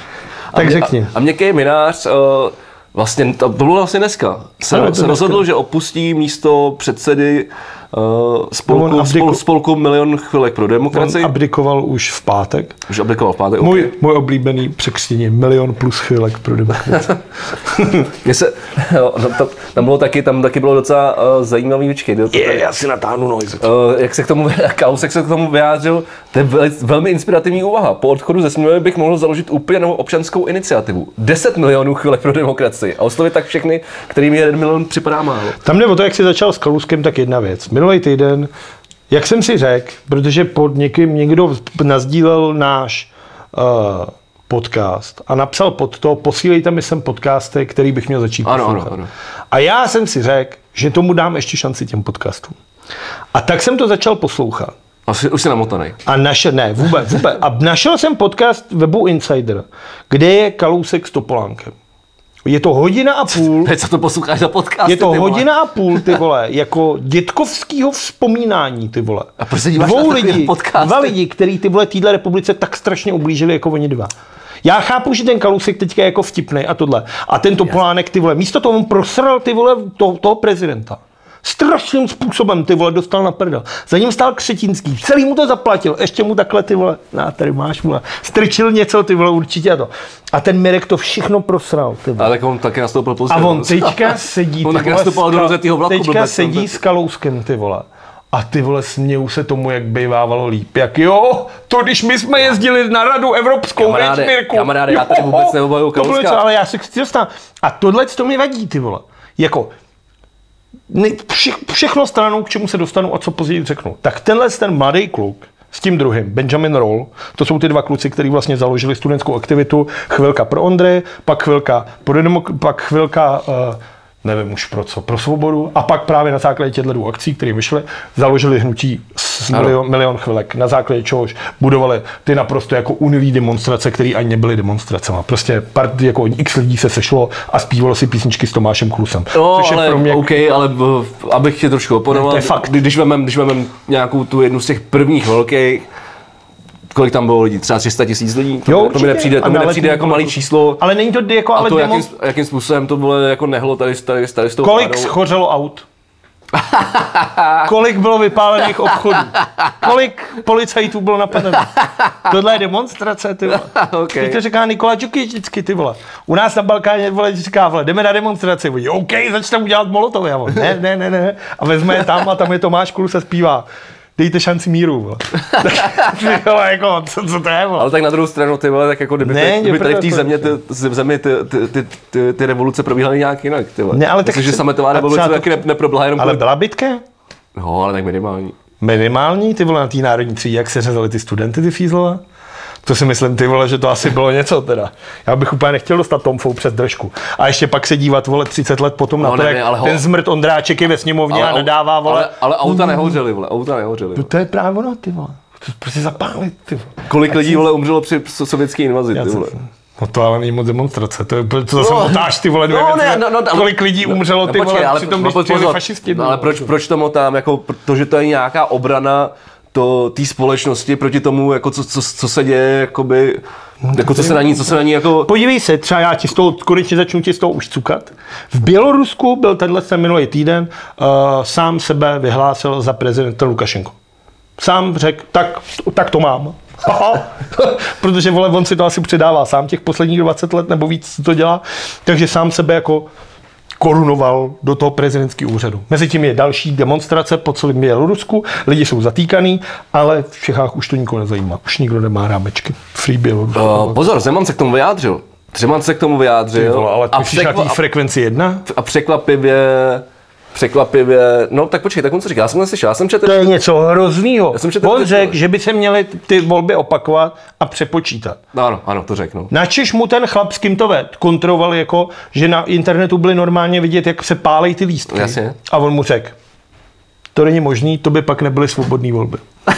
[SPEAKER 1] A
[SPEAKER 2] Tak
[SPEAKER 1] mě-
[SPEAKER 2] řekni.
[SPEAKER 1] A, a měkký minář, uh, vlastně, to bylo vlastně dneska, se,
[SPEAKER 2] Ano, je to
[SPEAKER 1] se rozhodl,
[SPEAKER 2] dneska.
[SPEAKER 1] že opustí místo předsedy uh,
[SPEAKER 2] On
[SPEAKER 1] spolku,
[SPEAKER 2] abdiko-
[SPEAKER 1] spol, spolku Milion chvilek pro demokracii.
[SPEAKER 2] On abdikoval už v pátek.
[SPEAKER 1] Už aplikoval v pátek.
[SPEAKER 2] Můj,
[SPEAKER 1] okay.
[SPEAKER 2] můj oblíbený překřtění. Milion plus chvílek pro demokracii.
[SPEAKER 1] Mně se, jo, no, tam, tam bylo taky, tam taky bylo docela uh, zajímavý vyčkej. Jo, to-
[SPEAKER 2] Je, já si natáhnu nohy.
[SPEAKER 1] Uh, jak se k tomu, Kalousek se k tomu vyjádřil, to je vel, velmi inspirativní úvaha. Po odchodu ze Sněmovny bych mohl založit úplně novou občanskou iniciativu. deset milionů chvilek pro demokracii a oslovit tak všechny, kterým jeden milion připadá málo.
[SPEAKER 2] Tam jde o to, jak jsi začal s Kalouskem, tak jedna věc. Minulý týden, jak jsem si řekl, protože pod někým někdo nazdílel náš uh, podcast a napsal pod to, posílejte mi sem podcasty, který bych měl začít
[SPEAKER 1] Ano,
[SPEAKER 2] poslouchat.
[SPEAKER 1] ano, ano.
[SPEAKER 2] A já jsem si řekl, že tomu dám ještě šanci těm podcastům. A tak jsem to začal poslouchat.
[SPEAKER 1] Asi, už jsi namotanej.
[SPEAKER 2] A našel, ne, vůbec, vůbec. A našel jsem podcast webu Insider, kde je Kalousek s Topolánkem. Je to hodina a půl.
[SPEAKER 1] Teď co to posloucháš za podcast?
[SPEAKER 2] Je to hodina a půl, ty vole, jako dětkovského vzpomínání, ty vole.
[SPEAKER 1] A proč se díváš
[SPEAKER 2] Dvou
[SPEAKER 1] na takový
[SPEAKER 2] lidí,
[SPEAKER 1] podcasty?
[SPEAKER 2] dva lidi, který ty vole týhle republice tak strašně ublížili, jako oni dva. Já chápu, že ten Kalousek teďka je jako vtipnej a tohle. A ten Topolánek, ty vole, místo toho on prosral ty vole to, toho prezidenta. Strašným způsobem, ty vole, dostal na prdel. Za ním stál Křetínský, celý mu to zaplatil, ještě mu takhle, ty vole, na, tady máš, vole, strčil něco, ty vole, určitě a to. A ten Mirek to všechno prosral, ty vole.
[SPEAKER 1] Ale tak on taky nastoupil pozdě.
[SPEAKER 2] A on teďka sedí,
[SPEAKER 1] On
[SPEAKER 2] ty
[SPEAKER 1] taky
[SPEAKER 2] vole,
[SPEAKER 1] nastupoval do
[SPEAKER 2] s Ka-
[SPEAKER 1] rozetýho vlaku,
[SPEAKER 2] teďka
[SPEAKER 1] blbec,
[SPEAKER 2] sedí
[SPEAKER 1] blbec.
[SPEAKER 2] s Kalouskem, ty vole. A ty vole, smějou se tomu, jak bývávalo líp. Jak jo, to když my jsme jezdili na Radu Evropskou,
[SPEAKER 1] Kamaráde,
[SPEAKER 2] veď, Mirku.
[SPEAKER 1] kamaráde, já tady vůbec neobhajuju
[SPEAKER 2] To bylo
[SPEAKER 1] Kalouska.
[SPEAKER 2] něco, ale já se chci dostat. A tohle to mi vadí, ty vole. Jako, ne, vše, všechno stranou, k čemu se dostanu a co později řeknu. Tak tenhle ten mladý kluk s tím druhým, Benjamin Roll, to jsou ty dva kluci, kteří vlastně založili studentskou aktivitu, chvilka pro Ondry, pak chvilka, pro demok- pak chvilka uh, nevím už pro co, pro svobodu. A pak právě na základě těchto dvou akcí, které vyšly, založili hnutí s milion, milion chvilek, na základě čehož budovali ty naprosto jako unilý demonstrace, které ani nebyly demonstracemi. Prostě part, jako x lidí se sešlo a zpívalo si písničky s Tomášem Klusem.
[SPEAKER 1] No, ale pro mě... OK, ale v, abych tě trošku oponoval, když vemem, když vemem nějakou tu jednu z těch prvních velkých, kolik tam bylo lidí? Třeba tři sta tisíc lidí? To, jo, to mi nepřijde, to mi nepřijde jako malý číslo.
[SPEAKER 2] Ale není to jako... Ale
[SPEAKER 1] a to,
[SPEAKER 2] demo...
[SPEAKER 1] jakým, jakým způsobem to bylo jako nehlo tady, tady, tady s tou
[SPEAKER 2] Kolik
[SPEAKER 1] pádou.
[SPEAKER 2] schořelo aut? Kolik bylo vypálených obchodů? Kolik policajtů bylo napadeno? Tohle je demonstrace, ty vole.
[SPEAKER 1] Okay.
[SPEAKER 2] Teď to říká Nikola Džukič vždycky, ty vole. U nás na Balkáně, vole, říká, vole, jdeme na demonstraci. Vole, OK, začneme udělat molotovy. Ne, ne, ne, ne. A vezme je tam a tam je Tomáš Klus a zpívá. Dejte šanci míru, vole. Tak, jako, co, co to je, vole?
[SPEAKER 1] Ale tak na druhou stranu, ty vole, tak jako kdyby, ne, kdyby tady v té země, ty, zemi ty, ty, ty, ty, ty revoluce probíhaly nějak jinak, ty vole.
[SPEAKER 2] Ne, ale tak
[SPEAKER 1] myslím, že sametová revoluce taky ne, neprobíhala jenom...
[SPEAKER 2] Ale kvůli... byla bitka?
[SPEAKER 1] No, ale tak minimální.
[SPEAKER 2] Minimální, ty vole, na té národní třídě, jak se řezali ty studenty, ty fízlové? To si myslím, ty vole, že to asi bylo něco teda. Já bych úplně nechtěl dostat Tomfou přes držku. A ještě pak se dívat, vole, třicet let potom no, na to, nevím, jak ho... ten zmrt Ondráček je ve sněmovně ale, a nadává, vole.
[SPEAKER 1] Ale, ale auta nehořely, vole, auta nehořely.
[SPEAKER 2] No to je právě ono, ty vole. To prostě zapálit, ty vole.
[SPEAKER 1] Kolik Ať lidí, si... vole, umřelo při sovětské invazi, ty vole.
[SPEAKER 2] No to ale není moc demonstrace, to je to zase no, motáš, ty vole, dvě no, věci, no, no, no, kolik lidí umřelo, ty no, vole, ale, přitom, když přijeli fašisti.
[SPEAKER 1] No, ale proč, proč to motám, jako to, že to je nějaká obrana to té společnosti proti tomu, jako co, co, co se děje, jakoby, jako co se na ní, co se na ní jako...
[SPEAKER 2] Podívej se, třeba já ti z toho, konečně začnu ti z toho už cukat. V Bělorusku byl tenhle ten minulý týden, uh, sám sebe vyhlásil za prezidenta Lukašenko. Sám řekl, tak, tak to mám. Protože vole, on si to asi předává sám těch posledních dvacet let nebo víc to dělá, takže sám sebe jako korunoval do toho prezidentského úřadu. Mezitím je další demonstrace po celém Bělorusku, lidi jsou zatýkaný, ale v Čechách už to nikoho nezajímá. Už nikdo nemá rámečky. Free Bělorusko.
[SPEAKER 1] Uh, pozor, Zeman se k tomu vyjádřil. Zeman se k tomu vyjádřil.
[SPEAKER 2] Vole, ale ty jsi na té frekvenci jedna?
[SPEAKER 1] A překvapivě... Překvapivě, no tak počkej, tak on co říká, já jsem neslyšel, já jsem četl...
[SPEAKER 2] To je něco hroznýho. On řekl, že by se měly ty volby opakovat a přepočítat.
[SPEAKER 1] No, ano, ano, to řeknu.
[SPEAKER 2] Načež mu ten chlap, s kým to ved, kontroloval jako, že na internetu byly normálně vidět, jak se pálej ty lístky.
[SPEAKER 1] Jasně.
[SPEAKER 2] A on mu řekl, to není možný, to by pak nebyly svobodné volby.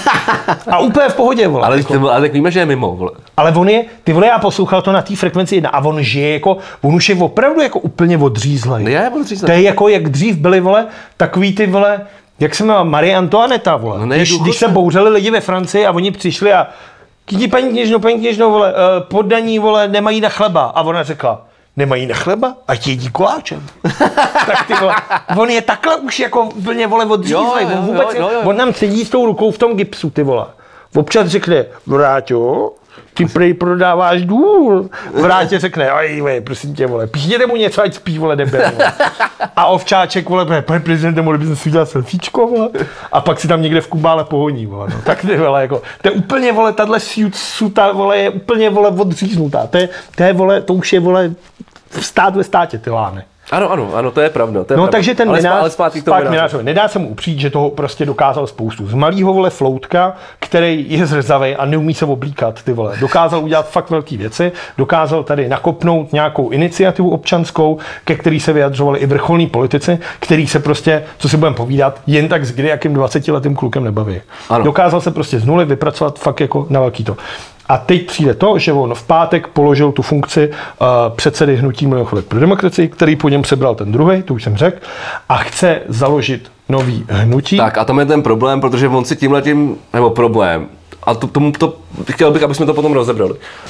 [SPEAKER 2] A úplně v pohodě, vole.
[SPEAKER 1] Ale,
[SPEAKER 2] jako.
[SPEAKER 1] ty, ale tak víme, že je mimo, vole.
[SPEAKER 2] Ale on je, ty vole, já poslouchal to na té frekvenci jedna a on žije jako, on už je opravdu jako úplně odřízlej.
[SPEAKER 1] Je odřízlej.
[SPEAKER 2] To je jako, jak dřív byly, vole, takový ty, vole, jak se jmenuje, Marie Antoinetta, vole.
[SPEAKER 1] No
[SPEAKER 2] když, když se bouřeli lidi ve Francii a oni přišli a kdy paní kněžno, paní kněžno, vole, poddaní, vole, nemají na chleba. A ona řekla, nemají na chleba? Ať jedí koláčem. Tak ty vole, on je takhle už jako úplně, vole, odřízlej. On vůbec, jo, jo, jo. On nám sedí s tou rukou v tom gipsu, ty vole. Občas řekne, Vráťo, ty prej prodáváš důl. Vrátě řekne, aj vej, prosím tě, vole, píchněte mu něco, ať spí, vole, debil, vole. A Ovčáček, vole, pane prezidente, mohli bychom si udělat selfiečko, vole. A pak si tam někde v Kubále pohoní, vole, no. Tak ty, vole, jako, to je úplně, vole, tahle suta, vole, je úplně, vole, odříznutá. To je, to je, vole, to už je, vole, stát ve státě, ty lány.
[SPEAKER 1] Ano, ano, ano, to je pravda. To je
[SPEAKER 2] no
[SPEAKER 1] pravda.
[SPEAKER 2] Takže ten
[SPEAKER 1] ale
[SPEAKER 2] Minář,
[SPEAKER 1] ale zpátky k tomu Minářovi.
[SPEAKER 2] Nedá se mu upřít, že toho prostě dokázal spoustu. Z malýho, vole, floutka, který je zrzavej a neumí se oblíkat, ty vole. Dokázal udělat fakt velké věci, dokázal tady nakopnout nějakou iniciativu občanskou, ke který se vyjadřovali i vrcholní politici, který se prostě, co si budeme povídat, jen tak s kdy jakým dvacetiletým klukem nebaví. Ano. Dokázal se prostě z nuly vypracovat fakt jako na velký to. A teď přijde to, že on v pátek položil tu funkci uh, předsedy hnutí Milion chvilek pro demokracii, který po něm sebral ten druhý, to už jsem řekl, a chce založit nový hnutí.
[SPEAKER 1] Tak a tam je ten problém, protože on si tímhletím, nebo problém, a to, tomu to, chtěl bych, aby jsme to potom rozebrali.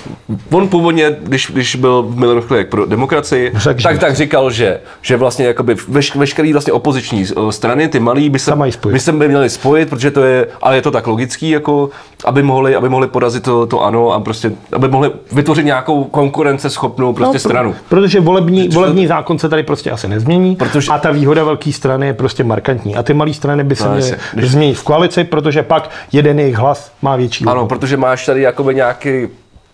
[SPEAKER 1] On původně, když, když byl v Milion chvilek pro demokracii, Řek, tak, tak říkal, že, že vlastně jakoby veš, veškerý vlastně opoziční strany, ty malí, by se, by se by měli spojit, protože to je, ale je to tak logický, jako, aby mohli, aby mohli porazit to, to ANO a prostě, aby mohli vytvořit nějakou konkurenceschopnou prostě no, stranu.
[SPEAKER 2] Protože volební, volební zákon se tady prostě asi nezmění protože, a ta výhoda velké strany je prostě markantní. A ty malé strany by se no, měly když... změnit v koalici, protože pak jeden jejich hlas má větší.
[SPEAKER 1] Ano, hodnotu. Protože máš tady jakoby nějaký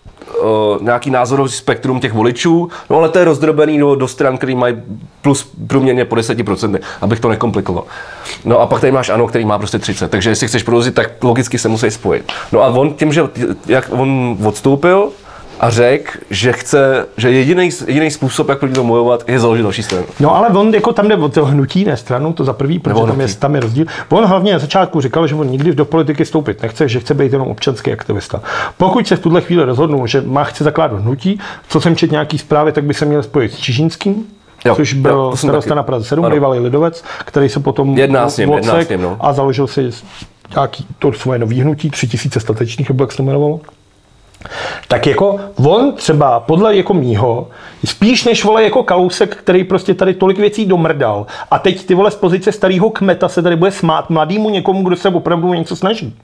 [SPEAKER 1] Uh, nějaký názorový spektrum těch voličů, no ale to je rozdrobený do, do stran, který mají plus průměrně po deset procent, abych to nekomplikoval. No a pak tady máš ANO, který má prostě třicet, takže jestli chceš prouzit, tak logicky se musí spojit. No a on tím, že jak on odstoupil, a řekl, že chce, že jediný, jediný způsob, jak proti tomu bojovat, je založit další stranu.
[SPEAKER 2] No ale on jako tam jde o to hnutí, ne stranu, to za prvý, protože tam je, tam je rozdíl. On hlavně na začátku říkal, že on nikdy do politiky vstoupit nechce, že chce být jenom občanský aktivista. Pokud se v tuhle chvíli rozhodnul, že má chce zakládat hnutí, co jsem četl nějaký zprávy, tak by se měl spojit s Čižínským, jo, což byl starosta na Praze sedm, bývalý lidovec, který se potom
[SPEAKER 1] jedná s ním, jedná s ním, no.
[SPEAKER 2] A založil si nějaký to svoje nový hnutí, tři tisíce statečných, jak se to jmenovalo. Tak jako on třeba podle jako mýho, spíš než vole jako Kalousek, který prostě tady tolik věcí domrdal a teď ty vole z pozice starého kmeta se tady bude smát mladýmu někomu, kdo se opravdu něco snaží.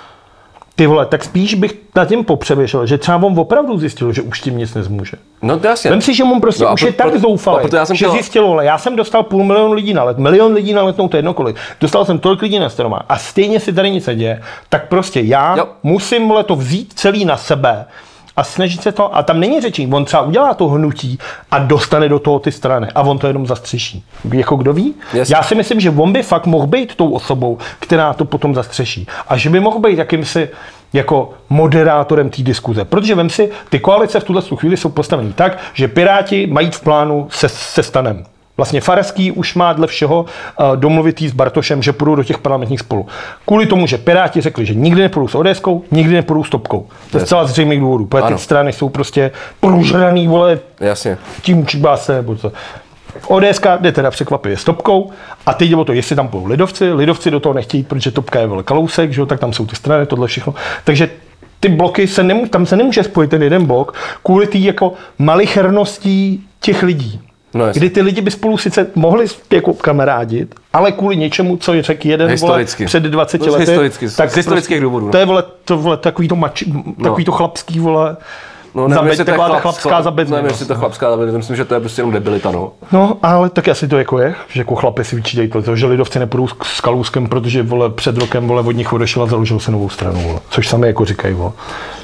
[SPEAKER 2] Ty vole, tak spíš bych nad tím popřemýšlel, že třeba on opravdu zjistil, že už tím nic nezmůže.
[SPEAKER 1] No to jasně.
[SPEAKER 2] Vem si, že mu prostě no už pro, je tak zoufalý, že zjistil, ale já jsem dostal půl milionu lidí na let, milion lidí na letnou, to jednokoliv. Dostal jsem tolik lidí na stroma a stejně si tady nic neděje, tak prostě já jo. musím vole to vzít celý na sebe a snažit se to, a tam není řečí, on třeba udělá to hnutí a dostane do toho ty strany a on to jenom zastřeší. Jako kdo ví? Yes. Já si myslím, že on by fakt mohl být tou osobou, která to potom zastřeší. A že by mohl být jakýmsi jako moderátorem té diskuze. Protože vem si, ty koalice v tuhle chvíli jsou postavený tak, že Piráti mají v plánu se, se stanem. Vlastně Farský už má dle všeho uh, domluvitý s Bartošem, že půjdou do těch parlamentních spolu. Kvůli tomu, že Piráti řekli, že nikdy nepůjdou s ODSkou, nikdy nepůjdou s Topkou. To je zcela zřejmých důvodů, protože ty strany jsou prostě prožraný, vole,
[SPEAKER 1] jasně. Tím
[SPEAKER 2] Čibáse, nebo co. ODSka jde teda překvapivě s Topkou a teď jde o to, jestli tam půjdou lidovci. Lidovci do toho nechtějí, protože Topka je vole Kalousek, že jo, tak tam jsou ty strany, tohle všechno. Takže ty bloky, se nemů- tam se nemůže spojit ten jeden blok kvůli té jako malicherností těch lidí. No kdy ty lidi by spolu sice mohli jako kamarádit, ale kvůli něčemu, co je řekl jeden vole, před dvaceti lety.
[SPEAKER 1] Historicky, tak z historických důvodů. No.
[SPEAKER 2] To je vole, to, vole, takový to, mač, takový no. to chlapský vole.
[SPEAKER 1] No, nevím, jestli to je chlap,
[SPEAKER 2] chlapská zabedně.
[SPEAKER 1] Nevím, jestli to chlapská zabedně, myslím, že to je prostě jenom debilita, no.
[SPEAKER 2] No, ale tak asi to jako je, že jako chlapi si vyčítají to, že lidovci nepůjdou s Kalouskem, protože vole, před rokem vole, od nich odešel a založil se novou stranu, vole. Což sami jako říkají, vole.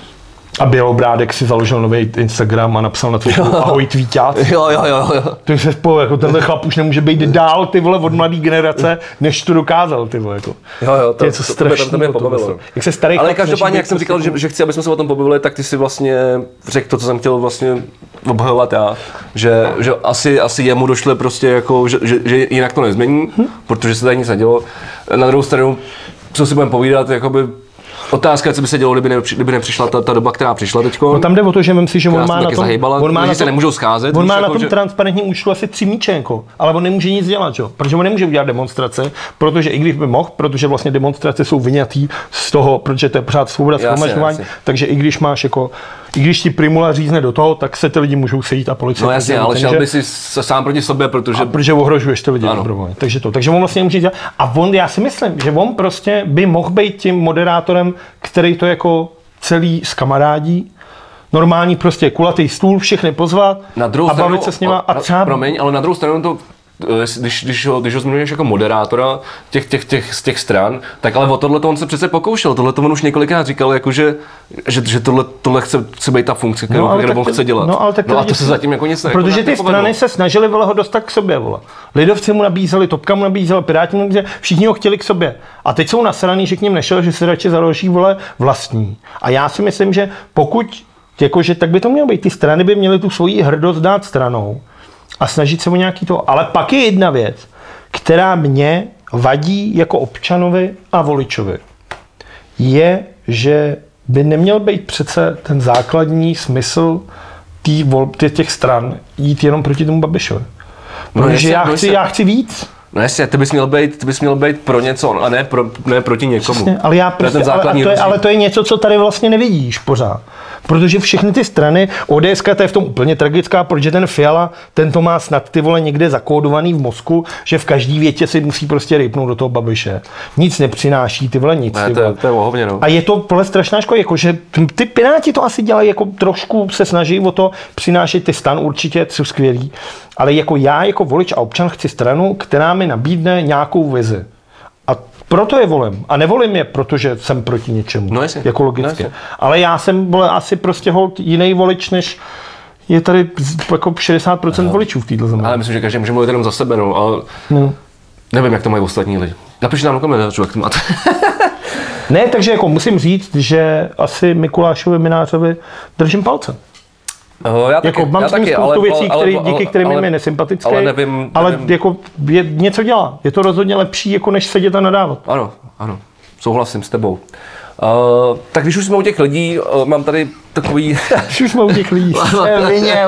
[SPEAKER 2] A Bělobrádek si založil nový Instagram a napsal na Twitteru ahoj tweeťák.
[SPEAKER 1] Jo, jo, jo, jo.
[SPEAKER 2] Takže se spolu, jako tenhle chlap už nemůže být dál, ty vole, od mladé generace, než to dokázal, ty vole, jako.
[SPEAKER 1] Jo, jo, to,
[SPEAKER 2] je co strašného.
[SPEAKER 1] To mě pobavilo.
[SPEAKER 2] Jak se starý
[SPEAKER 1] ale každopádně, jak jsem říkal, že, že chci, aby jsme se o tom pobavili, tak ty si vlastně řekl to, co jsem chtěl vlastně obhajovat já, že, že asi, asi jemu došle prostě jako, že, že, že jinak to nezmění, hm? protože se tady nic nedělo. Na druhou stranu, co si budeme povídat, jakoby otázka, co by se dělo, kdyby, nepři, kdyby nepřišla ta, ta doba, která přišla teďko.
[SPEAKER 2] No tam jde o to, že myslím si, že on má na tom,
[SPEAKER 1] zahýbala,
[SPEAKER 2] on má na
[SPEAKER 1] se
[SPEAKER 2] tom,
[SPEAKER 1] nemůžou scházet.
[SPEAKER 2] On má
[SPEAKER 1] jako,
[SPEAKER 2] na tom
[SPEAKER 1] že...
[SPEAKER 2] transparentním účtu asi tři míčenko, ale on nemůže nic dělat, jo? Protože on nemůže udělat demonstrace, protože i když by mohl, protože vlastně demonstrace jsou vyňatý z toho, protože to je pořád svoboda shromažďování, takže i když máš jako i když ti Primula řízne do toho, tak se ty lidi můžou sejít a policie.
[SPEAKER 1] No jasně, ale šel by si sám proti sobě, protože...
[SPEAKER 2] A protože ohrožuješ ty lidi dobrovolně. Takže to. Takže on vlastně nemůže dělat. A on, já si myslím, že on prostě by mohl být tím moderátorem, který to jako celý zkamarádí. Normální prostě kulatý stůl, všechny pozvat
[SPEAKER 1] na druhou
[SPEAKER 2] a
[SPEAKER 1] stranu,
[SPEAKER 2] bavit se s nima. A třeba...
[SPEAKER 1] Promiň, ale na druhou stranu to Když, když, ho, když ho zmiňuješ jako moderátora těch, těch, těch, z těch stran, tak ale o tohle on se přece pokoušel. Tohle on už několikrát říkal, jako že, že, že tohle, tohle chce, chce být ta funkce, kterou,
[SPEAKER 2] no,
[SPEAKER 1] kterou on chce dělat.
[SPEAKER 2] No, ale tak
[SPEAKER 1] no a to se zatím jako nic ne.
[SPEAKER 2] Protože
[SPEAKER 1] jako
[SPEAKER 2] ty strany se snažili vole, ho dostat k sobě. Vole. Lidovci mu nabízeli, Topka mu nabízeli, Piráti mu nabízeli, všichni ho chtěli k sobě. A teď jsou nasraný, že k ním nešel, že se radši založí vole vlastní. A já si myslím, že pokud, jakože, tak by to mělo být. Ty strany by měly tu svoji hrdost dát stranou a snažit se o nějaký to. Ale pak je jedna věc, která mě vadí jako občanovi a voličovi. Je, že by neměl být přece ten základní smysl tý vol, těch stran jít jenom proti tomu Babišovi. Protože no já, chci, já chci víc.
[SPEAKER 1] No jasně, ty bys měl být, ty bys měl být pro něco a ne, pro, ne proti někomu.
[SPEAKER 2] Přesně, ale, já prostě, to ale, to je, ale to je něco, co tady vlastně nevidíš pořád. Protože všechny ty strany, ODSka to je v tom úplně tragická, protože ten Fiala, ten to má snad ty vole někde zakódovaný v mozku, že v každý větě si musí prostě rejpnout do toho Babiše. Nic nepřináší, ty vole nic.
[SPEAKER 1] Ne,
[SPEAKER 2] ty
[SPEAKER 1] to,
[SPEAKER 2] vole.
[SPEAKER 1] to je ohovně, no.
[SPEAKER 2] A je to vole strašná škoda, jakože ty Piráti to asi dělají, jako trošku se snaží o to přinášet ty stan určitě, jsou skvělý. Ale jako já, jako volič a občan chci stranu, která mi nabídne nějakou vizi. A proto je volím. A nevolím je, protože jsem proti něčemu.
[SPEAKER 1] No jasně.
[SPEAKER 2] Jako logicky.
[SPEAKER 1] No
[SPEAKER 2] ale já jsem vole, asi prostě hold jiný volič, než je tady jako šedesát procent no. voličů v této zemi.
[SPEAKER 1] Ale myslím, že každý může mluvit jenom za sebe, no. Ale no. Nevím, jak to mají ostatní lidi. Napište nám do komentářů, jak to máte.
[SPEAKER 2] Ne, takže jako musím říct, že asi Mikulášovi Minářovi držím palce.
[SPEAKER 1] Uh, já taky,
[SPEAKER 2] jako mám
[SPEAKER 1] já
[SPEAKER 2] s ním
[SPEAKER 1] taky,
[SPEAKER 2] spoustu
[SPEAKER 1] ale,
[SPEAKER 2] věcí,
[SPEAKER 1] ale,
[SPEAKER 2] který,
[SPEAKER 1] ale,
[SPEAKER 2] díky kterým
[SPEAKER 1] ale,
[SPEAKER 2] je nesympatický,
[SPEAKER 1] ale, nevím,
[SPEAKER 2] ale
[SPEAKER 1] nevím.
[SPEAKER 2] jako je, něco dělá. Je to rozhodně lepší, jako než sedět a nadávat.
[SPEAKER 1] Ano, ano, souhlasím s tebou. Uh, tak když už jsme u těch lidí, uh, mám tady takový...
[SPEAKER 2] Když už jsme u těch lidí. Vině,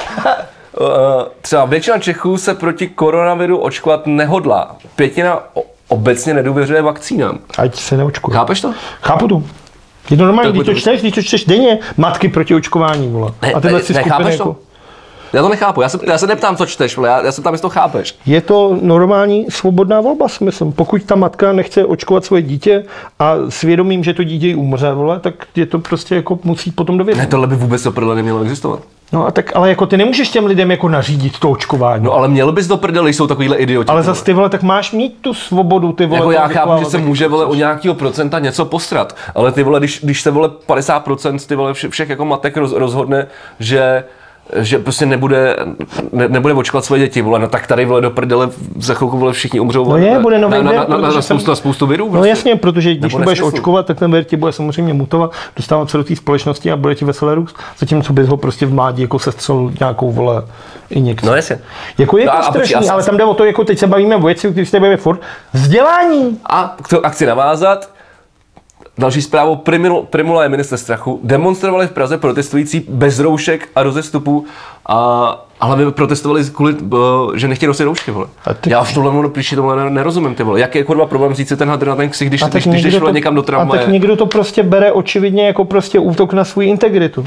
[SPEAKER 1] Uh, třeba většina Čechů se proti koronaviru očkovat nehodlá. Pětina obecně nedůvěřuje vakcínám.
[SPEAKER 2] Ať se neočkuje.
[SPEAKER 1] Chápeš to?
[SPEAKER 2] Chápu to. Je to normální, když to
[SPEAKER 1] to...
[SPEAKER 2] čteš, když to čteš denně, matky proti očkování, vole.
[SPEAKER 1] Ne,
[SPEAKER 2] a tyhle si
[SPEAKER 1] ne,
[SPEAKER 2] skupiny
[SPEAKER 1] chápeš
[SPEAKER 2] jako...
[SPEAKER 1] to? Já to nechápu, já se, já se neptám, co čteš, vole. Já, já se ptám, jestli to chápeš.
[SPEAKER 2] Je to normální svobodná volba, si myslím. Pokud ta matka nechce očkovat svoje dítě a svědomím, že to dítě jí umře, vole, tak je to prostě jako musí potom dovědět.
[SPEAKER 1] Ne, tohle by vůbec opravdu nemělo existovat.
[SPEAKER 2] No a tak, ale jako ty nemůžeš těm lidem jako nařídit to očkování.
[SPEAKER 1] No ale měl bys do prdele, jsou takovýhle idioti.
[SPEAKER 2] Ale zase ty vole, tak máš mít tu svobodu, ty vole.
[SPEAKER 1] Jako já chápu,
[SPEAKER 2] vychovávat,
[SPEAKER 1] že se může vole o nějakého procenta něco postrat, ale ty vole, když, když se vole padesát procent ty vole všech, všech jako matek roz, rozhodne, že že prostě nebude, ne, nebude očkovat svoje děti, vole, no tak tady vole do prdele za chvilku vole všichni umřou.
[SPEAKER 2] No je, bude nový
[SPEAKER 1] na,
[SPEAKER 2] vir,
[SPEAKER 1] na, na, na, na, spoustu,
[SPEAKER 2] jsem...
[SPEAKER 1] na spoustu virů.
[SPEAKER 2] No
[SPEAKER 1] prostě.
[SPEAKER 2] jasně, protože když
[SPEAKER 1] Nebo
[SPEAKER 2] budeš
[SPEAKER 1] nesmysl.
[SPEAKER 2] očkovat, tak ten vir ti bude samozřejmě mutovat, dostávat se do té společnosti a bude ti veselé růst. Zatímco bys ho prostě v mládí jako sestřel nějakou vole injekci.
[SPEAKER 1] No jasně.
[SPEAKER 2] Jako je
[SPEAKER 1] No
[SPEAKER 2] to
[SPEAKER 1] a- a
[SPEAKER 2] strašný,
[SPEAKER 1] počkej, a-
[SPEAKER 2] ale tam jde o to, jako teď se bavíme o věci, když se bavíme furt. Vzdělání!
[SPEAKER 1] A k to chci navázat. Další zprávou, Primula je ministr strachu. Demonstrovali v Praze protestující bez roušek a rozestupů, a hlavně protestovali kvůli, že nechtějí nosit roušky, vole.
[SPEAKER 2] ty-
[SPEAKER 1] Já už tohle mluvu příště tohle nerozumím, ty vole. Jaký je kurva problém říct si ten hadr na ten ksich, když,
[SPEAKER 2] A
[SPEAKER 1] když,
[SPEAKER 2] tak
[SPEAKER 1] když jdeš
[SPEAKER 2] někdo
[SPEAKER 1] vole
[SPEAKER 2] to-
[SPEAKER 1] někam do
[SPEAKER 2] A
[SPEAKER 1] tramvaje.
[SPEAKER 2] tak někdo to prostě bere očividně jako prostě útok na svou integritu.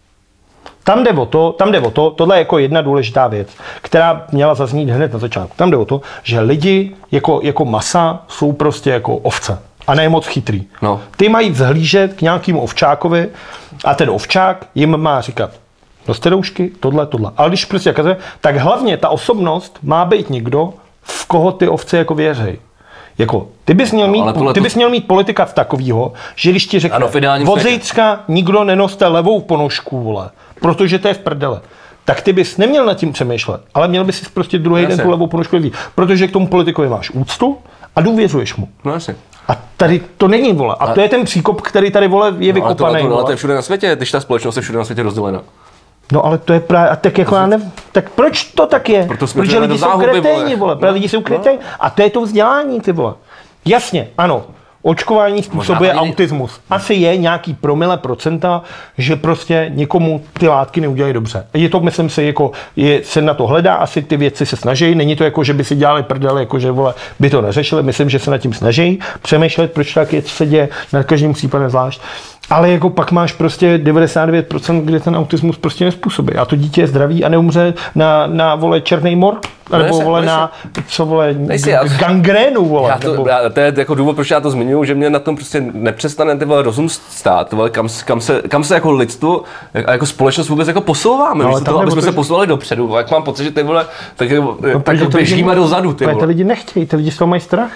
[SPEAKER 2] Tam jde o to, tam jde o to, tohle je jako jedna důležitá věc, která měla zaznít hned na začátku. Tam jde o to, že lidi jako, jako masa jsou prostě jako ovce. A ne moc chytrý.
[SPEAKER 1] No.
[SPEAKER 2] Ty mají vzhlížet k nějakému ovčákovi a ten ovčák jim má říkat, noste roušky, tohle, tohle. Ale když prostě jakazuje, tak hlavně ta osobnost má být někdo, v koho ty ovce jako věří. Jako, ty bys měl mít,
[SPEAKER 1] ale tohle
[SPEAKER 2] ty
[SPEAKER 1] to-
[SPEAKER 2] bys měl mít politika v takovýho, že když ti řekne,
[SPEAKER 1] Ano, v ideálním
[SPEAKER 2] od
[SPEAKER 1] světě.
[SPEAKER 2] zítřka nikdo nenoste levou ponožku, vole, protože to je v prdele. Tak ty bys neměl nad tím přemýšlet, ale měl bys si prostě druhý den
[SPEAKER 1] Jasně.
[SPEAKER 2] tu levou ponožku vzít, protože k tomu politikovi máš úctu a důvěřuješ mu.
[SPEAKER 1] No jasně.
[SPEAKER 2] A tady to není, vole. A to je ten příkop, který tady, vole, je
[SPEAKER 1] No, ale, to, ale,
[SPEAKER 2] vykopaný.
[SPEAKER 1] to, ale to
[SPEAKER 2] vole.
[SPEAKER 1] je všude na světě, když ta společnost je všude na světě rozdělena.
[SPEAKER 2] No ale to je právě, a tak jako já nevím, tak proč to tak je?
[SPEAKER 1] Proto jsme
[SPEAKER 2] Protože
[SPEAKER 1] žili
[SPEAKER 2] lidi
[SPEAKER 1] do
[SPEAKER 2] jsou
[SPEAKER 1] záhuby,
[SPEAKER 2] kreténi,
[SPEAKER 1] vole.
[SPEAKER 2] vole, protože lidi jsou kreténi. A to je to vzdělání, ty vole. Jasně, ano, očkování způsobuje
[SPEAKER 1] Možná ani-
[SPEAKER 2] autismus. Asi je nějaký promile procenta, že prostě někomu ty látky neudělají dobře. Je to, myslím si, jako je, se na to hledá, asi ty věci se snaží. Není to jako, že by si dělali prdele, jako že vole, by to neřešili. Myslím, že se nad tím snaží přemýšlet, proč tak je, co se děje, na každém případě zvlášť. Ale jako pak máš prostě devadesát devět procent, kde ten autismus prostě nespůsobí. A to dítě je zdravý a neumře na, na vole černý mor, nebo
[SPEAKER 1] nejsem,
[SPEAKER 2] vole
[SPEAKER 1] nejsem.
[SPEAKER 2] na, co vole,
[SPEAKER 1] Nejsi, já-
[SPEAKER 2] gangrénu, vole.
[SPEAKER 1] Já to,
[SPEAKER 2] nebo...
[SPEAKER 1] já, to je jako důvod, proč já to zmiňuji, že mě na tom prostě nepřestane ty vole rozum stát, ty vole, kam, kam, se, kam se jako lidstvo a jako společnost vůbec jako posouváme,
[SPEAKER 2] No, ale
[SPEAKER 1] místo
[SPEAKER 2] tam
[SPEAKER 1] toho, aby
[SPEAKER 2] nebo
[SPEAKER 1] jsme
[SPEAKER 2] to,
[SPEAKER 1] se posouvali dopředu, jak mám pocit, že ty vole, tak, no, tak
[SPEAKER 2] protože to
[SPEAKER 1] běžíme
[SPEAKER 2] lidi-
[SPEAKER 1] dozadu, ty
[SPEAKER 2] ale
[SPEAKER 1] vole.
[SPEAKER 2] ty lidi nechtějí, ty lidi z toho mají strach.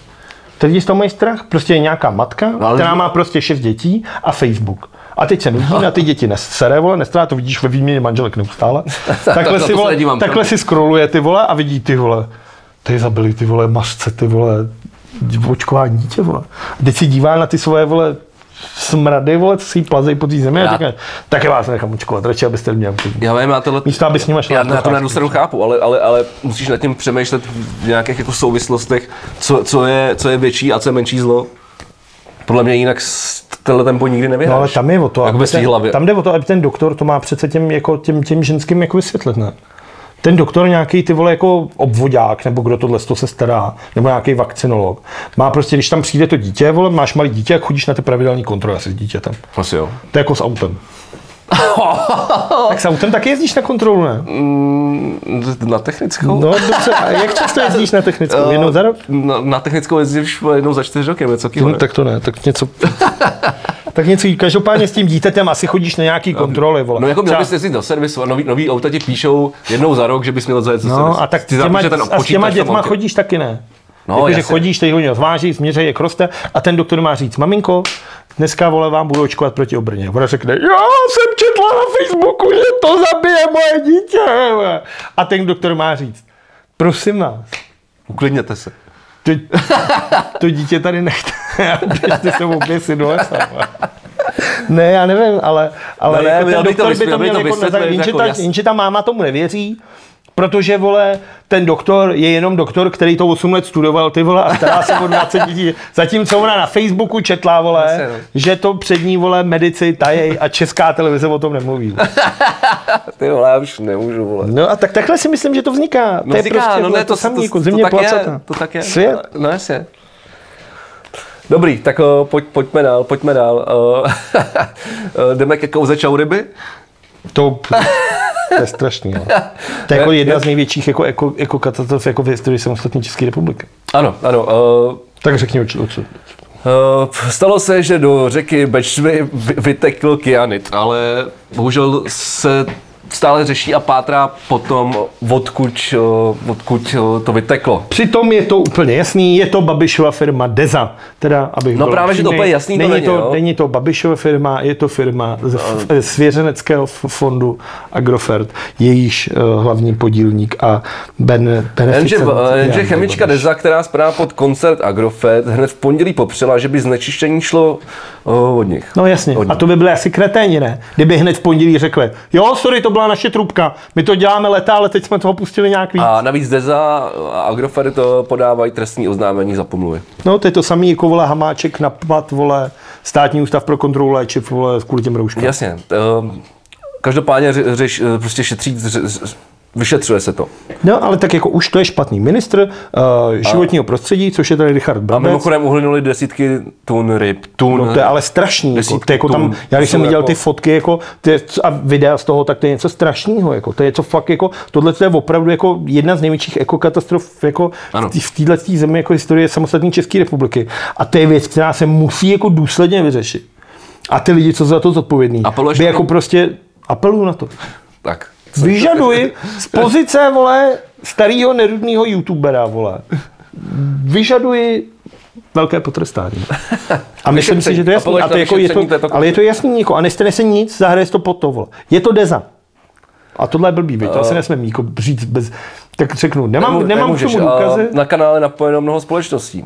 [SPEAKER 2] Ty lidi z toho mají strach. Prostě je nějaká matka,
[SPEAKER 1] ale-
[SPEAKER 2] která má prostě šest dětí a Facebook. A teď se nudí na ty děti nesere, vole, nestrá, to vidíš ve výměně manželek neustále. Takhle,
[SPEAKER 1] to
[SPEAKER 2] si,
[SPEAKER 1] se
[SPEAKER 2] vole,
[SPEAKER 1] nedívám,
[SPEAKER 2] takhle
[SPEAKER 1] to-
[SPEAKER 2] si scrolluje ty vole a vidí ty vole, ty zabili ty vole masce, ty vole, očkování dítě, vole. A teď si dívá na ty svoje, vole, smrady, vole, co si jí plazejí po té zemi
[SPEAKER 1] Já-
[SPEAKER 2] a říká, tak já vás nechám očkovat, radši abyste měli.
[SPEAKER 1] Já vím, já tohle,
[SPEAKER 2] Místo, aby s nimi šla
[SPEAKER 1] já
[SPEAKER 2] na
[SPEAKER 1] na to na jednu
[SPEAKER 2] procházku.
[SPEAKER 1] stranu chápu, ale, ale, ale musíš nad tím přemýšlet v nějakých jako souvislostech, co, co, je, co je větší a co je menší zlo. Podle mě jinak s- tenhle tempo nikdy nevyhráš.
[SPEAKER 2] No ale tam je o to,
[SPEAKER 1] jako
[SPEAKER 2] aby
[SPEAKER 1] ve svý
[SPEAKER 2] ten,
[SPEAKER 1] hlavě.
[SPEAKER 2] tam jde o to, aby ten doktor to má přece těm, jako těm, těm ženským jako vysvětlit, ne? Ten doktor nějaký ty vole jako obvodák, nebo kdo tohle to se stará, nebo nějaký vakcinolog. Má prostě, když tam přijde to dítě, vole, máš malý dítě, jak chodíš na ty pravidelné kontroly asi s dítětem.
[SPEAKER 1] Asi jo.
[SPEAKER 2] To je jako s autem. Tak s autem taky jezdíš na kontrolu, ne?
[SPEAKER 1] Mm, na technickou?
[SPEAKER 2] No dobře, a jak často jezdíš na technickou? Jednou za rok?
[SPEAKER 1] Na, na technickou jezdíš jednou za čtyři roky, něco
[SPEAKER 2] No,
[SPEAKER 1] takového.
[SPEAKER 2] tak to ne, tak něco... tak něco, každopádně s tím dítětem asi chodíš na nějaký kontroly, vole.
[SPEAKER 1] No jako měl
[SPEAKER 2] Třeba-
[SPEAKER 1] bys jezdit do servisu a nový, nový auta ti píšou jednou za rok, že bys měl zajet do servisu.
[SPEAKER 2] No a tak
[SPEAKER 1] Ty
[SPEAKER 2] s těma,
[SPEAKER 1] zapíše ten
[SPEAKER 2] a s těma
[SPEAKER 1] počítač
[SPEAKER 2] dětma
[SPEAKER 1] tam, ok.
[SPEAKER 2] chodíš taky, ne?
[SPEAKER 1] No,
[SPEAKER 2] jako, že
[SPEAKER 1] jasně.
[SPEAKER 2] chodíš, teď hodně zváží, změří, jak roste a ten doktor má říct, maminko, dneska vole vám budu očkovat proti obrně. Ona řekne, já jsem četla na Facebooku, že to zabije moje dítě. vole." A ten doktor má říct, prosím vás,
[SPEAKER 1] Uklidněte se.
[SPEAKER 2] to, to dítě tady nechte, běžte se mu běsit do lesa. vole." Ne, já nevím, ale, ale
[SPEAKER 1] no ne,
[SPEAKER 2] jako ten
[SPEAKER 1] by to
[SPEAKER 2] doktor by to měl jako, jako jenže, ta, jenže ta máma tomu nevěří, protože, vole, ten doktor je jenom doktor, který to osm let studoval, ty vole, a stará se o dvacet lidí. Zatímco ona na Facebooku četla, vole, že to před ní, vole, medici tajej a česká televize o tom nemluví.
[SPEAKER 1] Ty vole, já už nemůžu, vole.
[SPEAKER 2] No a tak takhle si myslím, že to vzniká.
[SPEAKER 1] No
[SPEAKER 2] to je
[SPEAKER 1] vzniká,
[SPEAKER 2] prostě,
[SPEAKER 1] no
[SPEAKER 2] vole,
[SPEAKER 1] ne, to,
[SPEAKER 2] to samý,
[SPEAKER 1] to,
[SPEAKER 2] jako
[SPEAKER 1] to,
[SPEAKER 2] země
[SPEAKER 1] to tak
[SPEAKER 2] placata.
[SPEAKER 1] je, to tak je.
[SPEAKER 2] Svět.
[SPEAKER 1] No jasně. Dobrý, tak uh, pojď, pojďme dál, pojďme dál. Uh, jdeme ke kauze Čauryby?
[SPEAKER 2] To, to je strašný. No. To je jako jedna z největších jako, jako, jako katastrof jako v historii samostatné České republiky.
[SPEAKER 1] Ano, ano. Uh,
[SPEAKER 2] tak řekni, o co. Uh,
[SPEAKER 1] stalo se, že do řeky Bečvy vytekl kyanid, ale bohužel se stále řeší a pátrá potom, odkud, odkud to vyteklo.
[SPEAKER 2] Přitom je to úplně jasný, je to Babišova firma Deza. Teda, abych
[SPEAKER 1] no právě, přímej, že to úplně jasný
[SPEAKER 2] není
[SPEAKER 1] to není,
[SPEAKER 2] to,
[SPEAKER 1] jo?
[SPEAKER 2] Není to Babišova firma, je to firma z uh, svěřeneckého fondu Agrofert, jejíž uh, hlavní podílník a ben, beneficent.
[SPEAKER 1] Jenže, jenže chemička Deza, která spadá pod koncert Agrofert, hned v pondělí popřela, že by znečištění šlo uh, od nich.
[SPEAKER 2] No jasně,
[SPEAKER 1] od
[SPEAKER 2] a to by byly asi kreténi, ne? Kdyby hned v pondělí řekli, jo, sorry, to byla naše trubka, my to děláme leta, ale teď jsme toho pustili nějak víc.
[SPEAKER 1] A navíc Deza a Agrofert to podávají trestní oznámení za pomluvy.
[SPEAKER 2] No, to je to samý, jako vole Hamáček napad, vole Státní ústav pro kontrolu léčiv, vole, kvůli těm rouškám.
[SPEAKER 1] Jasně. Každopádně řeš, prostě šetří, vyšetřuje se to.
[SPEAKER 2] No, ale tak jako už to je špatný. Ministr uh, životního a... prostředí, což je tady Richard Brabec.
[SPEAKER 1] A mimochodem uhlynuli desítky tun ryb. Tun,
[SPEAKER 2] no to je ale strašný. Jako, to jako tam, já když jsem viděl jako... ty fotky jako, ty, a videa z toho, tak to je něco strašného. Jako, to je něco fakt jako, tohle je opravdu jako jedna z největších ekokatastrof jako v této zemi jako historie samostatné České republiky. A to je věc, která se musí jako důsledně vyřešit. A ty lidi, co za to zodpovědní, by jako prostě apelují na to.
[SPEAKER 1] Tak.
[SPEAKER 2] Vyžaduji z pozice, vole, starého nerudného youtubera, vole. Vyžaduji velké potrestání. A myslím si, že to je jasný. A to jako je to, ale je to jasný, jako, a nestane se nic, zahraje to pod to, vole. Je to Deza. A tohle je blbý, uh, to asi nesmím jako říct bez... Tak řeknu, nemám, nemů, nemám k tomu důkazy.
[SPEAKER 1] Na kanále napojeno mnoho společností.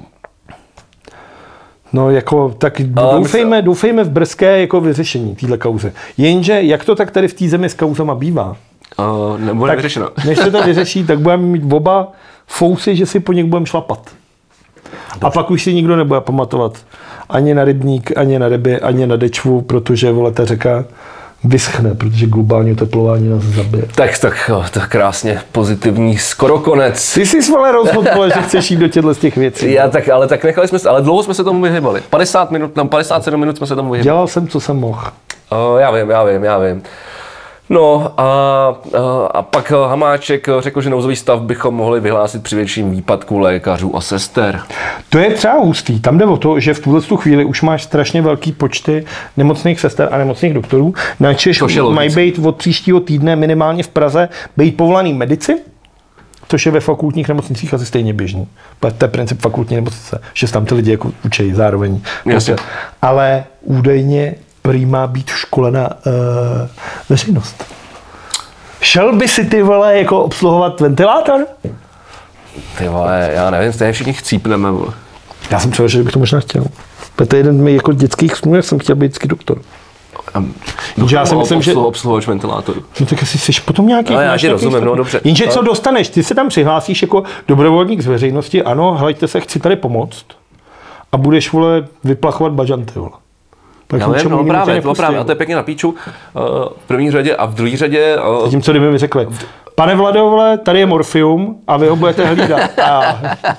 [SPEAKER 2] No jako, tak doufejme, mysl... doufejme v brzké jako vyřešení téhle kauze. Jenže, jak to tak tady v té zemi s kauzama bývá,
[SPEAKER 1] Uh, nebude vyřešeno.
[SPEAKER 2] Než se to vyřeší, tak budeme mít oba fousy, že si po něk budeme šlapat. Dobře. A pak už si nikdo nebude pamatovat ani na rybník, ani na ryby, ani na Dečvu, protože, vole, ta řeka vyschne, protože globální oteplování nás zabije.
[SPEAKER 1] Tak, tak, tak krásně pozitivní, skoro konec.
[SPEAKER 2] Ty jsi vole rozhodl, že chceš jít do těchto z těch věcí.
[SPEAKER 1] Já tak, ale tak nechali jsme se, ale dlouho jsme se tomu vyhybali. padesát minut, tam padesát sedm minut jsme se tomu vyhybali.
[SPEAKER 2] Dělal jsem, co jsem mohl.
[SPEAKER 1] Uh, já vím, já vím, já vím. No a, a, a pak Hamáček řekl, že nouzový stav bychom mohli vyhlásit při větším výpadku lékařů a sester.
[SPEAKER 2] To je třeba hustý. Tam jde o to, že v tuhle chvíli už máš strašně velký počty nemocných sester a nemocných doktorů. Načež mají být od příštího týdne minimálně v Praze být povolaný medici, což je ve fakultních nemocnicích asi stejně běžný. To je princip fakultní nemocnice, že tam ty lidi jako učejí zároveň.
[SPEAKER 1] Jasně.
[SPEAKER 2] Ale údajně prý má být školena uh, veřejnost. Šel by si ty vole jako obsluhovat ventilátor?
[SPEAKER 1] Ty vole, já nevím, stejně všichni chcípneme. Vole.
[SPEAKER 2] Já jsem přemýšlel, že bych to možná chtěl. To je jeden z mých jako dětských snů, jak jsem chtěl být vždycky doktor.
[SPEAKER 1] Um,
[SPEAKER 2] já si myslím, že...
[SPEAKER 1] obsluhovač ventilátoru.
[SPEAKER 2] No tak asi jsi potom nějaký...
[SPEAKER 1] No, já ti rozumím, no dobře.
[SPEAKER 2] Jenže co dostaneš? Ty se tam přihlásíš jako dobrovolník z veřejnosti, ano, hleďte se, chci tady pomoct. A budeš, vole, vyplachovat bažanty, vole.
[SPEAKER 1] Já vím, no právě, to právě, a to je pěkně na píču uh, v první řadě a v druhé řadě... Uh,
[SPEAKER 2] Tím, co kdyby mi řekli, pane Vlado, vole, tady je morfium a vy ho budete hlídat. A...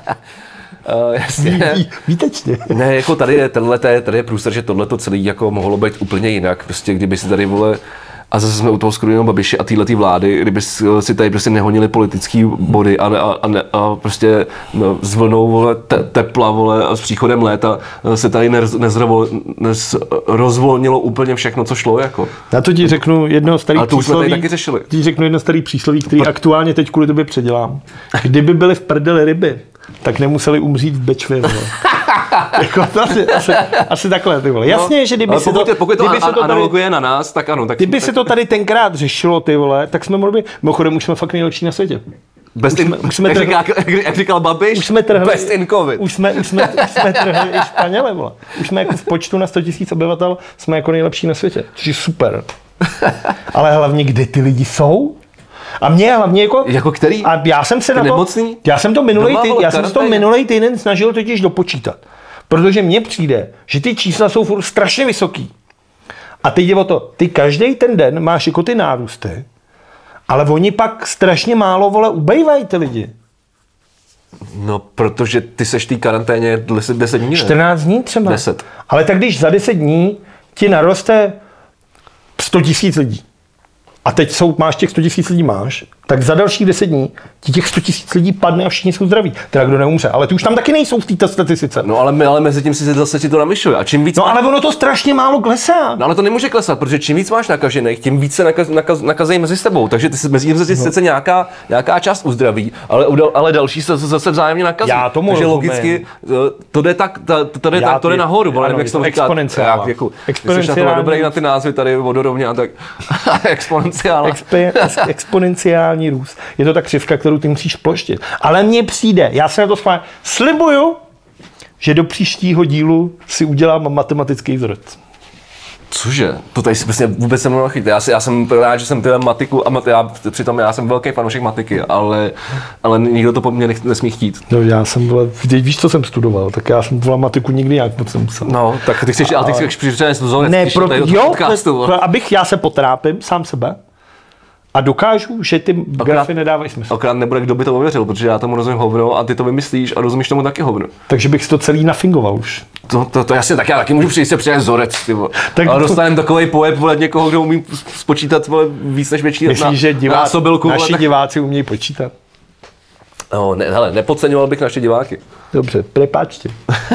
[SPEAKER 1] Uh, jasně.
[SPEAKER 2] Ví, výtečně.
[SPEAKER 1] Ne, jako tady je, tenhle, tady je průster, že tohleto celý jako mohlo být úplně jinak. Prostě kdyby si tady, vole, a zase jsme u toho skromného Babiše a téhletý vlády, kdyby si tady prostě nehonili politický body a, a, a, ne, a prostě no, s vlnou, vole, te, tepla, vole, a s příchodem léta se tady nez, nezrovol, nez, rozvolnilo úplně všechno, co šlo, jako.
[SPEAKER 2] Já to ti řeknu jedno starý
[SPEAKER 1] ale to
[SPEAKER 2] přísloví.
[SPEAKER 1] Ale to už jsme tady taky řešili.
[SPEAKER 2] Ti řeknu jedno starý přísloví, který Pot... aktuálně teď kvůli tobě předělám. Kdyby byly v prdeli ryby, tak nemuseli umřít v Bečvě, vole. Jako to asi, asi, asi takhle, ty vole. Jasně, no, že kdyby se to...
[SPEAKER 1] Pokud to, to analoguje na nás, tak ano. Tak
[SPEAKER 2] kdyby
[SPEAKER 1] tak...
[SPEAKER 2] se to tady tenkrát řešilo, ty vole, tak jsme mohli být... Mimochodem, už jsme fakt nejlepší na světě.
[SPEAKER 1] Best
[SPEAKER 2] už
[SPEAKER 1] in,
[SPEAKER 2] jsme, už jsme
[SPEAKER 1] jak,
[SPEAKER 2] trhli,
[SPEAKER 1] říká, jak, jak říkal Babiš,
[SPEAKER 2] už jsme trhli,
[SPEAKER 1] best in covid.
[SPEAKER 2] Už jsme, už jsme, už jsme trhli i Španěle, vole. Už jsme jako v počtu na sto tisíc obyvatel jsme jako nejlepší na světě, což je super. Ale hlavně, kde ty lidi jsou? A mě hlavně jako...
[SPEAKER 1] Jako který?
[SPEAKER 2] A já jsem se
[SPEAKER 1] ty
[SPEAKER 2] na to...
[SPEAKER 1] Nemocný?
[SPEAKER 2] Já jsem to minulý,
[SPEAKER 1] Doma,
[SPEAKER 2] ty,
[SPEAKER 1] vole,
[SPEAKER 2] já jsem se to minulý týden snažil totiž dopočítat. Protože mně přijde, že ty čísla jsou furt strašně vysoký. A teď jde o to, ty každý ten den máš jako ty nárůsty, ale oni pak strašně málo, vole, ubejvají ty lidi.
[SPEAKER 1] No, protože ty seš v té karanténě deset dní, ne?
[SPEAKER 2] čtrnáct dní třeba.
[SPEAKER 1] deset.
[SPEAKER 2] Ale tak když za deset dní ti naroste sto tisíc lidí, a teď jsou, máš těch sto tisíc lidí máš, tak za dalších deset dní ti těch sto tisíc lidí padne a všichni jsou zdraví. Teda kdo neumře, ale ty už tam taky nejsou v této statistice.
[SPEAKER 1] No ale, my, ale mezi tím si zase ti to namyšuje. A čím víc...
[SPEAKER 2] No ale ono to strašně málo klesá.
[SPEAKER 1] No ale to nemůže klesat, protože čím víc máš nakažených, tím víc se nakaz, nakaz, nakazejí mezi sebou. Takže ty, mezi tím se sice nějaká, nějaká část uzdraví, ale, ale další se zase vzájemně nakazí.
[SPEAKER 2] Já tomu
[SPEAKER 1] Takže
[SPEAKER 2] rozumím.
[SPEAKER 1] logicky to jde tak, to jde, tak, to jde nahoru, ale nevím, jak se to říká.
[SPEAKER 2] Exponenciála.
[SPEAKER 1] Jako, exponenciální. Dobrý na ty názvy tady vodorovně a tak. Exponenciála.
[SPEAKER 2] Expe- exponenciální růst. Je to ta křivka, kterou ty musíš ploštit. Ale mně přijde, já se na to schválně slibuju, že do příštího dílu si udělám matematický vzorec.
[SPEAKER 1] Cože? To tady si vlastně vůbec se mnou nachyt. Já, si, já jsem rád, že jsem tyhle matiku a mat, já, přitom já jsem velký fanoušek matiky, ale, ale nikdo to po mně nech, nesmí chtít.
[SPEAKER 2] No já jsem, vole, víš, co jsem studoval, tak já jsem vole matiku nikdy nějak moc nemusel.
[SPEAKER 1] No, tak ty chceš, ale ty chceš přinést vzorec.
[SPEAKER 2] Ne, pro, jo,
[SPEAKER 1] podcastu,
[SPEAKER 2] pro, abych já se potrápím sám sebe a dokážu, že ty grafy nedávají smysl.
[SPEAKER 1] Akorát nebude, kdo by to ověřil, protože já tomu rozumím hovno a ty to vymyslíš a rozumíš tomu taky hovno.
[SPEAKER 2] Takže bych si to celý nafingoval už.
[SPEAKER 1] To, to, to jasně, tak já taky můžu přijít se přinést vzorec, ty vole.
[SPEAKER 2] Tak
[SPEAKER 1] ale
[SPEAKER 2] to...
[SPEAKER 1] dostaneme takový pohyb, vole, někoho, kdo umí spočítat, vole, víc než větší
[SPEAKER 2] Myslíš,
[SPEAKER 1] na,
[SPEAKER 2] že divá...
[SPEAKER 1] násobilku,
[SPEAKER 2] naši
[SPEAKER 1] vole, tak...
[SPEAKER 2] diváci umějí počítat?
[SPEAKER 1] No, ne, hele, nepodceňoval bych naše diváky.
[SPEAKER 2] Dobře, prepáčte.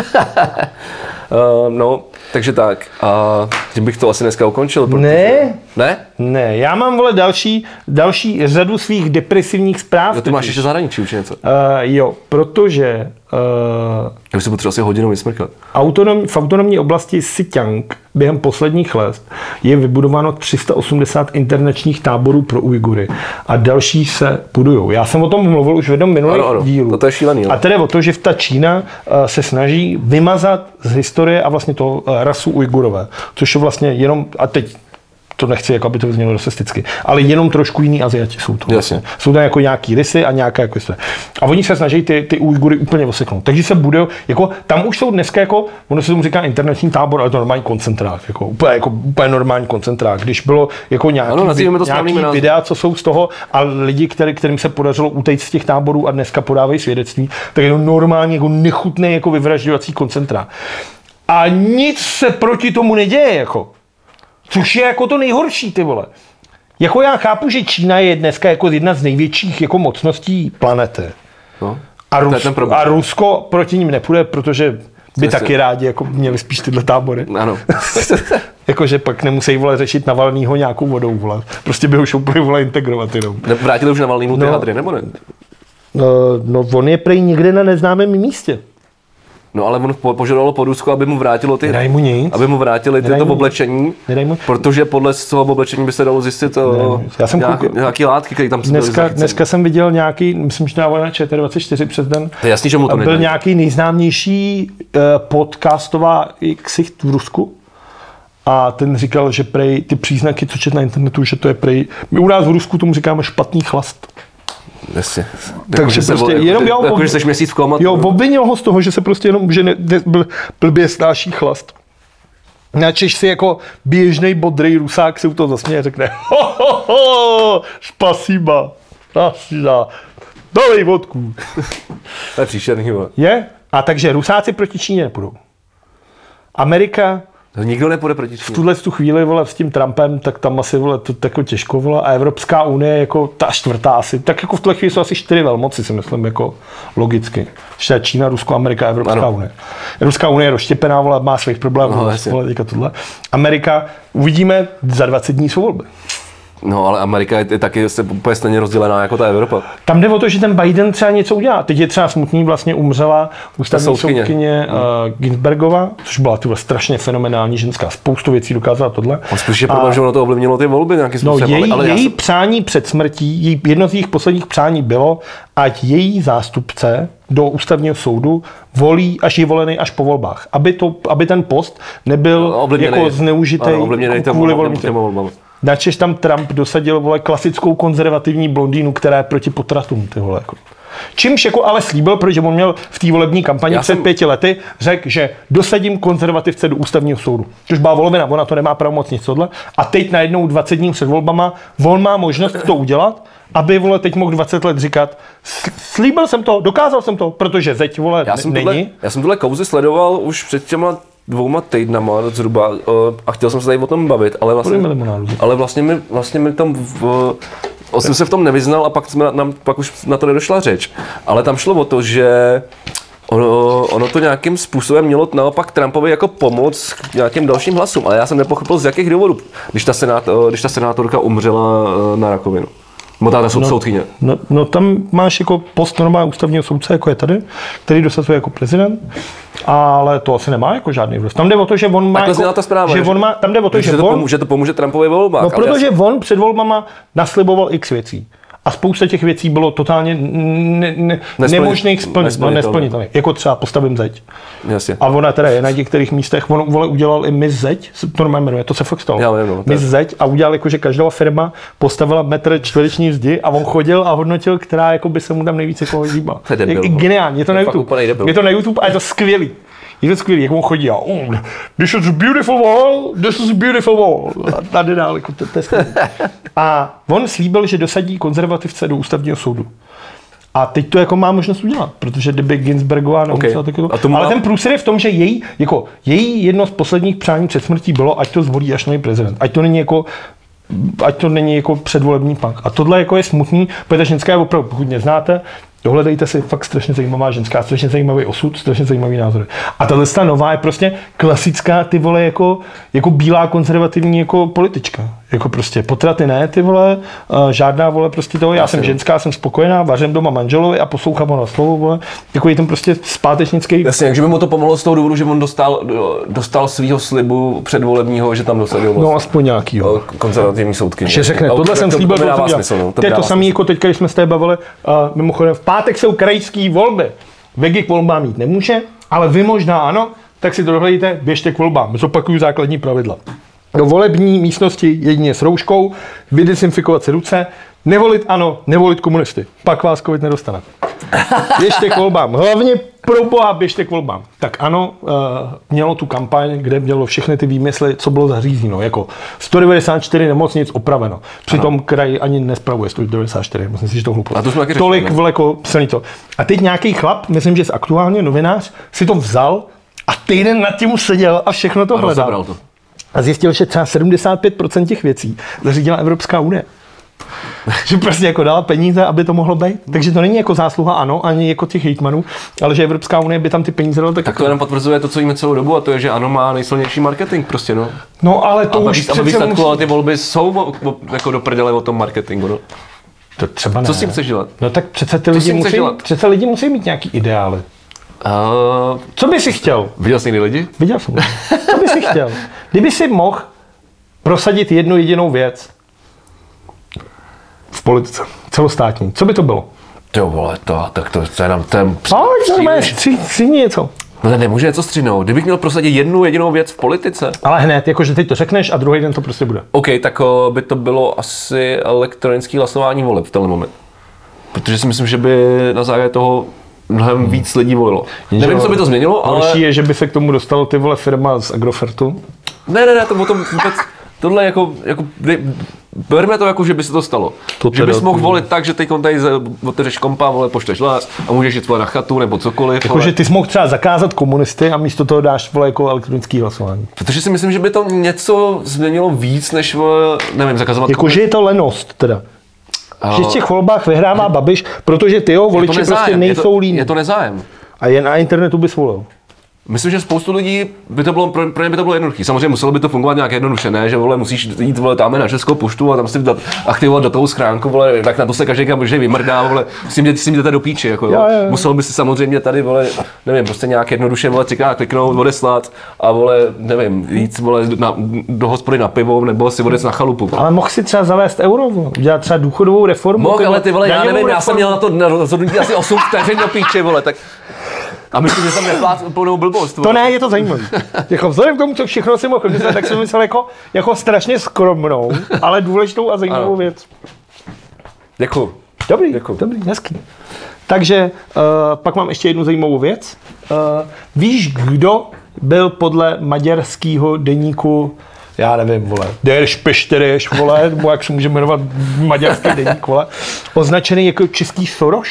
[SPEAKER 1] Uh, no, takže tak. A uh, tím bych to asi dneska ukončil. Protože...
[SPEAKER 2] Ne.
[SPEAKER 1] Ne?
[SPEAKER 2] Ne, já mám, vole, další, další řadu svých depresivních zpráv.
[SPEAKER 1] Jo, ty máš ještě zahraničí už něco.
[SPEAKER 2] Uh, jo, protože uh,
[SPEAKER 1] já už si potřeboval asi hodinu vysmrkat.
[SPEAKER 2] autonom, v autonomní oblasti Xinjiang během posledních let je vybudováno tři sta osmdesát internačních táborů pro Ujgury a další se budujou. Já jsem o tom mluvil už v jednom minulém dílu.
[SPEAKER 1] To je šílený.
[SPEAKER 2] A tedy o to, že ta Čína uh, se snaží vymazat z historie a vlastně to uh, rasu Ujgurové, což je vlastně jenom, a teď to nechci, jako aby to vyznělo rasisticky, ale jenom trošku jiný Aziati jsou to. Vlastně. Jsou tam jako nějaký rysy a nějaké jako jste. A oni se snaží ty, ty Ujgury úplně oseknout. Takže se bude, jako tam už jsou dneska jako, ono se tomu říká internační tábor, ale to normální koncentrák, jako úplně, jako úplně normální koncentrák. Když bylo jako nějaký, ano,
[SPEAKER 1] to
[SPEAKER 2] nějaký videa, co jsou z toho a lidi, který, kterým se podařilo utéct z těch táborů a dneska podávají svědectví, tak je to normálně jako nechutný jako vyvražďovací koncentrák. A nic se proti tomu neděje, jako. Což je jako to nejhorší, ty vole. Jako já chápu, že Čína je dneska jako jedna z největších jako mocností planety.
[SPEAKER 1] No,
[SPEAKER 2] a, Rus, a Rusko proti ním nepůjde, protože by Jasně. taky rádi jako měli spíš tyhle tábory.
[SPEAKER 1] Ano.
[SPEAKER 2] Jakože pak nemusí, vole, řešit Navalnýho nějakou vodou, vole. Prostě by ho šoupili, vole, integrovat jenom.
[SPEAKER 1] Vrátili už Navalnýmu ty
[SPEAKER 2] no,
[SPEAKER 1] hadry, nebo ne?
[SPEAKER 2] No, no, on je prej někde na neznámém místě.
[SPEAKER 1] No ale on požadovalo po Rusku, aby mu vrátilo ty,
[SPEAKER 2] Nedaj mu nic.
[SPEAKER 1] aby mu vrátili tyto oblečení, protože podle toho oblečení by se dalo zjistit o, Já jsem nějaký, kouk... nějaký látky, které tam
[SPEAKER 2] dneska, byly dneska jsem viděl nějaký, myslím, že dával na Č T dvacet čtyři přes den.
[SPEAKER 1] To je jasný, že mu to
[SPEAKER 2] byl
[SPEAKER 1] nedá.
[SPEAKER 2] Nějaký nejznámější uh, podcastová ksicht v Rusku. A ten říkal, že prej ty příznaky, co čet na internetu, že to je prej, my u nás v Rusku tomu říkáme špatný chlast.
[SPEAKER 1] Jasně.
[SPEAKER 2] Takže
[SPEAKER 1] jako,
[SPEAKER 2] prostě
[SPEAKER 1] jako,
[SPEAKER 2] jenom
[SPEAKER 1] jako, jako, že jsi měsíc v komatu.
[SPEAKER 2] Jo, obvinil ho z toho, že se prostě jenom, že ne, bl, blbě snáší chlast. Načež si jako běžnej bodrý Rusák si u toho zasměje a řekne ho, ho, ho, spasiba, spasiba, dolej vodku.
[SPEAKER 1] To je příšerný, bo.
[SPEAKER 2] Je? A takže Rusáci proti Číně nepůjdou. Amerika
[SPEAKER 1] Nikdo nepůjde proti Číně.
[SPEAKER 2] V tuhle tu chvíli, vole, s tím Trumpem, tak tam asi, vole, to jako těžko, vole, a Evropská unie jako ta čtvrtá asi, tak jako v tuhle chvíli jsou asi čtyři velmoci, si myslím, jako logicky. Ještě Čína, Rusko, Amerika, Evropská ano. unie. Evropská unie je rozštěpená, vole, má svých problémů, no, vole, teďka tohle. Amerika, uvidíme, za dvacet dní jsou volby.
[SPEAKER 1] No, ale Amerika je, je taky se úplně stejně rozdělená jako ta Evropa.
[SPEAKER 2] Tam jde o to, že ten Biden třeba něco udělá. Teď je třeba smutný, vlastně umřela ústavní
[SPEAKER 1] soudkyně,
[SPEAKER 2] soudkyně uh, Ginsbergová, což byla tyhle strašně fenomenální ženská. Spoustu věcí dokázala tohle.
[SPEAKER 1] On spíš je problém, že ono to ovlivnilo ty volby nějakým
[SPEAKER 2] No,
[SPEAKER 1] způsobem.
[SPEAKER 2] její,
[SPEAKER 1] ale, ale
[SPEAKER 2] její
[SPEAKER 1] jsem...
[SPEAKER 2] přání před smrtí, její, jedno z jejich posledních přání bylo, ať její zástupce do ústavního soudu volí, až je volený až po volbách. Aby, to, aby ten post nebyl no, jako zneužitý kvůli volbám. Načež tam Trump dosadil, vole, klasickou konzervativní blondýnu, která je proti potratům, ty vole, jako. Čímž jako ale slíbil, protože on měl v té volební kampani Já před jsem... pěti lety, řekl, že dosadím konzervativce do ústavního soudu. Což byla volovina, ona to nemá pravomoc nic tohle. A teď najednou dvacet dní před volbama, on má možnost to udělat, aby, vole, teď mohl dvacet let říkat, slíbil jsem to, dokázal jsem to, protože zeď, vole,
[SPEAKER 1] já jsem
[SPEAKER 2] není.
[SPEAKER 1] Tohle, já jsem tuhle kauzy sledoval už před těma dvouma týdnama zhruba a chtěl jsem se tady o tom bavit, ale vlastně, ale vlastně mi, vlastně mi tam v, jsem se v tom nevyznal a pak, jsme, nám, pak už na to nedošla řeč. Ale tam šlo o to, že ono, ono to nějakým způsobem mělo naopak Trumpovi jako pomoc k nějakým dalším hlasům, ale já jsem nepochopil z jakých důvodů, když ta, senát, když ta senátorka umřela na rakovinu. Motá ta
[SPEAKER 2] no,
[SPEAKER 1] soudkyně.
[SPEAKER 2] No, no tam máš jako post normálního ústavního soudce, jako je tady, který dosazuje jako prezident, ale to asi nemá jako žádný vliv. Tam jde o to, že on má, jako,
[SPEAKER 1] ta zpráva,
[SPEAKER 2] že on má, tam jde o to, že,
[SPEAKER 1] že to
[SPEAKER 2] on,
[SPEAKER 1] pomůže, to pomůže Trumpovi volbách.
[SPEAKER 2] No, protože já... on před volbama nasliboval x věcí. A spousta těch věcí bylo totálně ne, ne, nemožných splnit, no, nesplnitelných. Jako třeba postavím zeď.
[SPEAKER 1] Jasně.
[SPEAKER 2] A ona teda je na některých místech, on vole, udělal i Miss Zeď, to normálně jmenuje, to se fakt stalo.
[SPEAKER 1] Já vím, no,
[SPEAKER 2] Miss Zeď a udělal jako, že každá firma postavila metr čtvereční zdi a on chodil a hodnotil, která jako by se mu tam nejvíce jako líbila.
[SPEAKER 1] To je debil,
[SPEAKER 2] je, geniální, je to na YouTube. Je to na YouTube a je to skvělý. Je to skvělý, jak on chodí a oh, this is a beautiful wall, this is a beautiful wall. A tady dál, jako to, to je skvělý. A on slíbil, že dosadí konzervativce do ústavního soudu. A teď to jako má možnost udělat, protože kdyby Ginsbergová nemusela okay. taky to... Ale má... ten průser je v tom, že její, jako, její jedno z posledních přání před smrtí bylo, ať to zvolí až nový prezident. Ať to není jako ať to není jako předvolební punk. A tohle jako je smutný, protože ženská je opravdu, pokud neznáte, dohledejte si, fakt strašně zajímavá ženská, strašně zajímavý osud, strašně zajímavý názory. A tahle ta nová je prostě klasická, ty vole, jako, jako bílá konzervativní jako politička. Jako prostě potraty ne, ty vole, uh, žádná, vole, prostě toho, já, já jsem ženská, jsem spokojená, vařím doma manželovi a poslouchám ho na slovo, vole, jako je tam prostě zpátečnický.
[SPEAKER 1] Jasně, takže by mu to pomohlo z toho důvodu, že on dostal, dostal svýho slibu předvolebního, že tam dosadil vlastně.
[SPEAKER 2] No aspoň nějakýho.
[SPEAKER 1] Konzervativní soudkyně.
[SPEAKER 2] Že řekne, tohle jsem slíbil, to, to, to, smysl, no, to, to je to samé, jako teďka, když jsme s té bavili, uh, mimochodem v pátek jsou krajské volby. Vegi k volbám jít nemůže, ale vy možná ano, tak si to dohledejte, běžte k volbám. Zopakuju základní pravidla. Do volební místnosti jedině s rouškou, vydesinfikovat si ruce, nevolit ano, nevolit komunisty. Pak vás covid nedostane. Běžte k volbám. Hlavně pro boha běžte k volbám. Tak ano, uh, mělo tu kampaň, kde mělo všechny ty výmysly, co bylo zařízeno. Jako sto devadesát čtyři nemocnic opraveno. Přitom ano. Kraj ani nespravuje sto devadesát čtyři. Myslím si, že to hlupo. Tolik vleko silný to. A teď nějaký chlap, myslím, že aktuálně novinář, si to vzal a týden nad tím seděl a všechno to hledal. To. A zjistil, že třeba sedmdesát pět procent těch věcí zařídila Evropská unie. Že prostě jako dala peníze, aby to mohlo být. Takže to není jako zásluha ANO, ani jako těch hejtmanů, ale že Evropská unie by tam ty peníze dala. Tak,
[SPEAKER 1] tak to jenom potvrzuje to, co víme celou dobu, a to je, že ANO má nejsilnější marketing prostě, no.
[SPEAKER 2] No ale to
[SPEAKER 1] a
[SPEAKER 2] už
[SPEAKER 1] přece výsledku, musí... ty volby jsou o, o, jako do prdele o tom marketingu, no.
[SPEAKER 2] To třeba ne.
[SPEAKER 1] Co s tím chceš dělat?
[SPEAKER 2] No tak přece ty lidi musí, přece lidi musí mít nějaký ideály.
[SPEAKER 1] Uh,
[SPEAKER 2] Co by si chtěl?
[SPEAKER 1] Viděl jsi jiný lidi?
[SPEAKER 2] Viděl jsem. Co by si chtěl? Kdyby si mohl prosadit jednu jedinou věc v politice, celostátní, co by to bylo?
[SPEAKER 1] Jo vole, to, tak to, to je nám ten...
[SPEAKER 2] Pojď, stříhni něco.
[SPEAKER 1] No to nemůže něco stříhnout. Kdybych měl prosadit jednu jedinou věc v politice.
[SPEAKER 2] Ale hned, jakože teď to řekneš a druhý den to prostě bude.
[SPEAKER 1] OK, tak o, by to bylo asi elektronické hlasování voleb v tenhle moment. Protože si myslím, že by na základě toho mnohem hmm. víc lidí volilo. Jenže nevím, co by to změnilo, ale...
[SPEAKER 2] Horší je, že by se k tomu dostalo ty vole firma z Agrofertu.
[SPEAKER 1] Ne, ne, ne, to o tom vůbec... Tohle jako, jako berme to jako, že by se to stalo. To že bys mohl volit tak, že teď tady otevřeš kompa, vole, pošleš hlas a můžeš jít na chatu nebo cokoliv.
[SPEAKER 2] Jakože ty jsi mohl třeba zakázat komunisty a místo toho dáš vole jako elektronický hlasování.
[SPEAKER 1] Protože si myslím, že by to něco změnilo víc, než nevím, zakazovat.
[SPEAKER 2] Jakože je to lenost teda. Uh, že v těch volbách vyhrává Babiš, protože ty jo, voliči prostě nejsou líní.
[SPEAKER 1] Je to nezájem.
[SPEAKER 2] A jen na internetu bys volil.
[SPEAKER 1] Myslím, že spoustu lidí by to bylo, pro, pro ně by to bylo jednoduché. Samozřejmě muselo by to fungovat nějak jednoduše, ne? Že vole, musíš jít vole, tam na Českou poštu a tam si dat, aktivovat datovou schránku, vole, tak na to se každý kam možná vymrdá, vole, s tím, s tím jdete do píči, jako, jo. Jo, jo. Muselo by si samozřejmě tady, vole, nevím, prostě nějak jednoduše, vole, třikrát kliknout, odeslat a vole, nevím, jít, vole, na, do hospody na pivo nebo si odjet na chalupu.
[SPEAKER 2] Ale mohl si třeba zavést euro, udělat třeba důchodovou reformu.
[SPEAKER 1] Mohl, ale ty vole, já nevím, reformu. Já jsem měl na to rozhodnutí asi osm vteřin do píči, vole, tak. A myslím, že jsem neplát plnou blbost.
[SPEAKER 2] To ne, je to zajímavé. Jako vzhledem k tomu, co všechno si mohl myslet, tak jsem myslel jako, jako strašně skromnou, ale důležitou a zajímavou ano. věc.
[SPEAKER 1] Děkuju.
[SPEAKER 2] Dobrý,
[SPEAKER 1] Děkuju.
[SPEAKER 2] dobrý, hezký. Takže uh, pak mám ještě jednu zajímavou věc. Uh, víš, kdo byl podle maďarského deníku, já nevím, vole, Der Spiegel, vole, nebo jak se může jmenovat maďarský deník, vole, označený jako český Soros?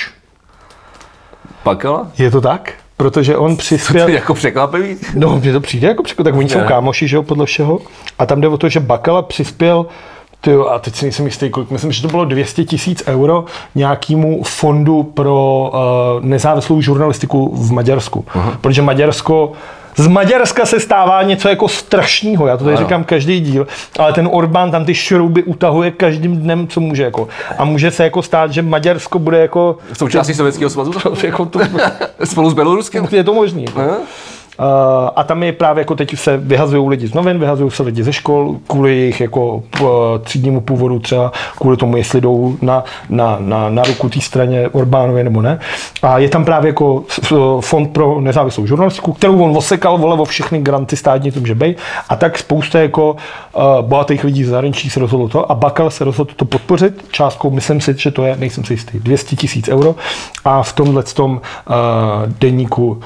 [SPEAKER 1] Bakala?
[SPEAKER 2] Je to tak? Protože on přispěl...
[SPEAKER 1] To je jako překvapivý?
[SPEAKER 2] No, mně to přijde jako překvapivý. Tak oni jsou kámoši, že jo, podle všeho. A tam jde o to, že Bakala přispěl, tyjo, a teď si nejsem jistý, kolik, myslím, že to bylo dvě stě tisíc euro nějakému fondu pro uh, nezávislou žurnalistiku v Maďarsku. Uh-huh. Protože Maďarsko... Z Maďarska se stává něco jako strašného, já to tady ano. říkám každý díl, ale ten Orbán tam ty šrouby utahuje každým dnem, co může. Jako. A může se jako stát, že Maďarsko bude jako...
[SPEAKER 1] V součástí Sovětského svazu?
[SPEAKER 2] jako to,
[SPEAKER 1] spolu s Běloruskem?
[SPEAKER 2] Je to možný. Jako. Uh, a tam je právě jako teď se vyhazují lidi z novin, vyhazují se lidi ze škol kvůli jejich jako uh, třídnímu původu třeba, kvůli tomu, jestli jdou na, na, na, na ruku té straně Orbánově nebo ne. A je tam právě jako fond pro nezávislou žurnalistiku, kterou on osekal, vole, o všechny granty státní, to může být. A tak spousta jako uh, bohatých lidí z zahraničí se rozhodlo to a Bakal se rozhodl to podpořit částkou, myslím si, že to je, nejsem si jistý, dvě stě tisíc euro. A v tomhletom uh, deníku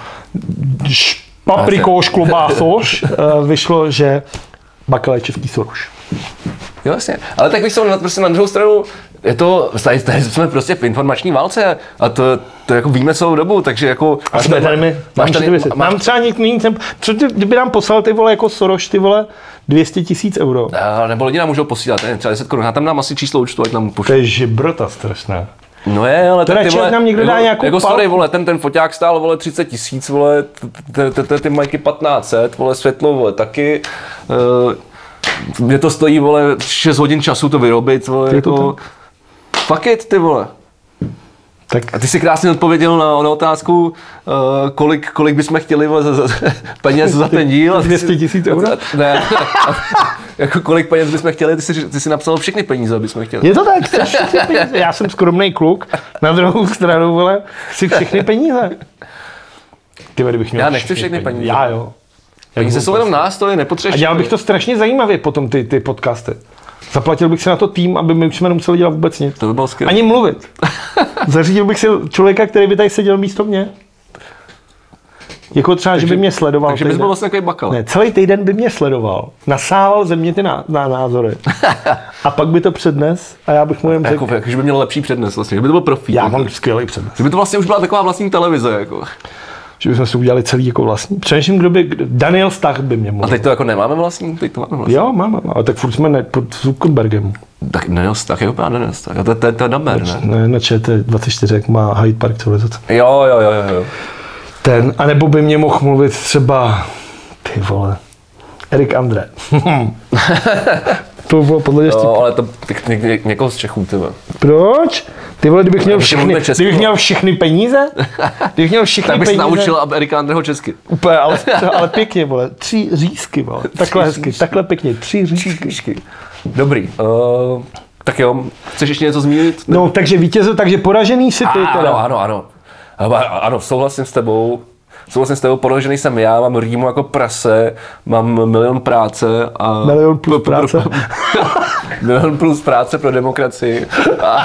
[SPEAKER 2] Paprikoš, klobásoš, vyšlo, že Bakala je český Soros.
[SPEAKER 1] Jo, vlastně. Ale tak víš, na, prostě na druhou stranu, je to, tady, tady jsme prostě v informační válce a to, to jako víme celou dobu, takže jako...
[SPEAKER 2] A jsme tady my, máš tady, máš, mám třeba někdy, co ty, kdyby nám poslal ty vole jako Soros, ty vole, dvě stě tisíc euro.
[SPEAKER 1] A, nebo lidi nám můžou posílat, ne, třeba deset korun, já tam dám asi číslo účtu, ať nám pošlu.
[SPEAKER 2] To je žibrota strašná.
[SPEAKER 1] No je, ale
[SPEAKER 2] tak ty vole, nám někdo dá
[SPEAKER 1] jako,
[SPEAKER 2] nějakou
[SPEAKER 1] jako
[SPEAKER 2] pal...
[SPEAKER 1] sorry, vole, ten, ten foťák stál, vole, třicet tisíc, vole, ty majky patnáct set, vole, světlo, vole, taky. Uh, mě to stojí, vole, šest hodin času to vyrobit, vole, jako... Fuck it, ty vole. Tak. A ty si krásně odpověděl na, na otázku, uh, kolik, kolik bychom chtěli za, za, peněz za ten díl.
[SPEAKER 2] dvě stě tisíc euro?
[SPEAKER 1] Ne, jako kolik peněz bychom chtěli, ty jsi, ty jsi napsal všechny peníze, bychom chtěli.
[SPEAKER 2] Je to tak, všechny peníze. Já jsem skromnej kluk, na druhou stranu, vole, chci všechny peníze. Ty, kdybych měl
[SPEAKER 1] Já nechci všechny peníze. peníze.
[SPEAKER 2] Já jo.
[SPEAKER 1] Peníze jsou jenom nástroj, nepotřebuješ.
[SPEAKER 2] A dělal bych to strašně zajímavě potom ty, ty podcasty. Zaplatil bych si na to tým, aby my už jsme nemuseli dělat vůbec nic.
[SPEAKER 1] To by bylo skvělé.
[SPEAKER 2] Ani mluvit. Zařídil bych si člověka, který by tady seděl místo mě. Jako třeba, takže, že by mě sledoval.
[SPEAKER 1] Takže bys byl vlastně takový Bakal.
[SPEAKER 2] Ne, celý týden by mě sledoval. Nasával ze mě ty ná, ná, názory. A pak by to přednes a já bych mu jen
[SPEAKER 1] řekl. Jako, že by měl lepší přednes vlastně, že by to byl profík.
[SPEAKER 2] Já mám skvělý přednes.
[SPEAKER 1] Že by to vlastně už byla taková vlastní televize. Jako.
[SPEAKER 2] Že bychom si udělali celý jako vlastní. Přemýšlím, kdo by, Daniel Stach by mě mohl.
[SPEAKER 1] A teď to jako nemáme vlastní? Teď to máme vlastní.
[SPEAKER 2] Jo, máme, ale tak furt jsme ne, pod Zuckerbergem.
[SPEAKER 1] Tak Daniel Stach je úplně Daniel Stach. To, to, to je Damer, ne?
[SPEAKER 2] Ne, na Č T dvacet čtyři, jak má Hyde Park civilizace.
[SPEAKER 1] Jo, jo, jo, jo.
[SPEAKER 2] Ten, anebo by mě mohl mluvit třeba, ty vole, Erik André. To bylo podle mě
[SPEAKER 1] Jo, ale to ně, ně, někoho z Čechů, ty vole.
[SPEAKER 2] Proč? Ty vole, kdybych měl všechny, kdybych měl všechny peníze, kdybych měl všechny
[SPEAKER 1] tak bys
[SPEAKER 2] peníze.
[SPEAKER 1] naučil Erika Andreho česky.
[SPEAKER 2] Úplně, ale, ale pěkně, vole, tři řízky, vole, takhle hezky, takhle pěkně, tři řízky.
[SPEAKER 1] Dobrý, uh, tak jo, chceš ještě něco zmínit?
[SPEAKER 2] No, takže vítězil, takže poražený si ty
[SPEAKER 1] A,
[SPEAKER 2] teda.
[SPEAKER 1] Ano, ano, ano, ano, souhlasím s tebou. Souhlasím s tebou, poražený jsem já, mám rýmu jako prase, mám milion práce a...
[SPEAKER 2] Milion plus práce.
[SPEAKER 1] Milion plus práce pro demokracii. A,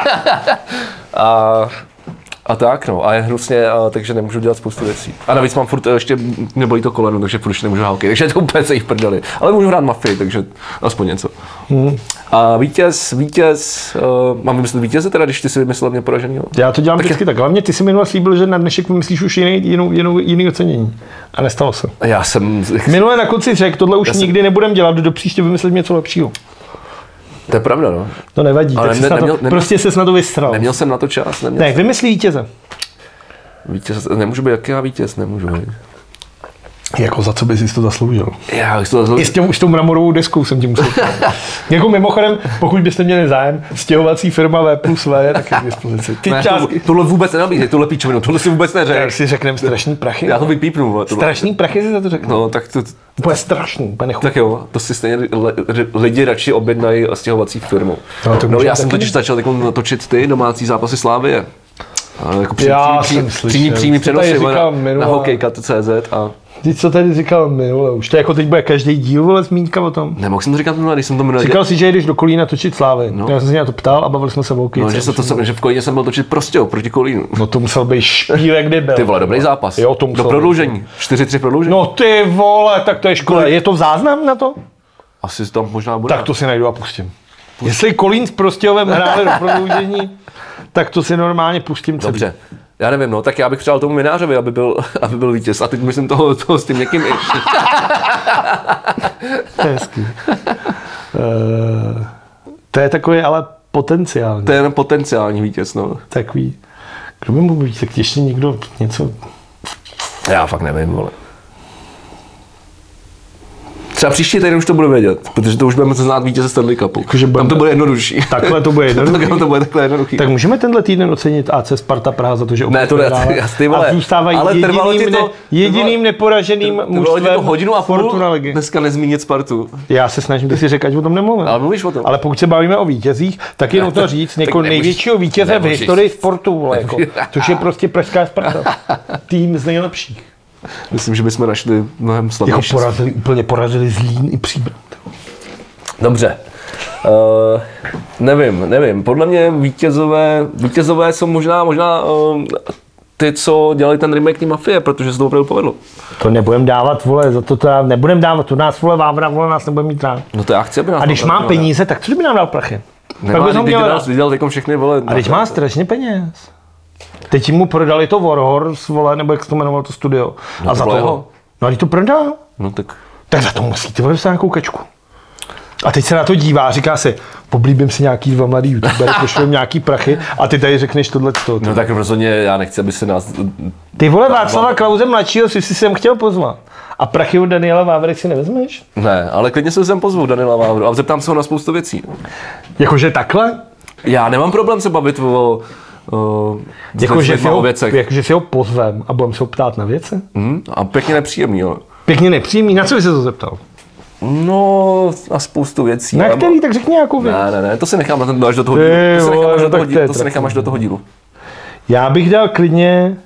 [SPEAKER 1] a, a tak no, a je hnusně, a, takže nemůžu dělat spoustu věcí. A navíc mám furt, ještě nebolí to koleno, takže furt nemůžu hokej, takže je to úplně se jich prdeli. Ale můžu hrát mafii, takže aspoň něco. Hmm. A vítěz, vítěz, uh, mám vymyslet vítěze teda, když ty si vymyslel mě poraženýho?
[SPEAKER 2] Já to dělám tak vždycky je... tak, hlavně ty si minule slíbil, že na dnešek vymyslíš už jiný, jinou, jinou, jiný ocenění. A nestalo se.
[SPEAKER 1] Já jsem...
[SPEAKER 2] Minule na konci řekl, tohle už
[SPEAKER 1] Já
[SPEAKER 2] nikdy
[SPEAKER 1] jsem...
[SPEAKER 2] nebudem dělat, do příště vymyslet něco lepšího.
[SPEAKER 1] To je pravda, no.
[SPEAKER 2] To nevadí,
[SPEAKER 1] ale
[SPEAKER 2] tak
[SPEAKER 1] neměl,
[SPEAKER 2] na to,
[SPEAKER 1] neměl, neměl,
[SPEAKER 2] prostě ses na to vystral.
[SPEAKER 1] Neměl jsem na to čas. Neměl
[SPEAKER 2] ne,
[SPEAKER 1] jsem...
[SPEAKER 2] vymyslí vítěze.
[SPEAKER 1] Vítěz, nemůžu být, jaký já vítěz, nemůžu být.
[SPEAKER 2] Jako za co bys si to zasloužil?
[SPEAKER 1] Já bych to zasloužil.
[SPEAKER 2] I s, těm, s tou mramorovou deskou jsem ti musel. Jako mimochodem, pokud byste měli zájem, stěhovací firma V plus V je taky k dispozici. Ty
[SPEAKER 1] Ne,
[SPEAKER 2] částky.
[SPEAKER 1] to, tohle vůbec nenabízí, tohle píčovinu, tohle si vůbec neřekl.
[SPEAKER 2] Tak si řekneme strašný prachy.
[SPEAKER 1] Já to vypípnu. Tohle.
[SPEAKER 2] Strašný prachy si za to řeknu.
[SPEAKER 1] No, tak to,
[SPEAKER 2] Úplně strašný, úplně nechutný.
[SPEAKER 1] tak jo, to si stejně li- lidi radši objednají stěhovací firmou.
[SPEAKER 2] No, to
[SPEAKER 1] No,
[SPEAKER 2] může
[SPEAKER 1] já jsem
[SPEAKER 2] taky
[SPEAKER 1] totiž začal jako natočit ty domácí zápasy Slávie. A jako pří,
[SPEAKER 2] Já
[SPEAKER 1] pří,
[SPEAKER 2] jsem
[SPEAKER 1] pří,
[SPEAKER 2] slyšel.
[SPEAKER 1] přímý, přímý
[SPEAKER 2] Co tady
[SPEAKER 1] přenosy vole,
[SPEAKER 2] říkal
[SPEAKER 1] na,
[SPEAKER 2] minule?
[SPEAKER 1] na hokejka tečka cé zet a
[SPEAKER 2] Ty co tady říkal minule, už to jako teď bude každý díl, vole, zmínka o tom.
[SPEAKER 1] nemohl jsem to říkat minule, když jsem to minule
[SPEAKER 2] Říkal si, že jdeš do Kolína točit Slávy.
[SPEAKER 1] No.
[SPEAKER 2] Já jsem se na to ptal a bavili jsme se o hokejce.
[SPEAKER 1] no, že, se to, jsem, že v Kolíně jsem byl točit prostě proti Kolínu.
[SPEAKER 2] No to musel být špílek, kdy byl.
[SPEAKER 1] Ty vole, dobrý zápas.
[SPEAKER 2] Jo, to musel
[SPEAKER 1] do prodloužení. čtyři tři prodloužení.
[SPEAKER 2] No ty vole, tak to je škoda. Je to záznam na to?
[SPEAKER 1] Asi tam možná bude.
[SPEAKER 2] Tak to si najdu a pustím. Jestli Kolín s Prostějovem hráli do prodloužení, tak to si normálně pustím celý.
[SPEAKER 1] Dobře. Já nevím, no, tak já bych přál tomu Minářovi, aby byl, aby byl vítěz. A teď myslím toho, toho s tím někým i.
[SPEAKER 2] To je hezký. uh, to je takový ale potenciální.
[SPEAKER 1] To je jen potenciální vítěz, no.
[SPEAKER 2] Takový. Kdo by mohl být? Tak ještě někdo něco...
[SPEAKER 1] Já fakt nevím, vole. Třeba příští týden už to budu vědět, protože to už budeme znát vítěze Stanley Cupu.
[SPEAKER 2] Jakože budeme-
[SPEAKER 1] Tam to bude jednodušší.
[SPEAKER 2] Takhle to bude jednoduchý.
[SPEAKER 1] Tam to bude takhle jednoduchý.
[SPEAKER 2] Tak můžeme tenhle týden ocenit A C Sparta Praha za to, že
[SPEAKER 1] Ne, to ne,
[SPEAKER 2] opět vyhrála
[SPEAKER 1] ty vole,
[SPEAKER 2] a zůstávají
[SPEAKER 1] ale trvalo
[SPEAKER 2] jediným,
[SPEAKER 1] ti to-
[SPEAKER 2] ne, jediným neporaženým
[SPEAKER 1] To bylo to
[SPEAKER 2] mužstvem
[SPEAKER 1] hodinu a půl
[SPEAKER 2] Fortuna ligy.
[SPEAKER 1] dneska nezmínit Spartu.
[SPEAKER 2] Já se snažím, ty si řekl, ať o tom nemluvím.
[SPEAKER 1] Ale mluvíš o tom.
[SPEAKER 2] Ale pokud se bavíme o vítězích, tak jenom to říct, jako
[SPEAKER 1] nemůžeš-
[SPEAKER 2] největšího vítěze v
[SPEAKER 1] nemůžeš.
[SPEAKER 2] historii sportu, vole, jako, což je prostě pražská Sparta. Tým z nejlepších.
[SPEAKER 1] Myslím, že bychom našli mnohem
[SPEAKER 2] Jako
[SPEAKER 1] slavnější.
[SPEAKER 2] porazili, úplně porazili Zlín i Příbram.
[SPEAKER 1] Dobře. Uh, nevím, nevím. Podle mě vítězové, vítězové jsou možná, možná uh, ty, co dělali ten remake té Mafie, protože se to opravdu povedlo.
[SPEAKER 2] To nebudem dávat, vole, za to teda nebudem dávat, to nás, vole, Vávra, vole, nás nebude mít rád.
[SPEAKER 1] No to já chci, aby nás
[SPEAKER 2] A když
[SPEAKER 1] to
[SPEAKER 2] má
[SPEAKER 1] opravdu
[SPEAKER 2] peníze, tak co kdyby nám dal prachy?
[SPEAKER 1] Nemá,
[SPEAKER 2] Tak bys ho
[SPEAKER 1] teď
[SPEAKER 2] měl
[SPEAKER 1] by
[SPEAKER 2] rád.
[SPEAKER 1] nás viděl teďkom všechny, vole.
[SPEAKER 2] A když má strašně peněz. Teď mu prodali to Warhorse, vole, nebo jak se to jmenovalo to studio.
[SPEAKER 1] No
[SPEAKER 2] a
[SPEAKER 1] to
[SPEAKER 2] za
[SPEAKER 1] bylo
[SPEAKER 2] to,
[SPEAKER 1] jeho.
[SPEAKER 2] no a když to prodal,
[SPEAKER 1] No tak.
[SPEAKER 2] tak za to musíte vole dostat nějakou kačku. A teď se na to dívá a říká si, poblíbím si nějaký dva mladý youtubery, pošlu jim nějaký prachy a ty tady řekneš tohle to.
[SPEAKER 1] No tak rozhodně já nechci, aby se nás...
[SPEAKER 2] Ty vole Václava Klause mladšího si si sem chtěl pozvat. A prachy od Daniela Vávry si nevezmeš?
[SPEAKER 1] Ne, ale klidně se sem pozvu Daniela Vávru a zeptám se ho na spoustu věcí.
[SPEAKER 2] Jakože takhle?
[SPEAKER 1] Já nemám problém se bavit o... o
[SPEAKER 2] Jakože si,
[SPEAKER 1] o
[SPEAKER 2] ho,
[SPEAKER 1] věcech.
[SPEAKER 2] jakože si ho pozvem a budeme se ho ptát na věci?
[SPEAKER 1] Hm? A pěkně nepříjemný, jo.
[SPEAKER 2] Pěkně nepříjemný, na co jsi se to zeptal?
[SPEAKER 1] No, a spoustu věcí.
[SPEAKER 2] Na
[SPEAKER 1] ale-
[SPEAKER 2] který, tak řekni nějakou věc.
[SPEAKER 1] Ne, ne, ne, to si nechám na ten, až do toho
[SPEAKER 2] Ty
[SPEAKER 1] dílu. To si nechám
[SPEAKER 2] vole,
[SPEAKER 1] až do
[SPEAKER 2] tak
[SPEAKER 1] toho
[SPEAKER 2] to
[SPEAKER 1] dílu.
[SPEAKER 2] je
[SPEAKER 1] To si
[SPEAKER 2] trapný.
[SPEAKER 1] nechám až do toho dílu.
[SPEAKER 2] Já bych dal klidně...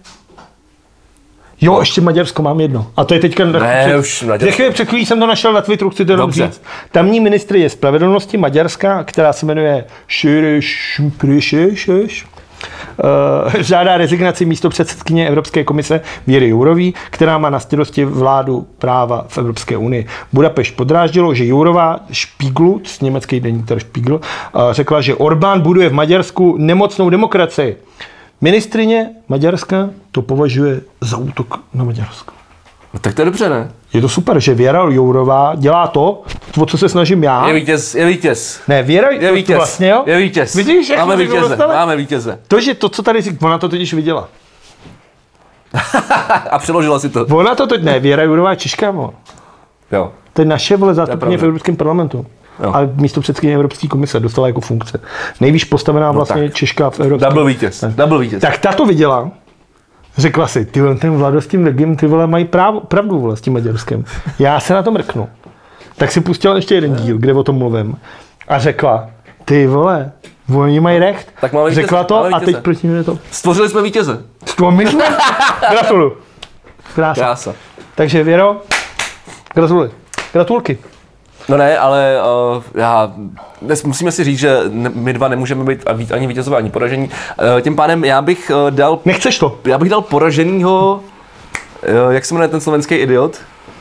[SPEAKER 2] Jo, ještě Maďarsko mám jedno. A to je teďka...
[SPEAKER 1] Ne, už Maďarsko.
[SPEAKER 2] Za chvíli před chvílí jsem to našel na Twitteru, chci to jenom
[SPEAKER 1] Dobře.
[SPEAKER 2] říct. Tamní ministryně spravedlnosti Maďarska, která se jmenuje Šereš Prišešeš, Uh, žádá rezignaci místo předsedkyně Evropské komise Věry Jourový, která má na starosti vládu práva v Evropské unii. Budapešť podráždilo, že Jourová Špíglu, z německý deník teda Špígl, uh, řekla, že Orbán buduje v Maďarsku nemocnou demokracii. Ministrině Maďarska to považuje za útok na Maďarsko.
[SPEAKER 1] No, tak to je dobře, ne?
[SPEAKER 2] Je to super, že Věra Jourová dělá to, o co se snažím já.
[SPEAKER 1] Je vítěz, je vítěz.
[SPEAKER 2] Ne, Věra
[SPEAKER 1] Je
[SPEAKER 2] to,
[SPEAKER 1] vítěz.
[SPEAKER 2] to vlastně, jo?
[SPEAKER 1] Je vítěz.
[SPEAKER 2] Vidíš, jak
[SPEAKER 1] máme
[SPEAKER 2] jsme si to
[SPEAKER 1] vítěze,
[SPEAKER 2] dostali?
[SPEAKER 1] máme vítěze.
[SPEAKER 2] To, že to, co tady říká, ona to totiž viděla.
[SPEAKER 1] A přeložila si to.
[SPEAKER 2] Ona to teď ne, Věra Jourová je Češka, mo.
[SPEAKER 1] Jo.
[SPEAKER 2] To je naše vole zástupkyně v
[SPEAKER 1] pravda.
[SPEAKER 2] Evropském parlamentu.
[SPEAKER 1] Jo.
[SPEAKER 2] Ale místo předsedkyně Evropské komise dostala jako funkce. Nejvíš postavená vlastně
[SPEAKER 1] tak.
[SPEAKER 2] Češka v Evropské.
[SPEAKER 1] Double vítěz. Double vítěz.
[SPEAKER 2] Tak ta to viděla. Řekla si, ty vole, ten Vlado s tím Regim, ty vole, mají právo, pravdu vole, s tím Maďarskem. Já se na to mrknu. Tak si pustila ještě jeden díl, kde o tom mluvím. A řekla, ty vole, oni mají recht.
[SPEAKER 1] Tak máme vítěze,
[SPEAKER 2] Řekla to
[SPEAKER 1] máme
[SPEAKER 2] a
[SPEAKER 1] vítěze.
[SPEAKER 2] teď proti mě to.
[SPEAKER 1] Stvořili jsme vítěze.
[SPEAKER 2] To my jsme? Gratuluju. Krása.
[SPEAKER 1] Krása.
[SPEAKER 2] Takže Věro, gratuluji. Gratulky.
[SPEAKER 1] No ne, ale uh, já, dnes musíme si říct, že ne, my dva nemůžeme být a vít- ani vítězové, ani poražení. Uh, tím pádem já bych uh, dal,
[SPEAKER 2] Nechceš to?
[SPEAKER 1] já bych dal poraženýho, uh, jak se jmenuje ten slovenský idiot?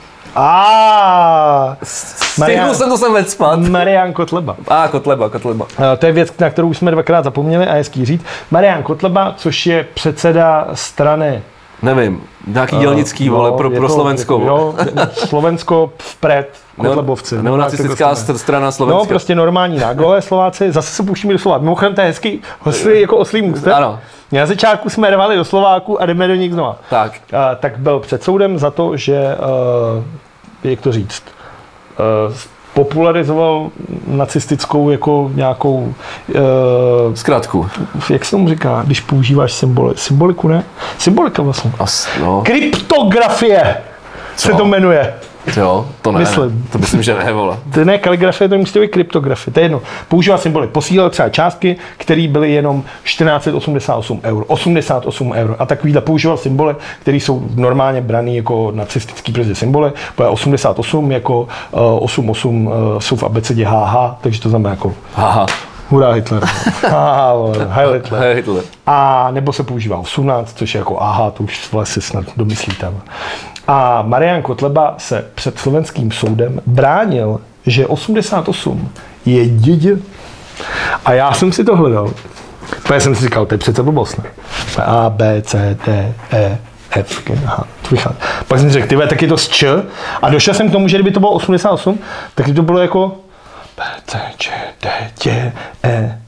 [SPEAKER 2] A
[SPEAKER 1] Stihnul jsem to sem vecpat.
[SPEAKER 2] Marián Kotleba.
[SPEAKER 1] A, Kotleba, Kotleba.
[SPEAKER 2] Eh, To je věc, na kterou už jsme dvakrát zapomněli a je hezký říct. Marián Kotleba, což je předseda strany
[SPEAKER 1] Nevím, nějaký dělnický, vole, pro, pro
[SPEAKER 2] to,
[SPEAKER 1] Slovensko.
[SPEAKER 2] Jo, Slovensko vpred, Kotlebovci.
[SPEAKER 1] Neonacistická strana Slovenska.
[SPEAKER 2] No, prostě normální náglové Slováci, zase se pouštíme do Slováků. Mimochodem, to je hezký, oslý, jako oslý můstek.
[SPEAKER 1] Ano.
[SPEAKER 2] Na začátku jsme rvali do Slováků a jdeme do nich znova.
[SPEAKER 1] Tak.
[SPEAKER 2] A, tak byl před soudem za to, že, uh, jak to říct, uh, popularizoval nacistickou jako nějakou... Uh,
[SPEAKER 1] Zkrátku.
[SPEAKER 2] Jak se tomu říká, když používáš symboly? Symboliku, ne? Symbolika vlastně.
[SPEAKER 1] As, no.
[SPEAKER 2] Kryptografie se to jmenuje.
[SPEAKER 1] Jo, to ne,
[SPEAKER 2] Myslím.
[SPEAKER 1] ne. To myslím, že ne, vole.
[SPEAKER 2] To ne kaligrafie, to musí být kryptografie, to je jedno. Používá symboly. Posílal třeba částky, které byly jenom čtrnáct set osmdesát osm eur, osmdesát osm eur a takovýhle používal symboly, které jsou normálně braný jako nacistický prostě symboly. osmdesát osm jako uh, osm osm uh, jsou v abecedě H H, takže to znamená jako
[SPEAKER 1] Haha.
[SPEAKER 2] hurá Hitler. Haha, Heil Hitler.
[SPEAKER 1] Heil Hitler.
[SPEAKER 2] A nebo se používá osmnáct, což je jako aha, to už si snad domyslíte. A Marian Kotleba se před slovenským soudem bránil, že osmdesát osm je dědě. A já jsem si to hledal. Protože jsem si říkal, to je přece blbost, ne? A, B, C, D, E, F, G, aha, to vychází. Pak jsem si řekl, tyhle, tak je to z Č. A došel jsem k tomu, že kdyby to bylo osmdesát osm, tak by to bylo jako B, C, Č, D, D, E,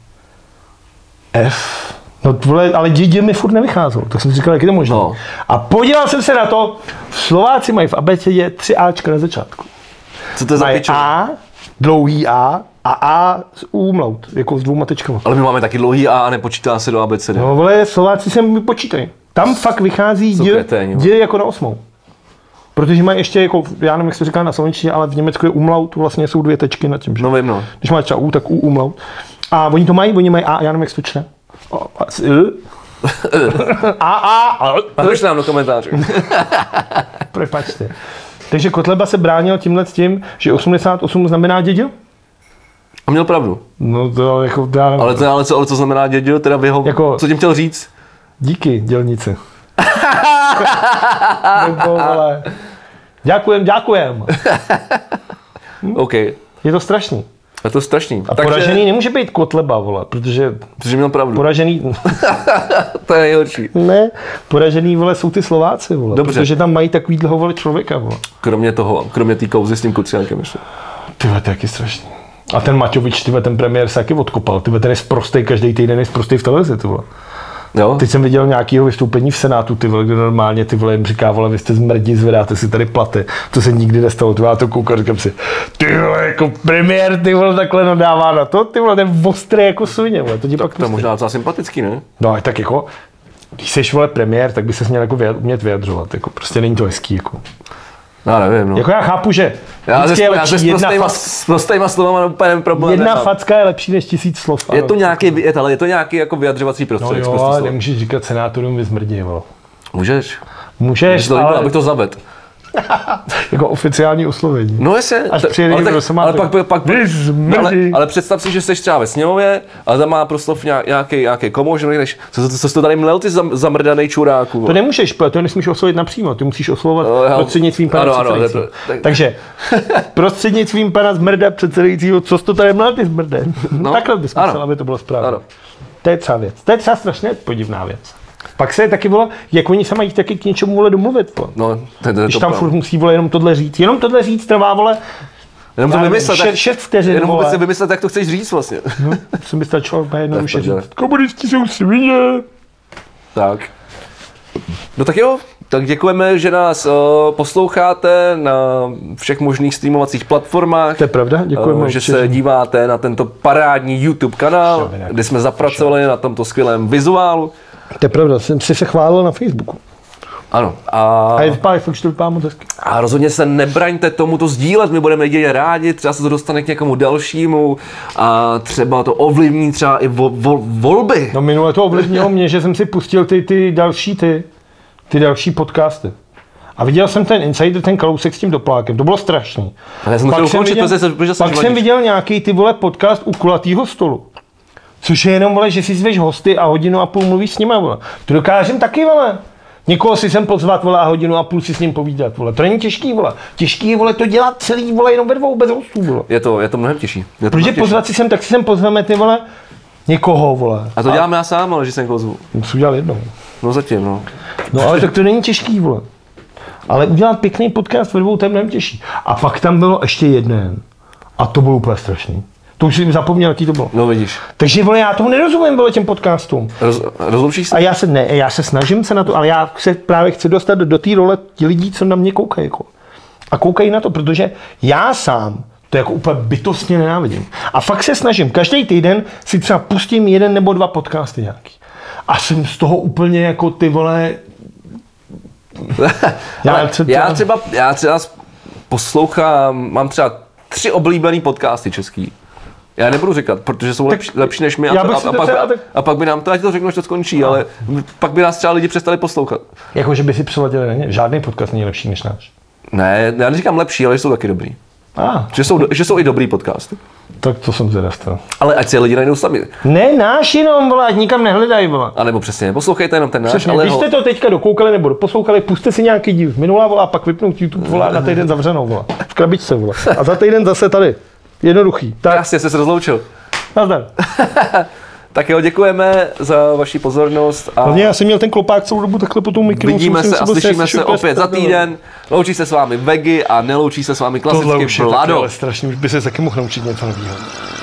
[SPEAKER 2] F. No vole, ale dědě mi furt nevycházelo, tak jsem si říkal, jak je to možné. No. A podíval jsem se na to, Slováci mají v abecedě tři Ačka na začátku.
[SPEAKER 1] Co to je za pičo?
[SPEAKER 2] A, dlouhý A a A s úmlaut, jako s dvouma tečkama.
[SPEAKER 1] Ale my máme taky dlouhý A a nepočítá se do abecedy.
[SPEAKER 2] No vole, Slováci se mi počítají. Tam fakt vychází dě, dě jako na osmou. Protože mají ještě, jako, já nevím, jak se říká na slovenštině, ale v Německu je umlaut, vlastně jsou dvě tečky nad tím. Že?
[SPEAKER 1] No vím, no.
[SPEAKER 2] Když máš třeba U, tak U umlaut. A oni to mají, oni mají A, já nevím, jak se to čte. A, A, A.
[SPEAKER 1] Napište nám do komentářů.
[SPEAKER 2] Prepačte. Takže Kotleba se bránil tímhle s tím, že osmdesát osm znamená dědil?
[SPEAKER 1] A měl pravdu.
[SPEAKER 2] No to jako... Já
[SPEAKER 1] ale, to, ale, co, ale co znamená dědil, teda v jeho...
[SPEAKER 2] Jako,
[SPEAKER 1] co tím chtěl říct?
[SPEAKER 2] Díky, dělnici. Nebo, ale... Děkujem, děkujem.
[SPEAKER 1] OK.
[SPEAKER 2] Je to strašný.
[SPEAKER 1] Je to strašný.
[SPEAKER 2] A
[SPEAKER 1] takže...
[SPEAKER 2] poražený nemůže být Kotleba, vole, protože...
[SPEAKER 1] Protože měl pravdu.
[SPEAKER 2] Poražený...
[SPEAKER 1] To je nejhorší.
[SPEAKER 2] Ne, poražený, vole, jsou ty Slováci, vole.
[SPEAKER 1] Dobře.
[SPEAKER 2] Protože tam mají takový dlouho, vole, člověka, vole.
[SPEAKER 1] Kromě toho, kromě té kauzy s tím Kuciánkem ještě.
[SPEAKER 2] Tyhle, to je taky strašný. A ten Maťovič, tyhle, ten premiér se taky odkopal. Tyhle, ten je sprostej, každý týden je sprostej v televizi, ty vole.
[SPEAKER 1] Jo?
[SPEAKER 2] Teď jsem viděl nějakého vystoupení v Senátu, ty vole, kde normálně ty vole jim říká, vole, vy jste zmrdí, zvedáte si tady platy. To se nikdy nestalo, ty já to koukám, říkám si, ty vole, jako premiér, ty vole, takhle nadává na to, ty vole, ten ostrý jako svině, vole, to ti pak
[SPEAKER 1] to je možná docela sympatický, ne?
[SPEAKER 2] No, tak jako, když jsi, vole, premiér, tak by ses měl jako vyjad, umět vyjadřovat, jako, prostě není to hezký, jako.
[SPEAKER 1] Já nevím, no.
[SPEAKER 2] Jako já chápu, že
[SPEAKER 1] já
[SPEAKER 2] vždycky je lepší jedna
[SPEAKER 1] prostejma,
[SPEAKER 2] fac...
[SPEAKER 1] s prostejma slovama úplně problém.
[SPEAKER 2] Jedna facka je lepší než tisíc slov.
[SPEAKER 1] Je to nějaký, je, ale je to nějaký jako vyjadřovací prostředek.
[SPEAKER 2] No jo, ale nemůžeš říkat senátorům vy zmrdí, vole.
[SPEAKER 1] Můžeš.
[SPEAKER 2] Můžeš,
[SPEAKER 1] to
[SPEAKER 2] ale...
[SPEAKER 1] líbilo, abych to zaved.
[SPEAKER 2] Jako oficiální oslovení.
[SPEAKER 1] No jestli,
[SPEAKER 2] až přijde
[SPEAKER 1] ale,
[SPEAKER 2] tak,
[SPEAKER 1] ale pak, pak, pak ale, ale představ si, že jsi třeba ve sněmově, ale tam má proslov nějaký, nějaký komouš, než co, co, co jsi to tady mlel, ty zam, zamrdanej čuráku.
[SPEAKER 2] To nemůžeš, to nesmíš oslovit napřímo, ty musíš oslovovat uh, prostřednictvím pana ano, předsedajícího. Ano, tak... Takže prostřednictvím pana zmrda předsedajícího, co jsi to tady mlel, ty zmrde? No, takhle bys musel, aby to bylo správně. To je třeba věc. To je třeba strašně podivná věc. Pak se taky vole, jak oni se mají taky k něčemu vole domluvit, po.
[SPEAKER 1] No, to, to,
[SPEAKER 2] když
[SPEAKER 1] to
[SPEAKER 2] tam furt musí vole jenom tohle říct. Jenom tohle říct trvá vole.
[SPEAKER 1] Jenom to vymyslet,
[SPEAKER 2] šest, šest vteřin,
[SPEAKER 1] jenom vůbec si vymyslet, jak to chceš říct vlastně.
[SPEAKER 2] No, jsem by stačilo jednoduše říct. Komunisti jsou svině.
[SPEAKER 1] Tak. No tak jo, tak děkujeme, že nás uh, posloucháte na všech možných streamovacích platformách.
[SPEAKER 2] To je pravda, děkujeme.
[SPEAKER 1] Uh, že se díváte na tento parádní YouTube kanál, kde jsme zapracovali na tomto skvělém vizuálu.
[SPEAKER 2] To je pravda, jsem si se chválil na Facebooku.
[SPEAKER 1] Ano. A,
[SPEAKER 2] a je vypadá, fakt, že to vypadá moc hezky.
[SPEAKER 1] A rozhodně se nebraňte tomuto sdílet, my budeme jedině rádi, třeba se to dostane k někomu dalšímu a třeba to ovlivní třeba i vo, vo, volby.
[SPEAKER 2] No minule to ovlivnilo mě, že jsem si pustil ty, ty další ty, ty další podcasty. A viděl jsem ten Insider, ten Kalousek s tím doplákem, to bylo strašný.
[SPEAKER 1] Ale já jsem pak jsem viděl,
[SPEAKER 2] viděl,
[SPEAKER 1] protože
[SPEAKER 2] pak jsem viděl nějaký ty vole podcast u kulatýho stolu. Což je jenom, vole, že si zveš hosty a hodinu a půl mluvíš s nima, vole. To dokážem taky, vole. Někoho si sem pozvat, vole, a hodinu a půl si s ním povídat, vole. To není těžký, vole. Těžký je, vole, to dělat celý, vole, jenom ve dvou, bez hostů, vole.
[SPEAKER 1] Je to, je to mnohem těžší. Je to
[SPEAKER 2] Protože
[SPEAKER 1] mnohem
[SPEAKER 2] pozvat si sem, tak si sem pozveme, ty, vole, někoho, vole.
[SPEAKER 1] A to dělám a... já sám, ale že jsem někoho zvu.
[SPEAKER 2] Musím udělat jednou.
[SPEAKER 1] No zatím, no.
[SPEAKER 2] No ale tak to není těžký, vole. Ale udělat pěkný podcast ve dvou, to je mnohem těžší. A pak tam bylo ještě jeden. A to bylo úplně strašný. To už jsem zapomněl, jaký to bylo.
[SPEAKER 1] No vidíš.
[SPEAKER 2] Takže vole, já tomu nerozumím, vole, těm podcastům.
[SPEAKER 1] Roz, rozloučíš se?
[SPEAKER 2] A já se, ne, já se snažím se na to, ale já se právě chci dostat do, do té role ti lidí, co na mě koukají. Jako. A koukají na to, protože já sám to jako úplně bytostně nenávidím. A fakt se snažím. Každý týden si třeba pustím jeden nebo dva podcasty nějaký. A jsem z toho úplně jako ty vole...
[SPEAKER 1] já, třeba, já, třeba, já třeba poslouchám, mám třeba tři oblíbený podcasty český. Já nebudu říkat, protože jsou lepší, lepší než my a, a, a, pak, a, a pak by nám to, ať to řeknu, až to skončí, no. Ale pak by nás třeba lidi přestali poslouchat.
[SPEAKER 2] Jako, že by si přiletěli, ne? Žádný podcast není lepší než náš.
[SPEAKER 1] Ne, já neříkám lepší, ale jsou taky dobrý.
[SPEAKER 2] Ah.
[SPEAKER 1] Že, jsou, že jsou i dobrý podcasty.
[SPEAKER 2] Tak to jsem zvědavstal.
[SPEAKER 1] Ale ať se lidi najdou sami.
[SPEAKER 2] Ne, náš jenom, vole, ať nikam nehledají, vole.
[SPEAKER 1] A nebo přesně, poslouchejte jenom ten náš.
[SPEAKER 2] Přesně,
[SPEAKER 1] ale
[SPEAKER 2] když jste to teďka dokoukali nebo poslouchali, puste si nějaký díl. Minulá, vole, a pak vypnout YouTube, vole, na týden zavřenou, vole. V krabičce, vole. A za týden zase tady. Jednoduchý.
[SPEAKER 1] Tak. Jasně, jsi se rozloučil.
[SPEAKER 2] Nazdar.
[SPEAKER 1] Tak jo, děkujeme za vaši pozornost. A
[SPEAKER 2] hlavně já jsem měl ten klopák celou dobu takhle po tom mikrofonu.
[SPEAKER 1] Vidíme se a slyšíme se opět za týden. Loučí se s vámi Vegy a neloučí se s vámi klasicky
[SPEAKER 2] Tohle už je
[SPEAKER 1] Vlado.
[SPEAKER 2] taky, ale strašně, už by se taky mohl naučit něco nového.